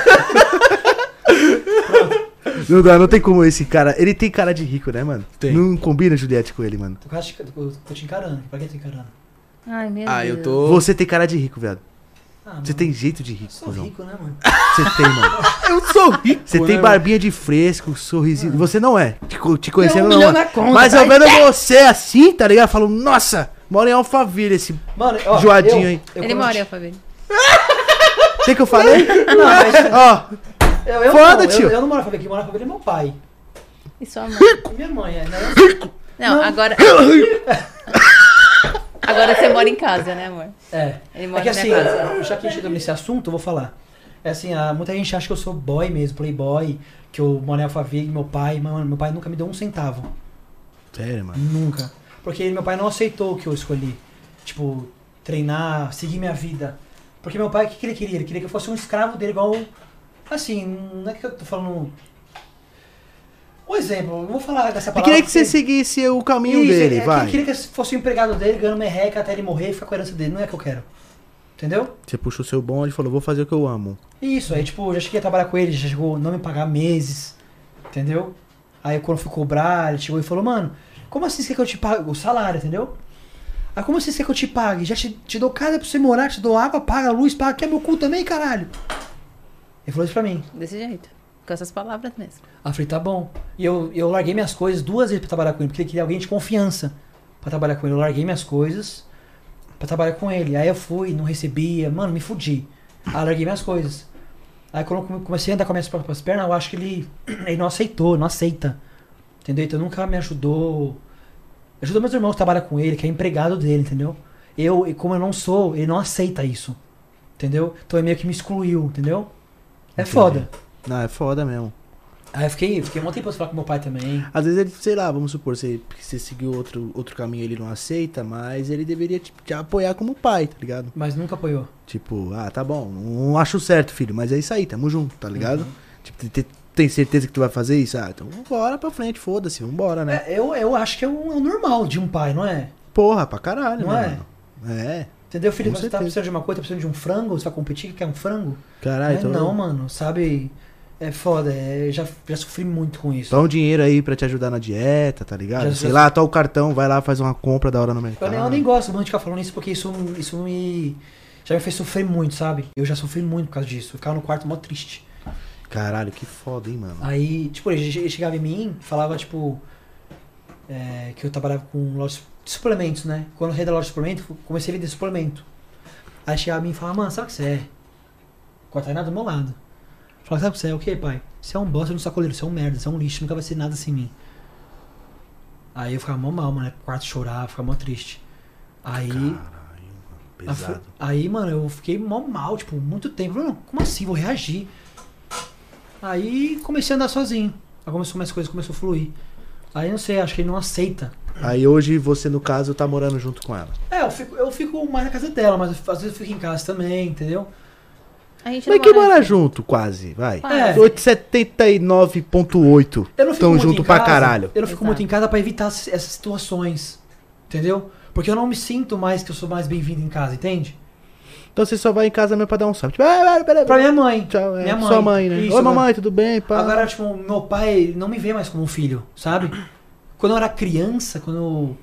Não dá, não tem como esse cara. Ele tem cara de rico, né, mano? Tem. Não combina Juliette com ele, mano. Tô, quase, chica- tô, tô te encarando. Pra que tô encarando? Ai, meu Ah, Deus. eu tô. Você tem cara de rico, viado. Ah, Você mano, tem jeito de rico, eu sou cuzão. rico, né, mano? Você tem, mano. Eu sou rico. Você né, tem mano? barbinha de fresco, sorrisinho. Você não é. Te, co- te conhecendo um não milhão é. na conta, Mas eu vai vendo você assim, tá ligado? Eu falo, nossa, mora em Alphaville esse. Mano, ó, Joadinho eu- aí. eu Ele quando- mora em Alphaville. O que que eu falei? Não, mas Ó, eu, eu Foda, não, tio. Eu, eu não moro na família, quem mora na família é meu pai. E sua mãe? E minha mãe, é, né? Não, Não. agora. Agora você mora em casa, né, amor? É. Ele É mora que na assim, minha casa. já que chegamos nesse assunto, eu vou falar. É assim, ah, muita gente acha que eu sou boy mesmo, playboy, que eu moro em Alphaville, meu pai, mano, meu pai nunca me deu um centavo. sério, mano. Nunca. Porque meu pai não aceitou o que eu escolhi. Tipo, treinar, seguir minha vida. Porque meu pai, o que, que ele queria? Ele queria que eu fosse um escravo dele, igual... Assim, não é que eu tô falando... Um exemplo, eu vou falar dessa Eu palavra... queria que você porque- seguisse o caminho Isso, dele, é que vai. ele queria que eu fosse o empregado dele, ganhando merreca até ele morrer e ficar com a herança dele. Não é que eu quero. Entendeu? Você puxou o seu bonde e falou, vou fazer o que eu amo. Isso, aí tipo, eu já cheguei a trabalhar com ele, já chegou a não me pagar meses, entendeu? Aí quando eu fui cobrar, ele chegou e falou, mano, como assim você quer que eu te pague? O salário, entendeu? Aí como assim você quer que eu te pague? Já te, te dou casa pra você morar, te dou água, paga luz, paga, quer meu cu também, caralho? Ele falou isso pra mim. Desse jeito. Com essas palavras mesmo. Aí eu falei, tá bom. E eu, eu larguei minhas coisas duas vezes pra trabalhar com ele, porque ele queria alguém de confiança pra trabalhar com ele. Eu larguei minhas coisas pra trabalhar com ele. Aí eu fui, não recebia, mano, me fudi. Aí eu larguei minhas coisas. Aí quando eu comecei a andar com as minhas próprias pernas, eu acho que ele, ele não aceitou, não aceita. Entendeu? Então nunca me ajudou. Ajudou meus irmãos que trabalham com ele, que é empregado dele, entendeu? Eu, e como eu não sou, ele não aceita isso. Entendeu? Então ele meio que me excluiu, entendeu? É Entendi. foda. Não, é foda mesmo. Aí eu fiquei, fiquei um monte de tempo pra falar com meu pai também. Às vezes ele, sei lá, vamos supor, você, você seguiu outro, outro caminho ele não aceita, mas ele deveria te, te apoiar como pai, tá ligado? Mas nunca apoiou. Tipo, ah, tá bom, não acho certo, filho, mas é isso aí, tamo junto, tá ligado? Uhum. Tipo, te- tem certeza que tu vai fazer isso? Ah, então vambora pra frente, foda-se, vambora, né? É, eu, eu acho que é o, é o normal de um pai, não é? Porra, pra caralho, Não né, é? mano? É, Entendeu, filho? Com Você tá certeza. precisando de uma coisa, tá precisando de um frango, você vai competir, quer um frango? caralho, não, é então... não, mano, sabe? É foda, é, já, já sofri muito com isso. Dá um dinheiro aí pra te ajudar na dieta, tá ligado? Já- Sei já- lá, tá o cartão, vai lá, faz uma compra da hora no Eu mercado. nem, eu nem gosto muito de ficar falando isso porque isso, isso me. Já me fez sofrer muito, sabe? Eu já sofri muito por causa disso. Eu ficava no quarto mó triste. Caralho, que foda, hein, mano? Aí, tipo, ele ele chegava em mim e falava, tipo. é, que eu trabalhava com lojas de suplementos, né? Quando eu saí da loja de suplemento, eu comecei a vender suplemento. Aí chegava em mim e falava, mano, sabe o que você é? Corta nada do meu lado. Falava, sabe o que você é? O que, pai? Você é um bosta no sacoleiro, você é um merda, você é um lixo, nunca vai ser nada sem mim. Aí eu ficava mó mal, mano. O quarto chorava, ficava mó triste. Aí. Caralho, mano, Aí, pesado. aí, mano, eu fiquei mó mal, tipo, muito tempo. Falei, não, como assim? Vou reagir. Aí comecei a andar sozinho. Aí começou mais coisas, começou a fluir. Aí não sei, acho que ele não aceita. Aí hoje você, no caso, tá morando junto com ela. É, eu fico, eu fico mais na casa dela, mas às vezes eu fico em casa também, entendeu? A gente Mas não que mora mora junto, quase, vai. Quase. É. setenta e nove ponto oito. Eu não fico Tão muito junto em pra casa, caralho. Eu não fico Exato. muito em casa pra evitar essas essas situações. Entendeu? Porque eu não me sinto mais que eu sou mais bem-vindo em casa, entende? Então você só vai em casa mesmo pra dar um salve. Tipo, ah, peraí, peraí. Pra minha mãe. Tchau, é, minha mãe. sua mãe, né? Isso, Oi, agora- mamãe, tudo bem? Pá. Agora, tipo, meu pai não me vê mais como um filho, sabe? Quando eu era criança, quando eu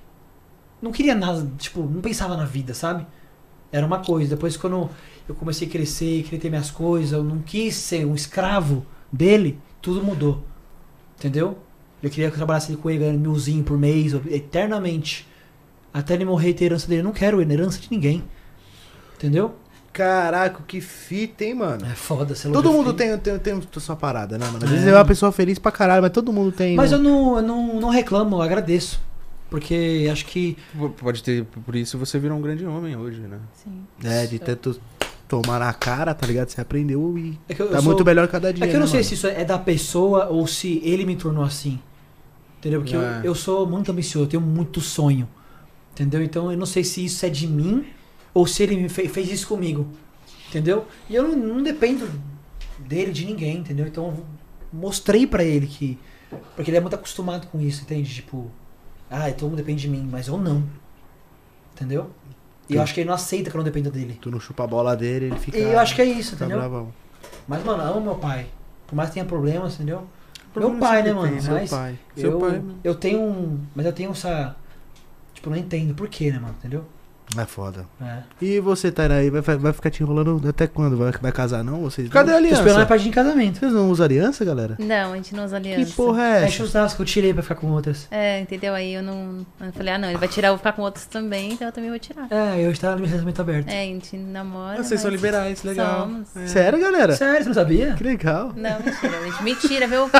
não queria nada, tipo, não pensava na vida, sabe? Era uma coisa. Depois, quando eu comecei a crescer, queria ter minhas coisas, eu não quis ser um escravo dele, tudo mudou. Entendeu? Eu queria que eu trabalhasse com ele ganhando milzinho por mês, eternamente. Até ele morrer e ter herança dele. Eu não quero herança de ninguém. Entendeu? Caraca, que fita, hein, mano? É foda. Você Todo eu mundo fiquei- tem, tem, tem sua parada, né, mano? Às É. vezes é uma pessoa feliz pra caralho, mas todo mundo tem. Mas um- eu não, eu não, não reclamo, eu agradeço. Porque acho que P- Pode ter, por isso você virou um grande homem hoje, né? Sim. É, de tanto tomar na cara, tá ligado? Você aprendeu e É que eu, tá eu muito sou- melhor cada dia. É que eu não né, sei mano? se isso é da pessoa ou se ele me tornou assim. Entendeu? Porque eu, É. eu sou muito ambicioso, eu tenho muito sonho. Entendeu? Então eu não sei se isso é de mim ou se ele me fe- fez isso comigo. Entendeu? E eu não, não dependo dele, de ninguém, entendeu? Então eu mostrei pra ele que. Porque ele é muito acostumado com isso, entende? Tipo, ah, todo mundo depende de mim, mas eu não. Entendeu? E eu Sim. acho que ele não aceita que eu não dependa dele. Tu não chupa a bola dele, ele fica. E eu acho que é isso, fica entendeu? bravão. Mas, mano, eu amo meu pai. Por mais que tenha problemas, entendeu? Problema Meu pai, sempre né, mano? tem, Seu Mas pai. Seu eu, pai, mano. eu tenho um. Mas eu tenho essa. Tipo, eu não entendo por quê, né, mano? Entendeu? É foda. É. E você, Taira, aí, vai, vai ficar te enrolando até quando? Vai, vai casar, não? Vocês Cadê a Tô aliança? esperando a parte de casamento. Vocês não usam aliança, galera? Não, a gente não usa aliança. Que porra é Enche os essa? dados que eu tirei pra ficar com outras. É, entendeu? Aí eu não. Eu falei, ah, não, ele vai tirar, eu vou ficar com outros também, então eu também vou tirar. É, eu estava no meu casamento aberto. É, a gente namora. Ah, vocês são mas liberais, legal. somos. É. Sério, galera? Sério, você não sabia? Que legal. Não, mentira, gente. Mentira, viu?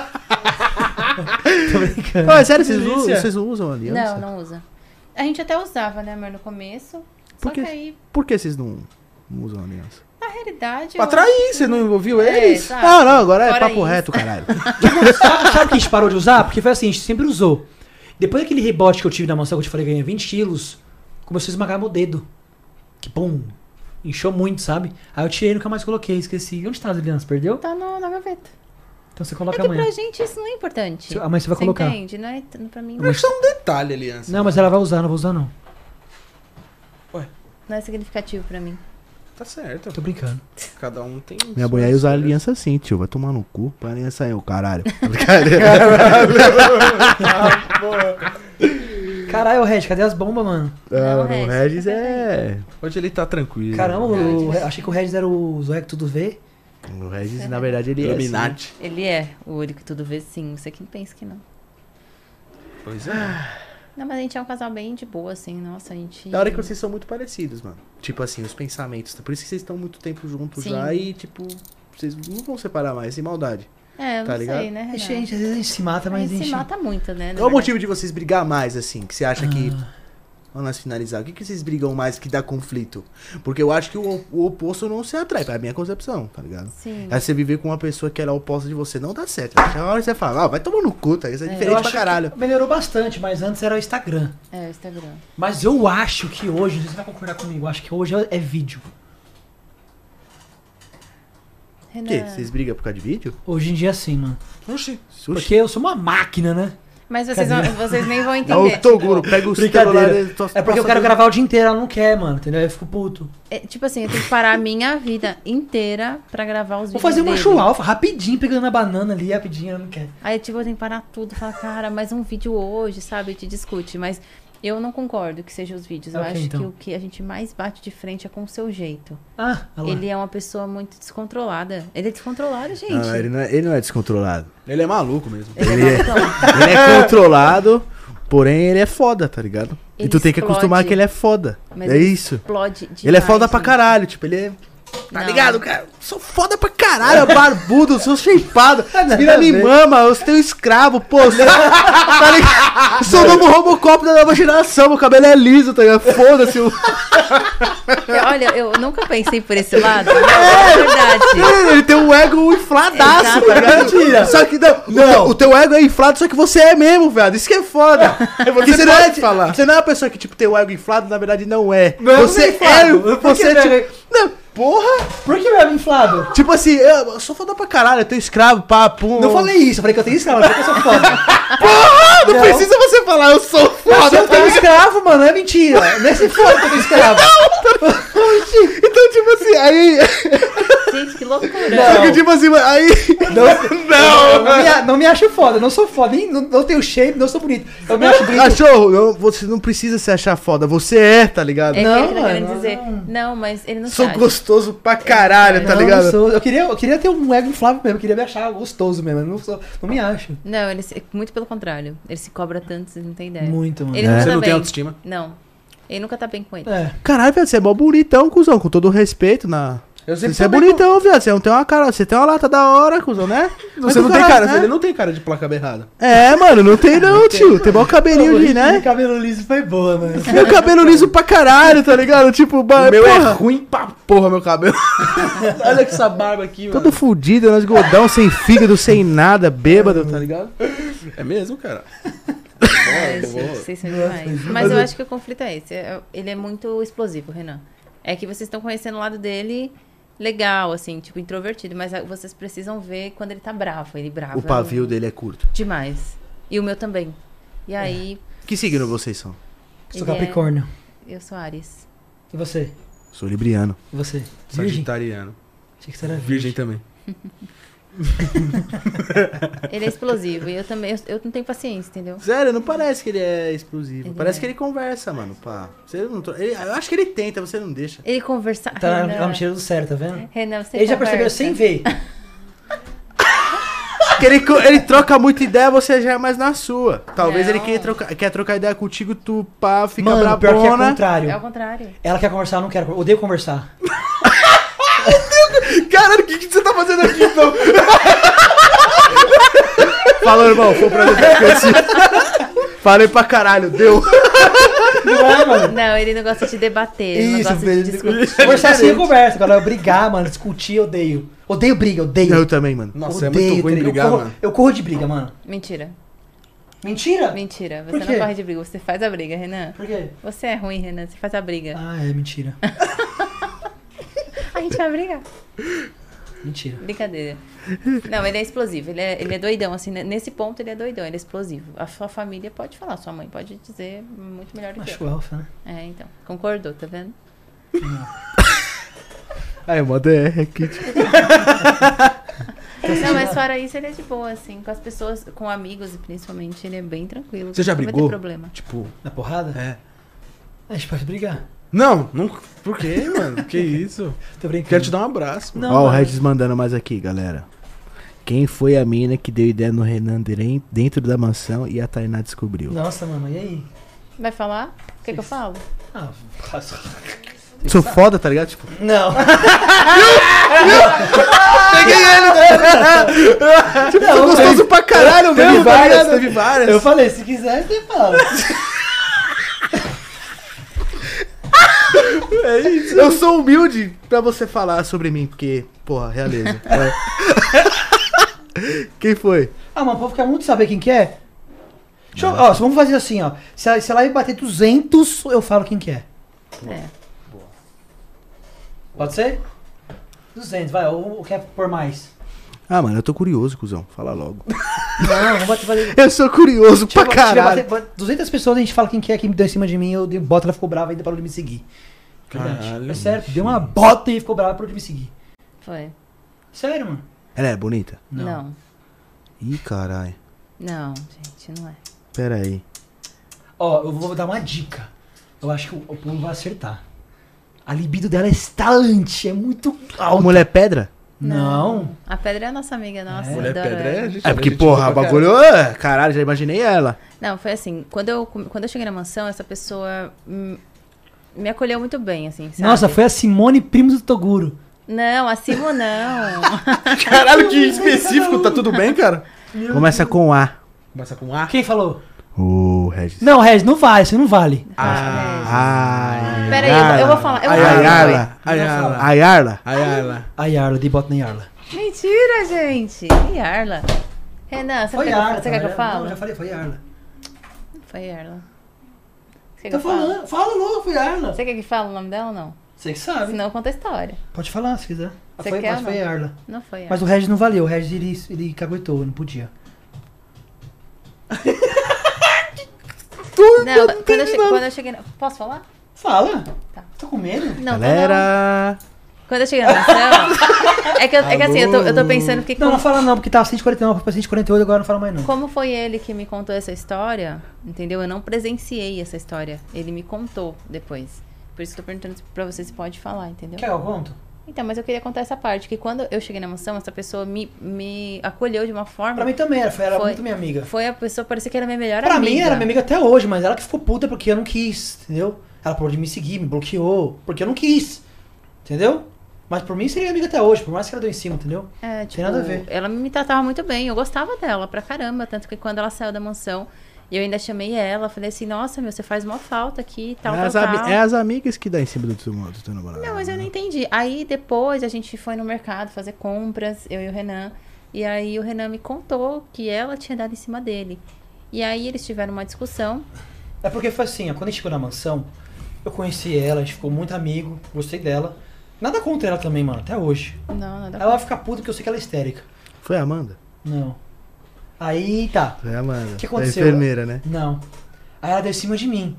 Tô brincando. Ah, é sério, vocês, usam, delícia. vocês não usam aliança? Não, não usa. A gente até usava, né, amor, no começo. Por Só quê? que aí, Por que vocês não, não usam aliança? na realidade. Pra eu atrair, acho você que- não envolveu É, eles? exato. Não, não, agora é Fora papo isso. reto, caralho. sabe, sabe que a gente parou de usar? Porque foi assim, a gente sempre usou. Depois daquele rebote que eu tive na mansão, que eu te falei que ganhei vinte quilos, começou a esmagar meu dedo. que pum, inchou muito, sabe? Aí eu tirei e nunca mais coloquei, esqueci. Onde tá as alianças? Perdeu? Tá no, na gaveta. Então você É coloca que amanhã. pra gente isso não é importante. Se- Amanhã você vai colocar. entende? Não é, t- pra mim não, Mas isso é um detalhe, aliança. Não, mas ela vai usar, não vou usar não. não é significativo pra mim. Tá certo. Tô brincando. Cada um tem. Minha suas mulher ia usar escolhas. aliança assim, tio. Vai tomar no cu. Pra aliança aí, o caralho. Brincadeira. Caralho, Red, cadê as bombas, mano? Não, Não, o Regis, Regis fica é. Hoje ele tá tranquilo. Caramba, Não, o- gente. achei que o Regis era o Zoé que tudo vê. O Regis, na verdade, ele é. assim. Illuminati. Ele é o olho que tudo vê, sim. Você que pensa que não. Pois é. Não, mas a gente é um casal bem de boa, assim. Nossa, a gente... Da hora que vocês são muito parecidos, mano. Tipo assim, os pensamentos. Por isso que vocês estão muito tempo juntos Sim. já e, tipo, vocês não vão separar mais, sem maldade. É, eu Tá não ligado? sei, né, Renan? Gente, às vezes a gente se mata, a mas a gente gente... se mata muito, né? na Qual o verdade. motivo de vocês brigar mais, assim? Que você acha que. Ah. Vamos nós finalizar. O que, que vocês brigam mais que dá conflito? Porque eu acho que o, o oposto não se atrai, pra minha concepção, tá ligado? Sim. Aí você viver com uma pessoa que ela é oposta de você não dá certo. Até a hora que você fala, ah, vai tomar no cu, tá? Isso é, É. Eu diferente acho pra caralho. que melhorou bastante, mas antes era o Instagram. É, o Instagram. Mas eu acho que hoje, não sei se você vai concordar comigo, eu acho que hoje é vídeo. O Renan... quê? Vocês brigam por causa de vídeo? Hoje em dia sim, mano. Oxi. Sushi. Porque eu sou uma máquina, né? Mas vocês, Cadê? não- vocês nem vão É entender. o Toguro, pega o Brincadeira. celular dele, tô- É porque eu quero passa- gravar o dia inteiro, ela não quer, mano, entendeu? Aí eu fico puto. É, tipo assim, eu tenho que parar a minha vida inteira pra gravar os Vou vídeos fazer uma dele. show alfa, rapidinho, pegando a banana ali, rapidinho, ela não quer. Aí, tipo, eu tenho que parar tudo, falar, cara, mais um vídeo hoje, sabe? Te discute. Mas eu não concordo que sejam os vídeos. Eu Ok, acho então. que o que a gente mais bate de frente é com o seu jeito. Ah, olha lá. Ele é uma pessoa muito descontrolada. Ele é descontrolado, gente. Não, ele não, é, ele não é descontrolado. Ele é maluco mesmo. Ele, ele é é- malucão. Ele é controlado, porém ele é foda, tá ligado? e Ele tu tem que explode. acostumar que ele é foda. Mas é ele isso. Explode demais, Ele é foda pra gente. caralho, tipo, ele é. Tá Não. ligado, cara? Sou foda pra caralho, barbudo, sou shapeado. Nada Vira a me ver. mama, eu tenho escravo, pô. Sou, tá ligado? Eu sou o novo Robocop da nova geração, meu cabelo é liso, tá ligado? Foda-se. o- Olha, eu nunca pensei por esse lado. É verdade. Ele tem um ego infladaço, tá ligado? Mentira. Só que não, Não. O, o teu ego é inflado, só que você é mesmo, velho. Isso que é foda. Porque você, não é, pode falar. você não é uma pessoa que, tipo, tem o ego inflado, na verdade não é. Não, você não é inflado. é. Por que Você é, não é? tipo. Não, porra! Por que meu ego inflado? Tipo assim, eu, eu sou foda pra caralho, eu tenho escravo, papo. Não falei isso, eu falei que eu tenho escravo, eu falei que eu sou foda. Porra! Não, Não. precisa você falar, eu sou foda. Eu tenho escravo, mano, é mentira. Nem se for que eu tenho escravo. Então, tipo assim, aí. Gente, que loucura. Só que, tipo assim, aí. Não, não, não, me, não me acho foda, eu não sou foda, nem, não, não tenho shape, não sou bonito. Eu me acho bonito. Cachorro, não- você não precisa se achar foda, você é, tá ligado? É Não, que ele tá querendo mano, dizer. não. Não, mas ele não Sou sabe. gostoso pra caralho, tá Não, ligado? não sou. Eu, queria, eu queria ter um ego inflável mesmo, eu queria me achar gostoso mesmo, eu não, sou, não me acho. Não, ele se- muito pelo contrário. Ele se cobra tanto, vocês não têm ideia. Muito, mano. Ele É. nunca Você tá não tem bem. autoestima? Não. Ele nunca tá bem com ele. É. Caralho, velho, você é mó bonitão, cuzão, com todo o respeito na. Eu sempre Você é também bonitão, viado. Você não tem uma cara. Você tem uma lata da hora, cuzão, né? Mas Você do não tem caralho, cara, né? ele não tem cara de placa errada. É, mano, não tem não, tio. Tem mó cabelinho de, né? Meu cabelo liso foi boa, mano. Meu cabelo liso pra caralho, tá ligado? Tipo, ba- O meu é porra, ruim pra porra, meu cabelo. Olha que essa barba aqui, mano. todo fudido, nós godão, sem fígado, sem nada, bêbado, tá ligado? É mesmo, cara? É, Bom, vocês- bom. vocês são demais. Mas eu acho que o conflito é esse. é- Ele é muito explosivo, Renan. É que vocês estão conhecendo o lado dele legal, assim, tipo, introvertido. Mas a- vocês precisam ver quando ele tá bravo. Ele bravo. O pavio dele é curto. Demais. E o meu também. E aí, Que signo vocês são? Sou Ele é- Capricórnio. eu sou Ares. E você? Sou libriano. E você? Virgem? Sagitariano. Achei que você era Virgem também. Ele é explosivo. E eu também, eu, eu não tenho paciência, entendeu? Sério, não parece que ele é explosivo. Ele parece é. que ele conversa, mano, pá. Você não tro- ele- eu acho que ele tenta, você não deixa. Ele conversa. Tá, ela Renan, me tirou do sério, tá vendo? Renan, você Ele já conversa. percebeu sem ver. Porque ele, co- ele troca muita ideia, você já é mais na sua. Talvez Não. ele quer trocar, quer trocar ideia contigo, tu pá, fica Mano, pior que é o brabona. contrário. É o contrário. Ela quer conversar, eu não quero. Eu odeio conversar. Caralho, o que, que você tá fazendo aqui, então? Fala, irmão, foi um prazer te conhecer. Falei pra caralho, deu. Não é, mano? Não, ele não gosta de debater. Ele não Isso, gosta de velho. discutir. Conversar assim eu converso. Agora, eu brigar, mano, discutir, eu odeio. Odeio briga, odeio. Eu também, mano. Nossa, é Odeio, muito ruim tá ligado? brigar, eu corro, mano. Eu corro de briga, mano. Mentira. Mentira? Mentira, Por você quê? não corre de briga, você faz a briga, Renan. Por quê? Você é ruim, Renan, você faz a briga. Ah, é mentira. A gente vai brigar. Mentira. Brincadeira. Não, ele é explosivo, ele é, ele é doidão, assim, né? Nesse ponto ele é doidão, ele é explosivo. A sua família pode falar, sua mãe pode dizer muito melhor do que Macho eu. alfa, né? É, então, concordou, tá vendo? Aí, moda é aqui. Não, mas fora isso, ele é de boa, assim, com as pessoas, com amigos, principalmente, ele é bem tranquilo. Você já não vai ter brigou? problema. Tipo, Na porrada? é. A gente pode brigar. Não, não. Por quê, mano? Que isso? Tô brincando. Quero te dar um abraço, mano. Não, Ó, o mano. Regis mandando mais aqui, galera. Quem foi a mina que deu ideia no Renan Direm- dentro da mansão e a Tainá descobriu? Nossa, mano, e aí? Vai falar? O que, que eu falo? Ah, Sou foda, tá ligado? Tipo, não. Peguei ele, Tipo, não, gostoso pra caralho Teve mesmo, tá várias, ligado? Teve várias. Eu falei, se quiser, você fala. é isso. Eu sou humilde pra você falar sobre mim, porque, porra, realeza. É. Quem foi? Ah, mano, o povo quer muito saber quem que é. Deixa eu, ó, vamos fazer assim, ó. Se ela, se ela ir bater duzentos, eu falo quem que é. É. Pode ser? duzentos, vai. Ou, ou quer por mais? Ah, mano, eu tô curioso, cuzão. Fala logo. Não, vamos bater... bater Eu sou curioso Deixa eu- pra deixa eu caralho. bater- duzentas pessoas, a gente fala quem que é, quem deu em cima de mim, eu dei bota, ela ficou brava e ainda parou de me seguir. Verdade. Caralho, É sério, bicho. deu uma bota e ficou brava e parou de me seguir. Foi. Sério, mano. Ela é bonita? Não. Não. Ih, caralho. Não, gente, não é. Pera aí. Ó, eu vou dar uma dica. Eu acho que o, o povo vai acertar. A libido dela é estalante, é muito A alta. mulher pedra? Não. A Pedra é a nossa amiga, nossa. É. Mulher adoro pedra ela. é, gente. É porque, gente porra, boa o pra bagulho. caralho. é, Caralho, já imaginei ela. Não, foi assim, quando eu, quando eu cheguei na mansão, essa pessoa hum, me acolheu muito bem, assim, sabe? Nossa, foi a Simone Primos do Toguro. Não, a Simo não. Caralho, que específico. Tá tudo bem, cara? Começa com A. Começa com A. Quem falou? Ô, Regis. Não, Regis, não vale, você não vale. Ai. Pera aí, eu vou- eu vou falar, eu vou Ai, falar. Ayarla. Ayarla. Ayarla. Ayarla. A Yarla, de bota na Yarla. Mentira, gente. E Yarla? Renan, você, Foi quer, Yarla. que eu- você quer que eu tá? fale? Não, já falei, foi Yarla. Foi Yarla. Você quer Tá que eu fale? falando, fala logo, foi Yarla. Você quer que fale o nome dela ou não? Você que sabe. Senão eu conto a história. Pode falar se quiser. Você foi, quer mas ou foi não? Yarla. Não foi Yarla. Mas o Regis não valeu, o Regis ele, ele caguetou, não podia. Não, quando eu, che- quando eu cheguei na... Posso falar? Fala. Tá. Tô com medo? Não, tô não. Galera. Quando eu cheguei na mansão... é, que eu- é que assim, eu tô, eu tô pensando que... Não, como- não fala não, porque tava cento e quarenta e nove, foi pra cento e quarenta e oito, agora não fala mais não. Como foi ele que me contou essa história, entendeu? Eu não presenciei essa história. Ele me contou depois. Por isso que eu tô perguntando pra você se pode falar, entendeu? Quer que eu conto? Então, mas eu queria contar essa parte, que quando eu cheguei na mansão, essa pessoa me, me acolheu de uma forma... Pra mim também, era, foi, era Foi. muito minha amiga. Foi a pessoa, parecia que era minha melhor Pra amiga. mim era minha amiga até hoje, mas ela que ficou puta porque eu não quis, entendeu? Ela parou de me seguir, me bloqueou, porque eu não quis, entendeu? Mas por mim seria minha amiga até hoje, por mais que ela deu em cima, entendeu? É, tipo, Tem nada a ver. ela me tratava muito bem, eu gostava dela pra caramba, tanto que quando ela saiu da mansão, eu ainda chamei ela, falei assim, nossa, meu, você faz uma falta aqui, tal, é, tal, as ami- tal. é as amigas que dá em cima do teu, do teu namorado. Não, mas eu não entendi. Aí depois a gente foi no mercado fazer compras, eu e o Renan. E aí o Renan me contou que ela tinha dado em cima dele. E aí eles tiveram uma discussão. É porque foi assim, ó, quando a gente chegou na mansão, eu conheci ela, a gente ficou muito amigo, gostei dela. Nada contra ela também, mano, até hoje. Não, nada. Ela vai ficar puta porque eu sei que ela é histérica. Foi a Amanda? Não. Aí tá. Foi a Amanda. O que aconteceu? A enfermeira, né? Não. Aí ela deu em cima de mim.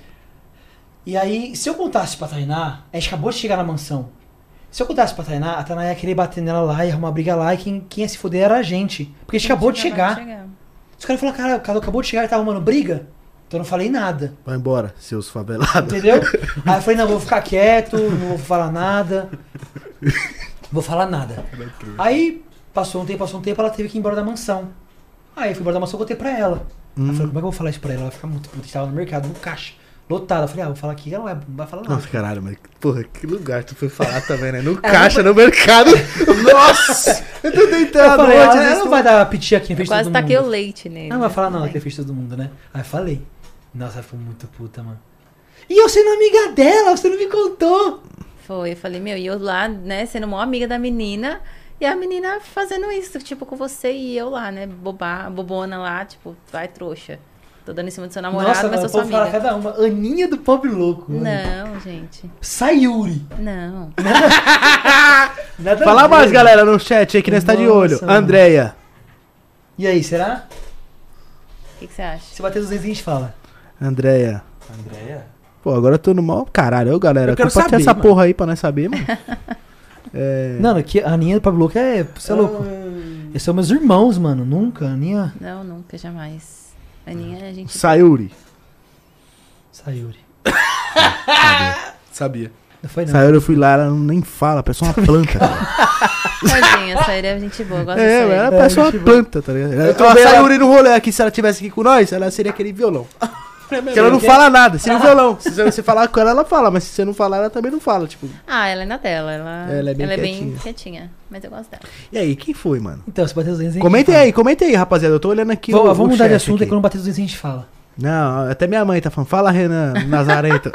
E aí, se eu contasse pra Tainá, a gente acabou de chegar na mansão. Se eu contasse pra Tainá, a Tainá ia querer bater nela lá, ia arrumar briga lá, e quem, quem ia se foder era a gente. Porque a gente acabou de chegar. Os caras falaram, cara, o cara acabou de chegar e tá arrumando briga. Então eu não falei nada. Vai embora, seus favelados. Entendeu? Aí eu falei, não, vou ficar quieto, não vou falar nada. Não vou falar nada. Aí, passou um tempo, passou um tempo, ela teve que ir embora da mansão. Aí eu fui embora da mansão e contei pra ela. Aí eu falei, como é que eu vou falar isso pra ela? Ela vai ficar muito puta. A gente tava no mercado, no caixa, lotada. Eu falei, ah, vou falar aqui, ela não vai, não vai falar nada. Nossa, caralho, mas porra, que lugar tu foi falar também, né? No caixa, no mercado. Nossa! Eu tô Eu deitado falei, antes ela, ela disso. não vai dar piti aqui na Eu frente de quase todo taquei o mundo. leite nele. Ela não vai né? falar não, Ai. que é frente de todo mundo, né? Aí eu falei. Nossa, ela ficou muito puta, mano. E eu sendo amiga dela, você não me contou. Foi, eu falei, meu, e eu lá, né, sendo uma amiga da menina, E a menina fazendo isso, tipo, com você e eu lá, né? Boba, bobona lá, tipo, vai trouxa. Tô dando em cima do seu namorado, Nossa, mas mano, sou o sua povo fala amiga. cada uma. Aninha do Pobre Louco. mano. Não, gente. Sayuri. Não. Nada a Fala ver. mais, galera, no chat aí que nós tá de olho. Nossa, mano. Andréia. E aí, será? O que, que você acha? Se bater duzentos a gente fala. Andréia. Andréia? Pô, agora eu tô no mal. Caralho, ô, galera. Eu quero culpa tem saber, essa mano. porra aí pra nós saber, mano. É. Não, aqui, a Aninha do Pobre Louco é. Você é louco. Esses são meus irmãos, mano. Nunca. Aninha. Não, nunca, jamais. Aninha, a gente... Sayuri. Sayuri. Sabia. Não foi, não. Sayuri, eu fui lá, ela não- nem fala, parece uma planta. cara. Tadinha, essa aí é gente boa, eu gosto É, dessa aí. ela parece É, uma gente planta, tá ligado? Eu Eu tô a vendo ela- Sayuri no rolê aqui, se ela tivesse aqui com nós, ela seria aquele violão. Porque ela não Que- fala nada, seria um violão. Se você falar com ela, ela fala, mas se você não falar, ela também não fala, tipo. Ah, ela é na dela, ela, Ela é bem bem quietinha. quietinha, mas eu gosto dela. E aí, quem foi, mano? Então, se bater duzentos a gente Comentem fala. aí, comentem aí, rapaziada. Eu tô olhando aqui. Vamos, o- vamos o mudar de chat assunto, aqui. e quando bater duzentos a gente fala. Não, até minha mãe tá falando. Fala, Renan Nazarento.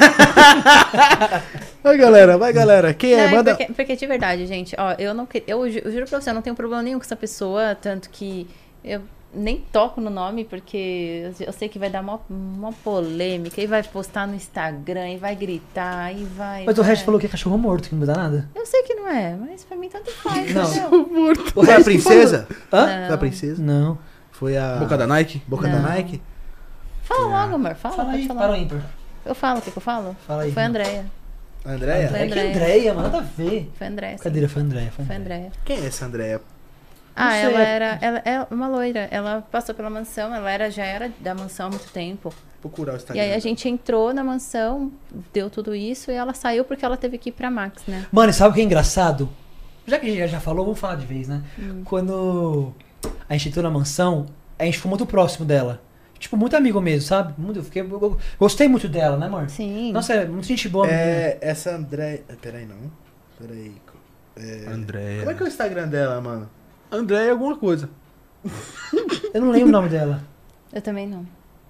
Vai, galera, vai, galera. Quem é? Não, Manda. porque, porque de verdade, gente, ó, eu não que- eu, ju- eu juro pra você, eu não tenho problema nenhum com essa pessoa, tanto que eu nem toco no nome, porque eu eu sei que vai dar uma, uma polêmica, e vai postar no Instagram, e vai gritar, e vai... Mas o vai. resto falou que é cachorro morto, que não muda nada. Eu sei que não é, mas pra mim tanto faz, Não. entendeu? O Foi a resto que princesa? falou- Hã? Não. Foi a princesa? Não. Foi a. Boca da Nike? Boca Não. da Nike? Fala logo, amor, fala, Fala pode aí, falar. para o ímpar. Eu falo, o que, que eu falo? Fala aí. Foi a Andréia, Andréia? Foi É que Andréia. Andréia, mano, nada a ver. foi a Andréia, sim. Cadeira, foi Andréia. Foi Foi a Andréia. Andréia. Quem é essa Andréia? Ah, sei, ela é- era, ela é uma loira, ela passou pela mansão, ela era, já era da mansão há muito tempo. Procurar o E Instagram. aí a gente entrou na mansão, deu tudo isso e ela saiu porque ela teve que ir pra Max, né? Mano, e sabe o que é engraçado? Já que a gente já falou, vamos falar de vez, né? Hum. Quando a gente entrou na mansão, a gente ficou muito próximo dela. Tipo, muito amigo mesmo, sabe? Muito, eu fiquei, eu gostei muito dela, né, amor? Sim. Nossa, é muito gente boa. menina. É, essa Andréia. Peraí, não. Peraí. É... Andréia. Como é que é o Instagram dela, mano? Andréia alguma coisa. Eu não lembro o nome dela. Eu também não.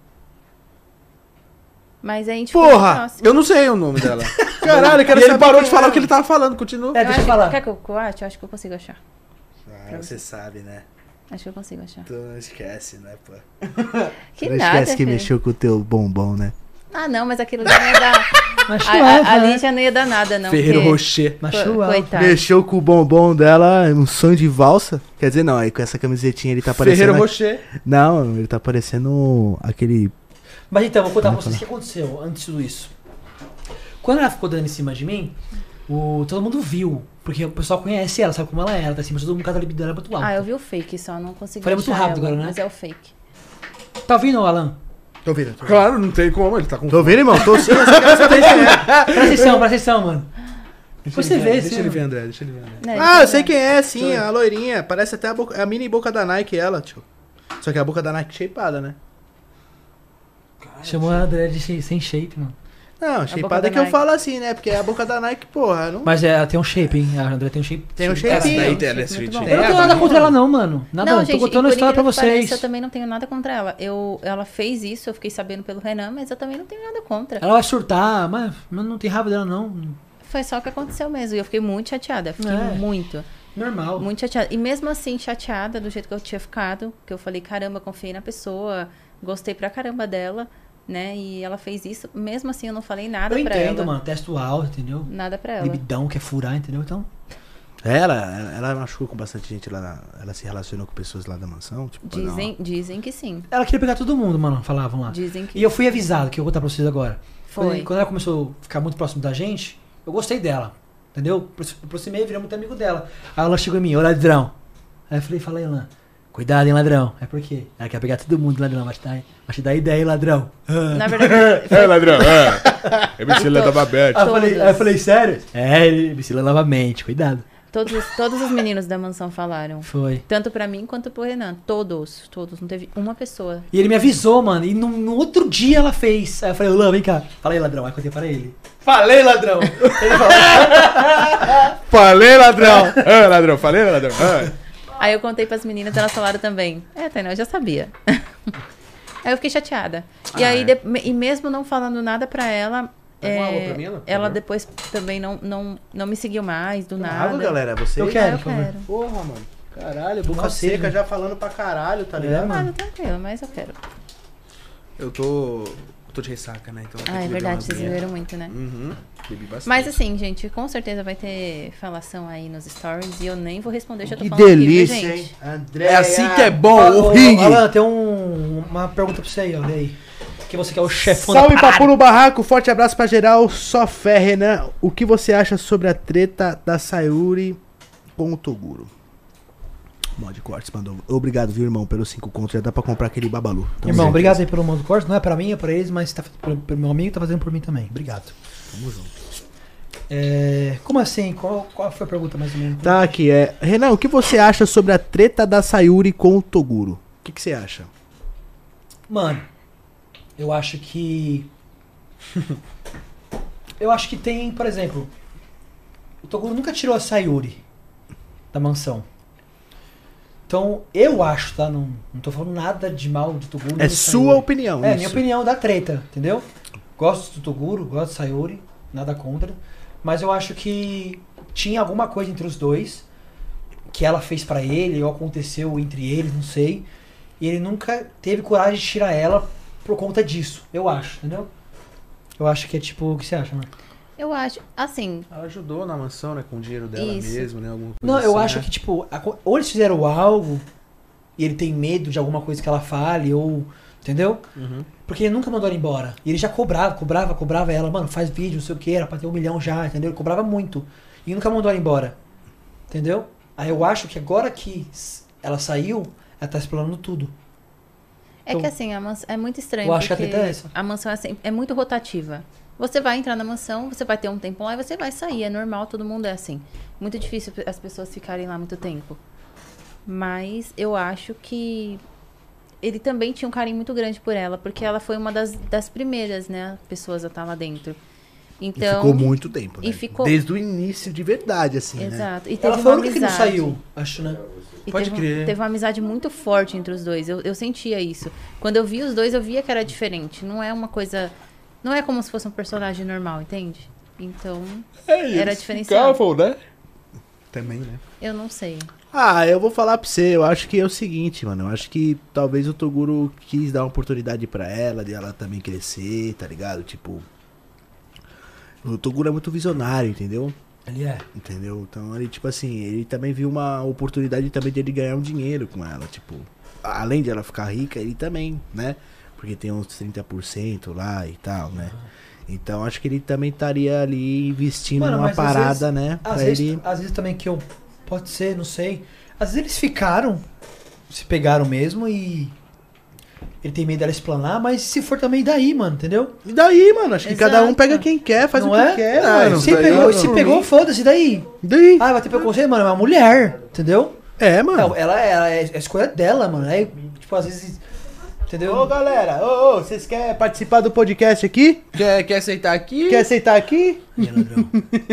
Mas aí a gente Porra! ficou próximo. Eu não sei o nome dela. Caralho, eu quero E ele saber parou quem de falar é. o que ele tava falando, continua. É, Eu deixa eu acho- falar. Quer que eu, que eu ache? Eu acho que eu consigo achar. Ah, você sabe, né? Acho que eu consigo achar. Tu não esquece, né, pô? Que não nada, esquece que filho. mexeu com o teu bombom, né? Ah, não, mas aquilo ali não ia dar... Mas a, suave, a, ali né? já não ia dar nada, não. Ferreiro porque- Rocher. Mas Co- suave. Coitado. Mexeu com o bombom dela, um sonho de valsa. Quer dizer, não, aí com essa camisetinha ele tá Ferreiro parecendo... Rocher. Não, ele tá parecendo aquele... Mas então, vou contar pra Vai vocês o que aconteceu antes de tudo isso. Quando ela ficou dando em cima de mim, o, todo mundo viu. Porque o pessoal conhece ela, sabe como ela é. Ela tá assim, mas todo mundo cada libido dela é muito alto. Ah, eu vi o fake só, não consegui Falei muito achar rápido ela, agora, né? Mas é o fake. Tá ouvindo, Alan? Tô ouvindo, tô ouvindo. Claro, não tem como, ele tá com Tô ouvindo, irmão? Tô sim, essa criança tem Presta atenção, presta atenção, mano. Deixa Você ele vê, ver, sim, Deixa ele mano. ver, André, deixa ele ver, André. Né, Ah, eu sei então, quem é, sim, a loirinha. Parece até a, boca- a mini boca da Nike, ela, tio. Só que a boca da Nike shapeada, né? Chamou a André de che- sem shape, mano. Não, boca shapeada da é que eu Nike. falo assim, né? Porque a boca da Nike, porra, não... Mas é, ela tem um shape, hein? A André tem um shape. Tem um shape. Essa shapinho. daí Muito ela é bom. street. Tem, Eu não tenho a nada contra barriga. ela, não, mano. Nada, Não, tô gente, contando a e por história pra incrível que pareça, vocês. eu também não tenho nada contra ela. Eu, ela fez isso, eu fiquei sabendo pelo Renan, mas eu também não tenho nada contra. Ela vai surtar, mas mas não tem raiva dela, não. Foi só o que aconteceu mesmo. E eu fiquei muito chateada. Fiquei É. muito, Normal. muito chateada. E mesmo assim, chateada do jeito que eu tinha ficado, que eu falei, caramba, confiei na pessoa, gostei pra caramba dela, né? E ela fez isso. Mesmo assim, eu não falei nada Eu pra entendo, ela. mano. Testo alto, entendeu? Nada pra ela. Libidão, quer furar, entendeu? Então. Ela, ela, ela machucou com bastante gente lá, na- ela se relacionou com pessoas lá da mansão, tipo... Dizem, dizem que sim. Ela queria pegar todo mundo, mano. Falavam lá. Dizem que E eu fui avisado, que eu vou contar pra vocês agora. Foi. Quando, quando ela começou a ficar muito próximo da gente, eu gostei dela. Entendeu? Apro- Aproximei e virei muito amigo dela. Aí ela chegou em mim, ô ladrão. Aí eu falei, fala aí, Alan. Cuidado, hein, ladrão. É por quê? Ela quer pegar todo mundo, ladrão. Vai te dar, vai te dar ideia, hein, ladrão. Ah. Na verdade, foi- É, ladrão, é. É bicicleta Tô- babete. Aí eu falei, todos. aí eu falei, sério? É, ele vacila novamente, cuidado. todos, todos os meninos da mansão falaram. Foi. Tanto pra mim quanto pro Renan. Todos, todos. Não teve uma pessoa. E ele me avisou, mano. E no, no outro dia ela fez. Aí eu falei, Alan, vem cá. Fala aí, ladrão. Aí eu contei para ele. Falei, ladrão. Ele falou, Falei, ladrão. É, ladrão, falei, ladrão. É. Aí eu contei pras meninas, elas falaram também. É, Tainá, eu já sabia. Aí eu fiquei chateada. E Ah, aí, é. de- e mesmo não falando nada pra ela, Pega uma É, água pra mim, ela, por ela favor. depois também não, não, não me seguiu mais, do Uma nada. água, galera, você... Eu Ah, quero, eu por favor. quero. Porra, mano. Caralho, boca Nossa, seca né? já falando pra caralho, tá ligado? É, mano. Nada, tranquilo, mas eu quero. Eu tô. Eu tô de ressaca, né? Então eu tenho Ah, que é beber verdade, uma vocês aguinha. beberam muito, né? Uhum. Bebi bastante. Mas assim, gente, com certeza vai ter falação aí nos stories e eu nem vou responder, já tô Que falando delícia, aqui, viu, hein? gente? André. É assim que é bom, Ó, o ô, ringue. Alan, tem um, uma pergunta pra você aí, olha aí. Que você que é o chefão da Salve, parada. Papo no Barraco. Forte abraço pra geral. Só fé, Renan. O que você acha sobre a treta da Sayuri com o Toguro? Mod Cortes mandou. Obrigado, viu, irmão, pelos cinco contos. Já dá pra comprar aquele babalu. Tamo Irmão, junto. obrigado aí pelo mundo corte. Não é pra mim, é pra eles, mas tá, pelo, pelo meu amigo tá fazendo por mim também. Obrigado. Tamo junto. É, como assim? Qual, qual foi a pergunta mais ou menos? Tá aqui, é. Renan, o que você acha sobre a treta da Sayuri com o Toguro? O que, que você acha? Mano, eu acho que. eu acho que tem, por exemplo. O Toguro nunca tirou a Sayuri da mansão. Então, eu acho, tá? Não, não tô falando nada de mal do Toguro. nem É do sua Sayuri. opinião, É, isso. minha opinião da treta, entendeu? Gosto do Toguro, gosto do Sayuri, nada contra. Mas eu acho que tinha alguma coisa entre os dois que ela fez pra ele, ou aconteceu entre eles, não sei. E ele nunca teve coragem de tirar ela por conta disso, eu acho, entendeu? Eu acho que é tipo, o que você acha, mano? Eu acho, assim, Ela ajudou na mansão, né? Com o dinheiro dela Isso. mesmo, né? Alguma coisa Não, eu assim, acho né? que, tipo, a- ou eles fizeram algo e ele tem medo de alguma coisa que ela fale, ou. Entendeu? Uhum. Porque ele nunca mandou ela embora. E ele já cobrava, cobrava, cobrava ela, mano, faz vídeo, não sei o que, era pra ter um milhão já, entendeu? Ele cobrava muito. E nunca mandou ela embora. Entendeu? Aí eu acho que agora que s- ela saiu, ela tá explorando tudo. é Então, que assim, a mansão é muito estranho. eu acho que a porque treta é essa. a mansão é, sempre- é muito rotativa. Você vai entrar na mansão, você vai ter um tempo lá e você vai sair. É normal, todo mundo é assim. Muito difícil as pessoas ficarem lá muito tempo. Mas eu acho que ele também tinha um carinho muito grande por ela, porque ela foi uma das, das primeiras, né, pessoas a estar lá dentro. Então, E ficou muito tempo, né? e ficou- Desde o início de verdade, assim, né? exato. E teve Ela foi a uma única que não amizade. saiu, acho, né? E Pode teve, um- crer. teve uma amizade muito forte entre os dois. Eu, eu sentia isso. Quando eu vi os dois, eu via que era diferente. Não é uma coisa. Não é como se fosse um personagem normal, entende? Então, era diferenciado. né? Também, né? Eu não sei. Ah, eu vou falar pra você, eu acho que é o seguinte, mano. Eu acho que talvez o Toguro quis dar uma oportunidade pra ela, de ela também crescer, tá ligado? Tipo. O Toguro é muito visionário, entendeu? Ele é. Entendeu? Então ele, tipo assim, ele também viu uma oportunidade também de ele ganhar um dinheiro com ela. Tipo, além de ela ficar rica, ele também, né? Porque tem uns trinta por cento lá e tal, né? Então acho que ele também estaria ali investindo Mano, numa mas às parada, vezes- né? Às Pra vezes, ele. às vezes também que eu. Pode ser, não sei. Às vezes eles ficaram, se pegaram mesmo e. Ele tem medo dela explanar, mas se for também daí, mano, entendeu? E daí, mano? Acho que Exato. cada um pega quem quer, faz Não o que é? quer, Ah, mano. se daí, pegou, mano, se por pegou mim. foda-se, daí. Daí. Ah, vai ter preconceito, mano, é uma mulher, entendeu? É, mano. Ela, ela é a escolha dela, mano. Aí, tipo, às vezes. Entendeu? Ô, galera, ô, ô, vocês querem participar do podcast aqui? Quer, quer aceitar aqui? Quer aceitar aqui? Ih, ladrão.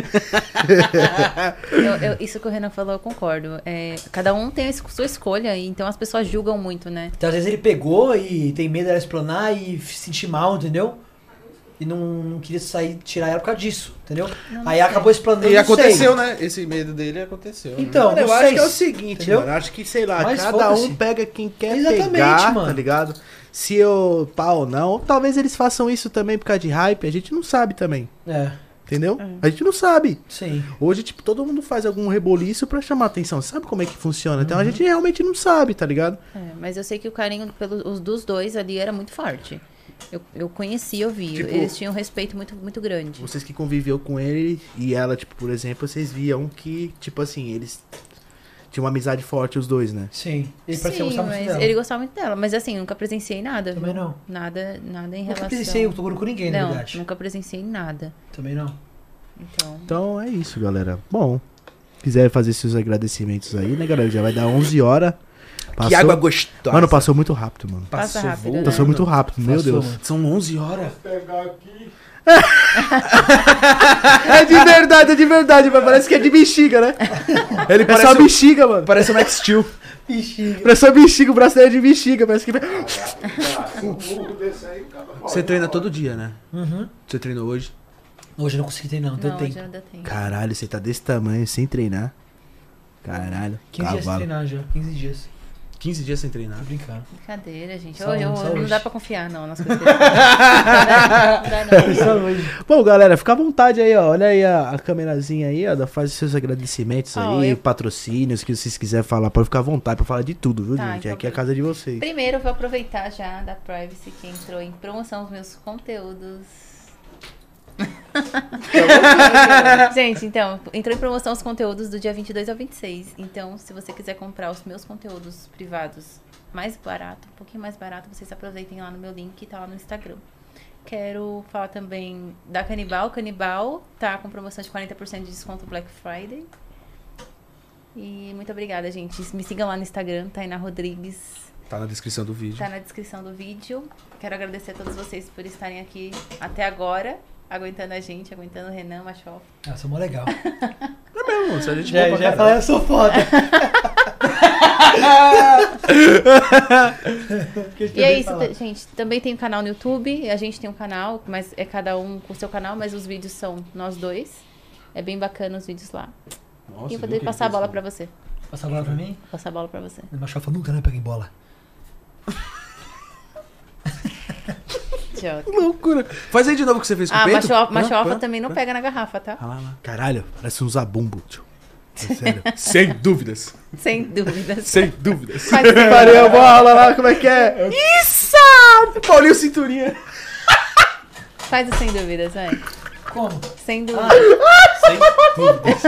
Eu- eu- isso que o Renan falou, eu concordo. É, cada um tem a es- sua escolha, e então as pessoas julgam muito, né? Então, às vezes ele pegou e tem medo dela explanar e se sentir mal, entendeu? E não, não queria sair, tirar ela por causa disso, entendeu? Não, não Aí sei. acabou explanando. E não aconteceu, sei. né? Esse medo dele aconteceu. né? Então, Mano, eu não acho sei que é o se- seguinte, entendeu? mano. Acho que, sei lá, Mas cada foda-se. um pega quem quer Exatamente, pegar, mano. tá ligado? Se eu pá ou não. Ou talvez eles façam isso também por causa de hype, a gente não sabe também. É, Entendeu? A gente não sabe. sim. Hoje, tipo, todo mundo faz algum reboliço pra chamar atenção. Sabe como é que funciona? Então a Uhum. gente realmente não sabe, tá ligado? É, mas eu sei que o carinho pelos os dos dois ali era muito forte. Eu, eu conheci, eu vi. Tipo- Eles tinham um respeito muito, muito grande. Vocês que conviveu com ele e ela, tipo, por exemplo, vocês viam que, tipo assim, eles tinham uma amizade forte, os dois, né? Sim. Ele parecia Sim, gostar muito mas dela. ele gostava muito dela. Mas assim, nunca presenciei nada. Também viu? não. Nada, nada em Nunca relação... presenciei o Toguro com ninguém, na Não, verdade. nunca presenciei nada. Também não. Então... Então é isso, galera. Bom, quiser fazer seus agradecimentos aí, né, galera? Já vai dar onze horas. Passou... Que água gostosa. Mano, passou muito rápido, mano. Passa rápido, né? Passou muito rápido, meu Passou, Deus. mano. São onze horas. É de verdade, é de verdade, mas parece que é de bexiga, né? Ele É parece, só o- bexiga, mano. parece o Max Steel. Bichinho. Parece só bexiga, o braço dele é de bexiga, parece que... Você treina todo dia, né? Uhum. Você treinou hoje? Hoje eu não consegui treinar, não deu Não, tempo. hoje não deu tempo. Caralho, você tá desse tamanho sem treinar. Caralho. quinze dias sem cavalo. treinar já, quinze dias. quinze dias sem treinar. Tô brincando. Brincadeira, gente. Só- Hoje, eu- só não hoje. dá pra confiar, não, nas coisas que ele fala. Não dá, não. Só hoje. Bom, galera, fica à vontade aí, ó. Olha aí a, a câmerazinha aí, ó. dá- Faz os seus agradecimentos Ó, aí, eu- patrocínios, que vocês quiserem falar. Pode ficar à vontade pra falar de tudo, viu, Tá, gente? então Aqui é a beleza. casa de vocês. Primeiro, eu vou aproveitar já da Privacy que entrou em promoção os meus conteúdos. Gente, então, entrou em promoção os conteúdos do dia vinte e dois ao vinte e seis. Então, se você quiser comprar os meus conteúdos privados mais barato, um pouquinho mais barato, vocês aproveitem lá no meu link que tá lá no Instagram. Quero falar também da Canibal. Canibal tá com promoção de quarenta por cento de desconto Black Friday. E muito obrigada, gente. Me sigam lá no Instagram, Tainá Rodrigues. Tá na descrição do vídeo. Tá na descrição do vídeo. Quero agradecer a todos vocês por estarem aqui até agora, aguentando a gente, aguentando o Renan, Machoff. Ah, sou mó legal. É mesmo, se a gente Já, for pra já caralho. falei, eu sou foda. E é isso, t- gente. Também tem um canal no YouTube. A gente tem um canal, mas é cada um com o seu canal, mas os vídeos são nós dois. É bem bacana os vídeos lá. Nossa, e eu vou viu que passar a bola fez, pra você. Passa a bola pra mim? Vou passar a bola pra você. O Machofa nunca não pega em bola. Idiota. Que loucura. Faz aí de novo o que você fez com o Ah, peito. machofa, machofa Hã? também não Hã? pega na garrafa, tá? Ah, lá, lá. Caralho, parece um zabumbo, tio. É sério. Sem dúvidas. Sem dúvidas. Sem dúvidas. Faz assim. Maria, bola lá, como é que é? Isso! Paulinho Cinturinha. Faz o sem dúvidas, vai. Como? Sem dúvidas. Sem dúvidas.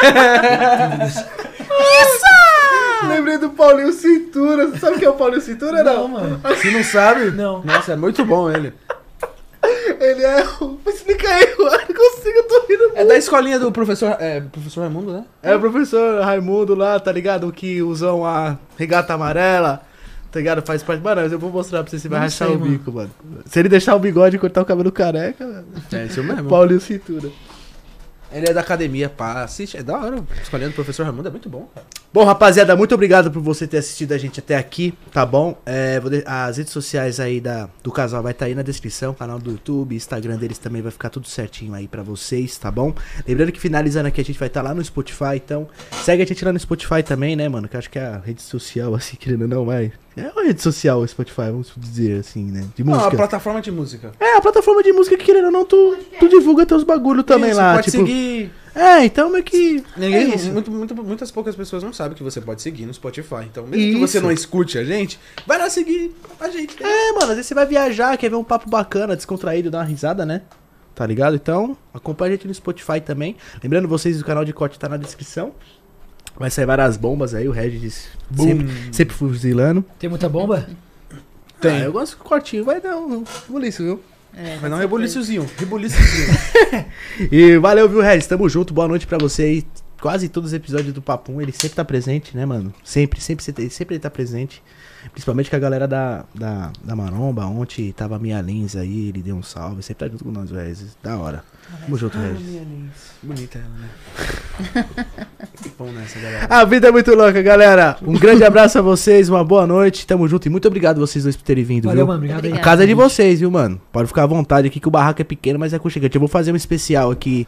Lembrei do Paulinho Cintura. Você sabe o que é o Paulinho Cintura, Não, mano. Você não sabe? Não. Nossa, é muito bom ele. Ele é o... Explica aí, eu não consigo, eu tô rindo. É da escolinha do professor, é, professor Raimundo, né? É o professor Raimundo lá, tá ligado? Que usam a regata amarela, tá ligado? Faz parte. Mano, eu vou mostrar pra você, você vai Não rachar sei, o mano. bico, mano. Se ele deixar o bigode e cortar o cabelo careca, mano. É isso mesmo. Paulinho Cintura. Ele é da academia, pá. Assiste, é da hora. Escolhendo o professor Raimundo é muito bom, cara. Bom, rapaziada, muito obrigado por você ter assistido a gente até aqui, tá bom? É, vou de- as redes sociais aí da, do casal vai estar aí na descrição, canal do YouTube, Instagram deles também vai ficar tudo certinho aí pra vocês, tá bom? Lembrando que finalizando aqui a gente vai estar lá no Spotify, então segue a gente lá no Spotify também, né, mano? Que eu acho que é a rede social, assim, querendo ou não, vai. É uma rede social o Spotify, vamos dizer assim, né? De Não, a música. plataforma de música. É, a plataforma de música que querendo ou não, tu, tu divulga teus bagulho também Isso, lá, pode tipo. seguir. É, então meio que. Ninguém, é isso. muito, muito, muitas poucas pessoas não sabem que você pode seguir no Spotify. Então, mesmo que você Isso. não escute a gente, vai lá seguir a gente. Né? É, mano, às vezes você vai viajar, quer ver um papo bacana, descontraído, dar uma risada, né? Tá ligado? Então, acompanha a gente no Spotify também. Lembrando vocês, o canal de corte tá na descrição. Vai sair várias bombas aí, o Regis sempre, sempre fuzilando. Tem muita bomba? Tem. Ah, eu gosto que o cortinho vai dar um rebuliço, viu? É, Vai dar um ser rebuliciozinho. Rebuliciozinho. E valeu, viu, Regis? Tamo junto, boa noite pra você aí. Quase todos os episódios do Papum, ele sempre tá presente, né, mano? Sempre, sempre, sempre, sempre ele tá presente. Principalmente com a galera da, da, da Maromba. Ontem tava a Minha Lins aí, ele deu um salve. Sempre tá junto com nós, o Regis. Da hora. Tamo junto, Regis. Bonita ela, né? Vamos nessa, galera. A vida é muito louca, galera. Um grande abraço a vocês, uma boa noite. Tamo junto e muito obrigado vocês dois por terem vindo, Valeu, viu? mano. Obrigado aí. Obrigada. A casa é de vocês, viu, mano? Pode ficar à vontade aqui que o barraco é pequeno, mas é aconchegante. Eu vou fazer um especial aqui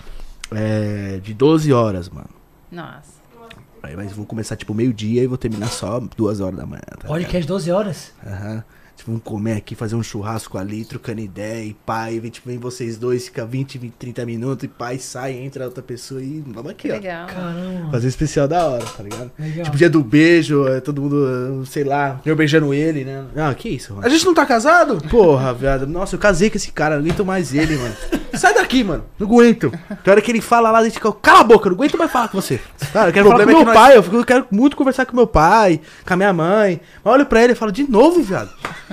é, de doze horas, mano. Nossa. Aí, mas vou começar tipo meio-dia e vou terminar só duas horas da manhã. Tá Podcast doze horas? ligado? Aham. Tipo, vamos comer aqui, fazer um churrasco ali, trocando ideia e pá, e vem, tipo, vem vocês dois, fica vinte, vinte, trinta minutos e pá, e sai, entra outra pessoa e vamos aqui, Que ó. legal. Caramba. Fazer um especial da hora, tá ligado? Legal. Tipo, dia do beijo, é, todo mundo, sei lá, eu beijando ele, né? Ah, que isso, mano? A gente não tá casado? Porra, viado. Nossa, eu casei com esse cara, não aguento mais ele, mano. Sai daqui, mano. Não aguento. Tem hora que ele fala lá, a gente fica, cala a boca, eu não aguento mais falar com você. Cara, eu quero O falar com problema é meu que nós- pai, eu, fico- eu quero muito conversar com meu pai, com a minha mãe. Mas olho pra ele e falo, de novo, viado.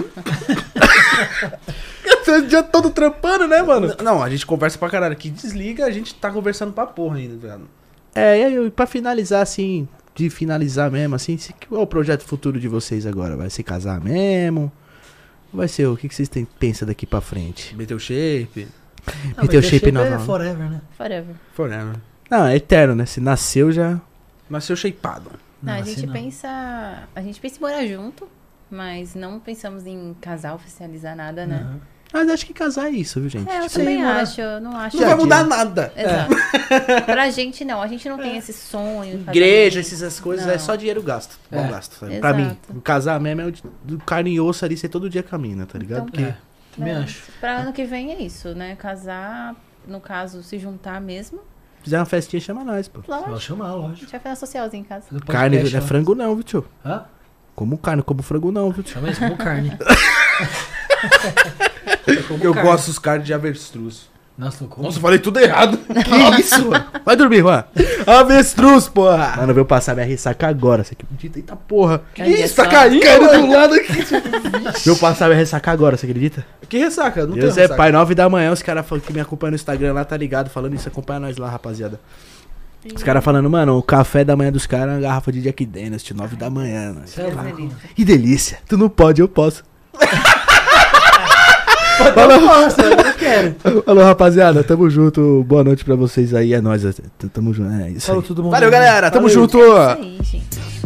Eu tô o dia todo trampando, né, mano? Não, a gente conversa pra caralho. Aqui desliga, a gente tá conversando pra porra ainda, velho. É, e aí, eu- pra finalizar, assim, de finalizar mesmo, assim, se- qual é o projeto futuro de vocês agora? Vai se casar mesmo? Ou vai ser o que, que vocês têm, pensam daqui pra frente? Meteu shape. Ah, Meteu mas shape é nova. forever, né? Forever. Forever. Não, é eterno, né? Se nasceu já... Nasceu shapeado. Não, a assim gente não. pensa. A gente pensa em morar junto, mas não pensamos em casar, oficializar nada, né? Aham. Mas acho que casar é isso, viu, gente? É, eu Tipo, também morar- acho, eu não acho. Não vai mudar nada. Exato. Pra gente não, a gente não tem esse sonho. de igreja, casamento. essas coisas, Não. é só dinheiro gasto. Bom É. gasto, sabe? Pra Exato. mim, casar mesmo é o de- do carne e osso ali, você todo dia caminha, tá ligado? Então, É, também É. acho. Pra ano que vem é isso, né? Casar, no caso, se juntar mesmo. Fizer uma festinha, chama nós, pô. Vou Lógico. chamar, A lógico. gente vai fazer uma socialzinha em casa. Fazer um Carne podcast não é lá. frango não, viu, tio? Hã? Como carne, como frango não, viu, tio? Chama isso como carne. como Eu carne. gosto dos carnes de avestruz. Nossa, eu como. Nossa, eu falei tudo errado. Que isso, mano? Vai dormir, Juan. Avestruz, porra. Mano, veio passar minha ressaca agora. Você acredita? Eita porra. Que Olha isso? Tá só. caindo do lado aqui. Veio passar minha ressaca agora, você acredita? Que ressaca? Não Deus tem é ressaca. pai, nove da manhã, os caras falando que me acompanham no Instagram lá, tá ligado? Falando isso, acompanha nós lá, rapaziada. Os caras falando, mano, o café da manhã dos caras é uma garrafa de Jack Daniels, nove da manhã, mano. Você é Deus me louco. livre. Que delícia. Tu não pode, eu posso. Eu posso, eu não quero. Falou, rapaziada, tamo junto. Boa noite pra vocês aí, é nóis. Tamo junto, é isso Falou aí. todo mundo. Valeu, galera. Tamo Valeu. junto. É isso aí, gente.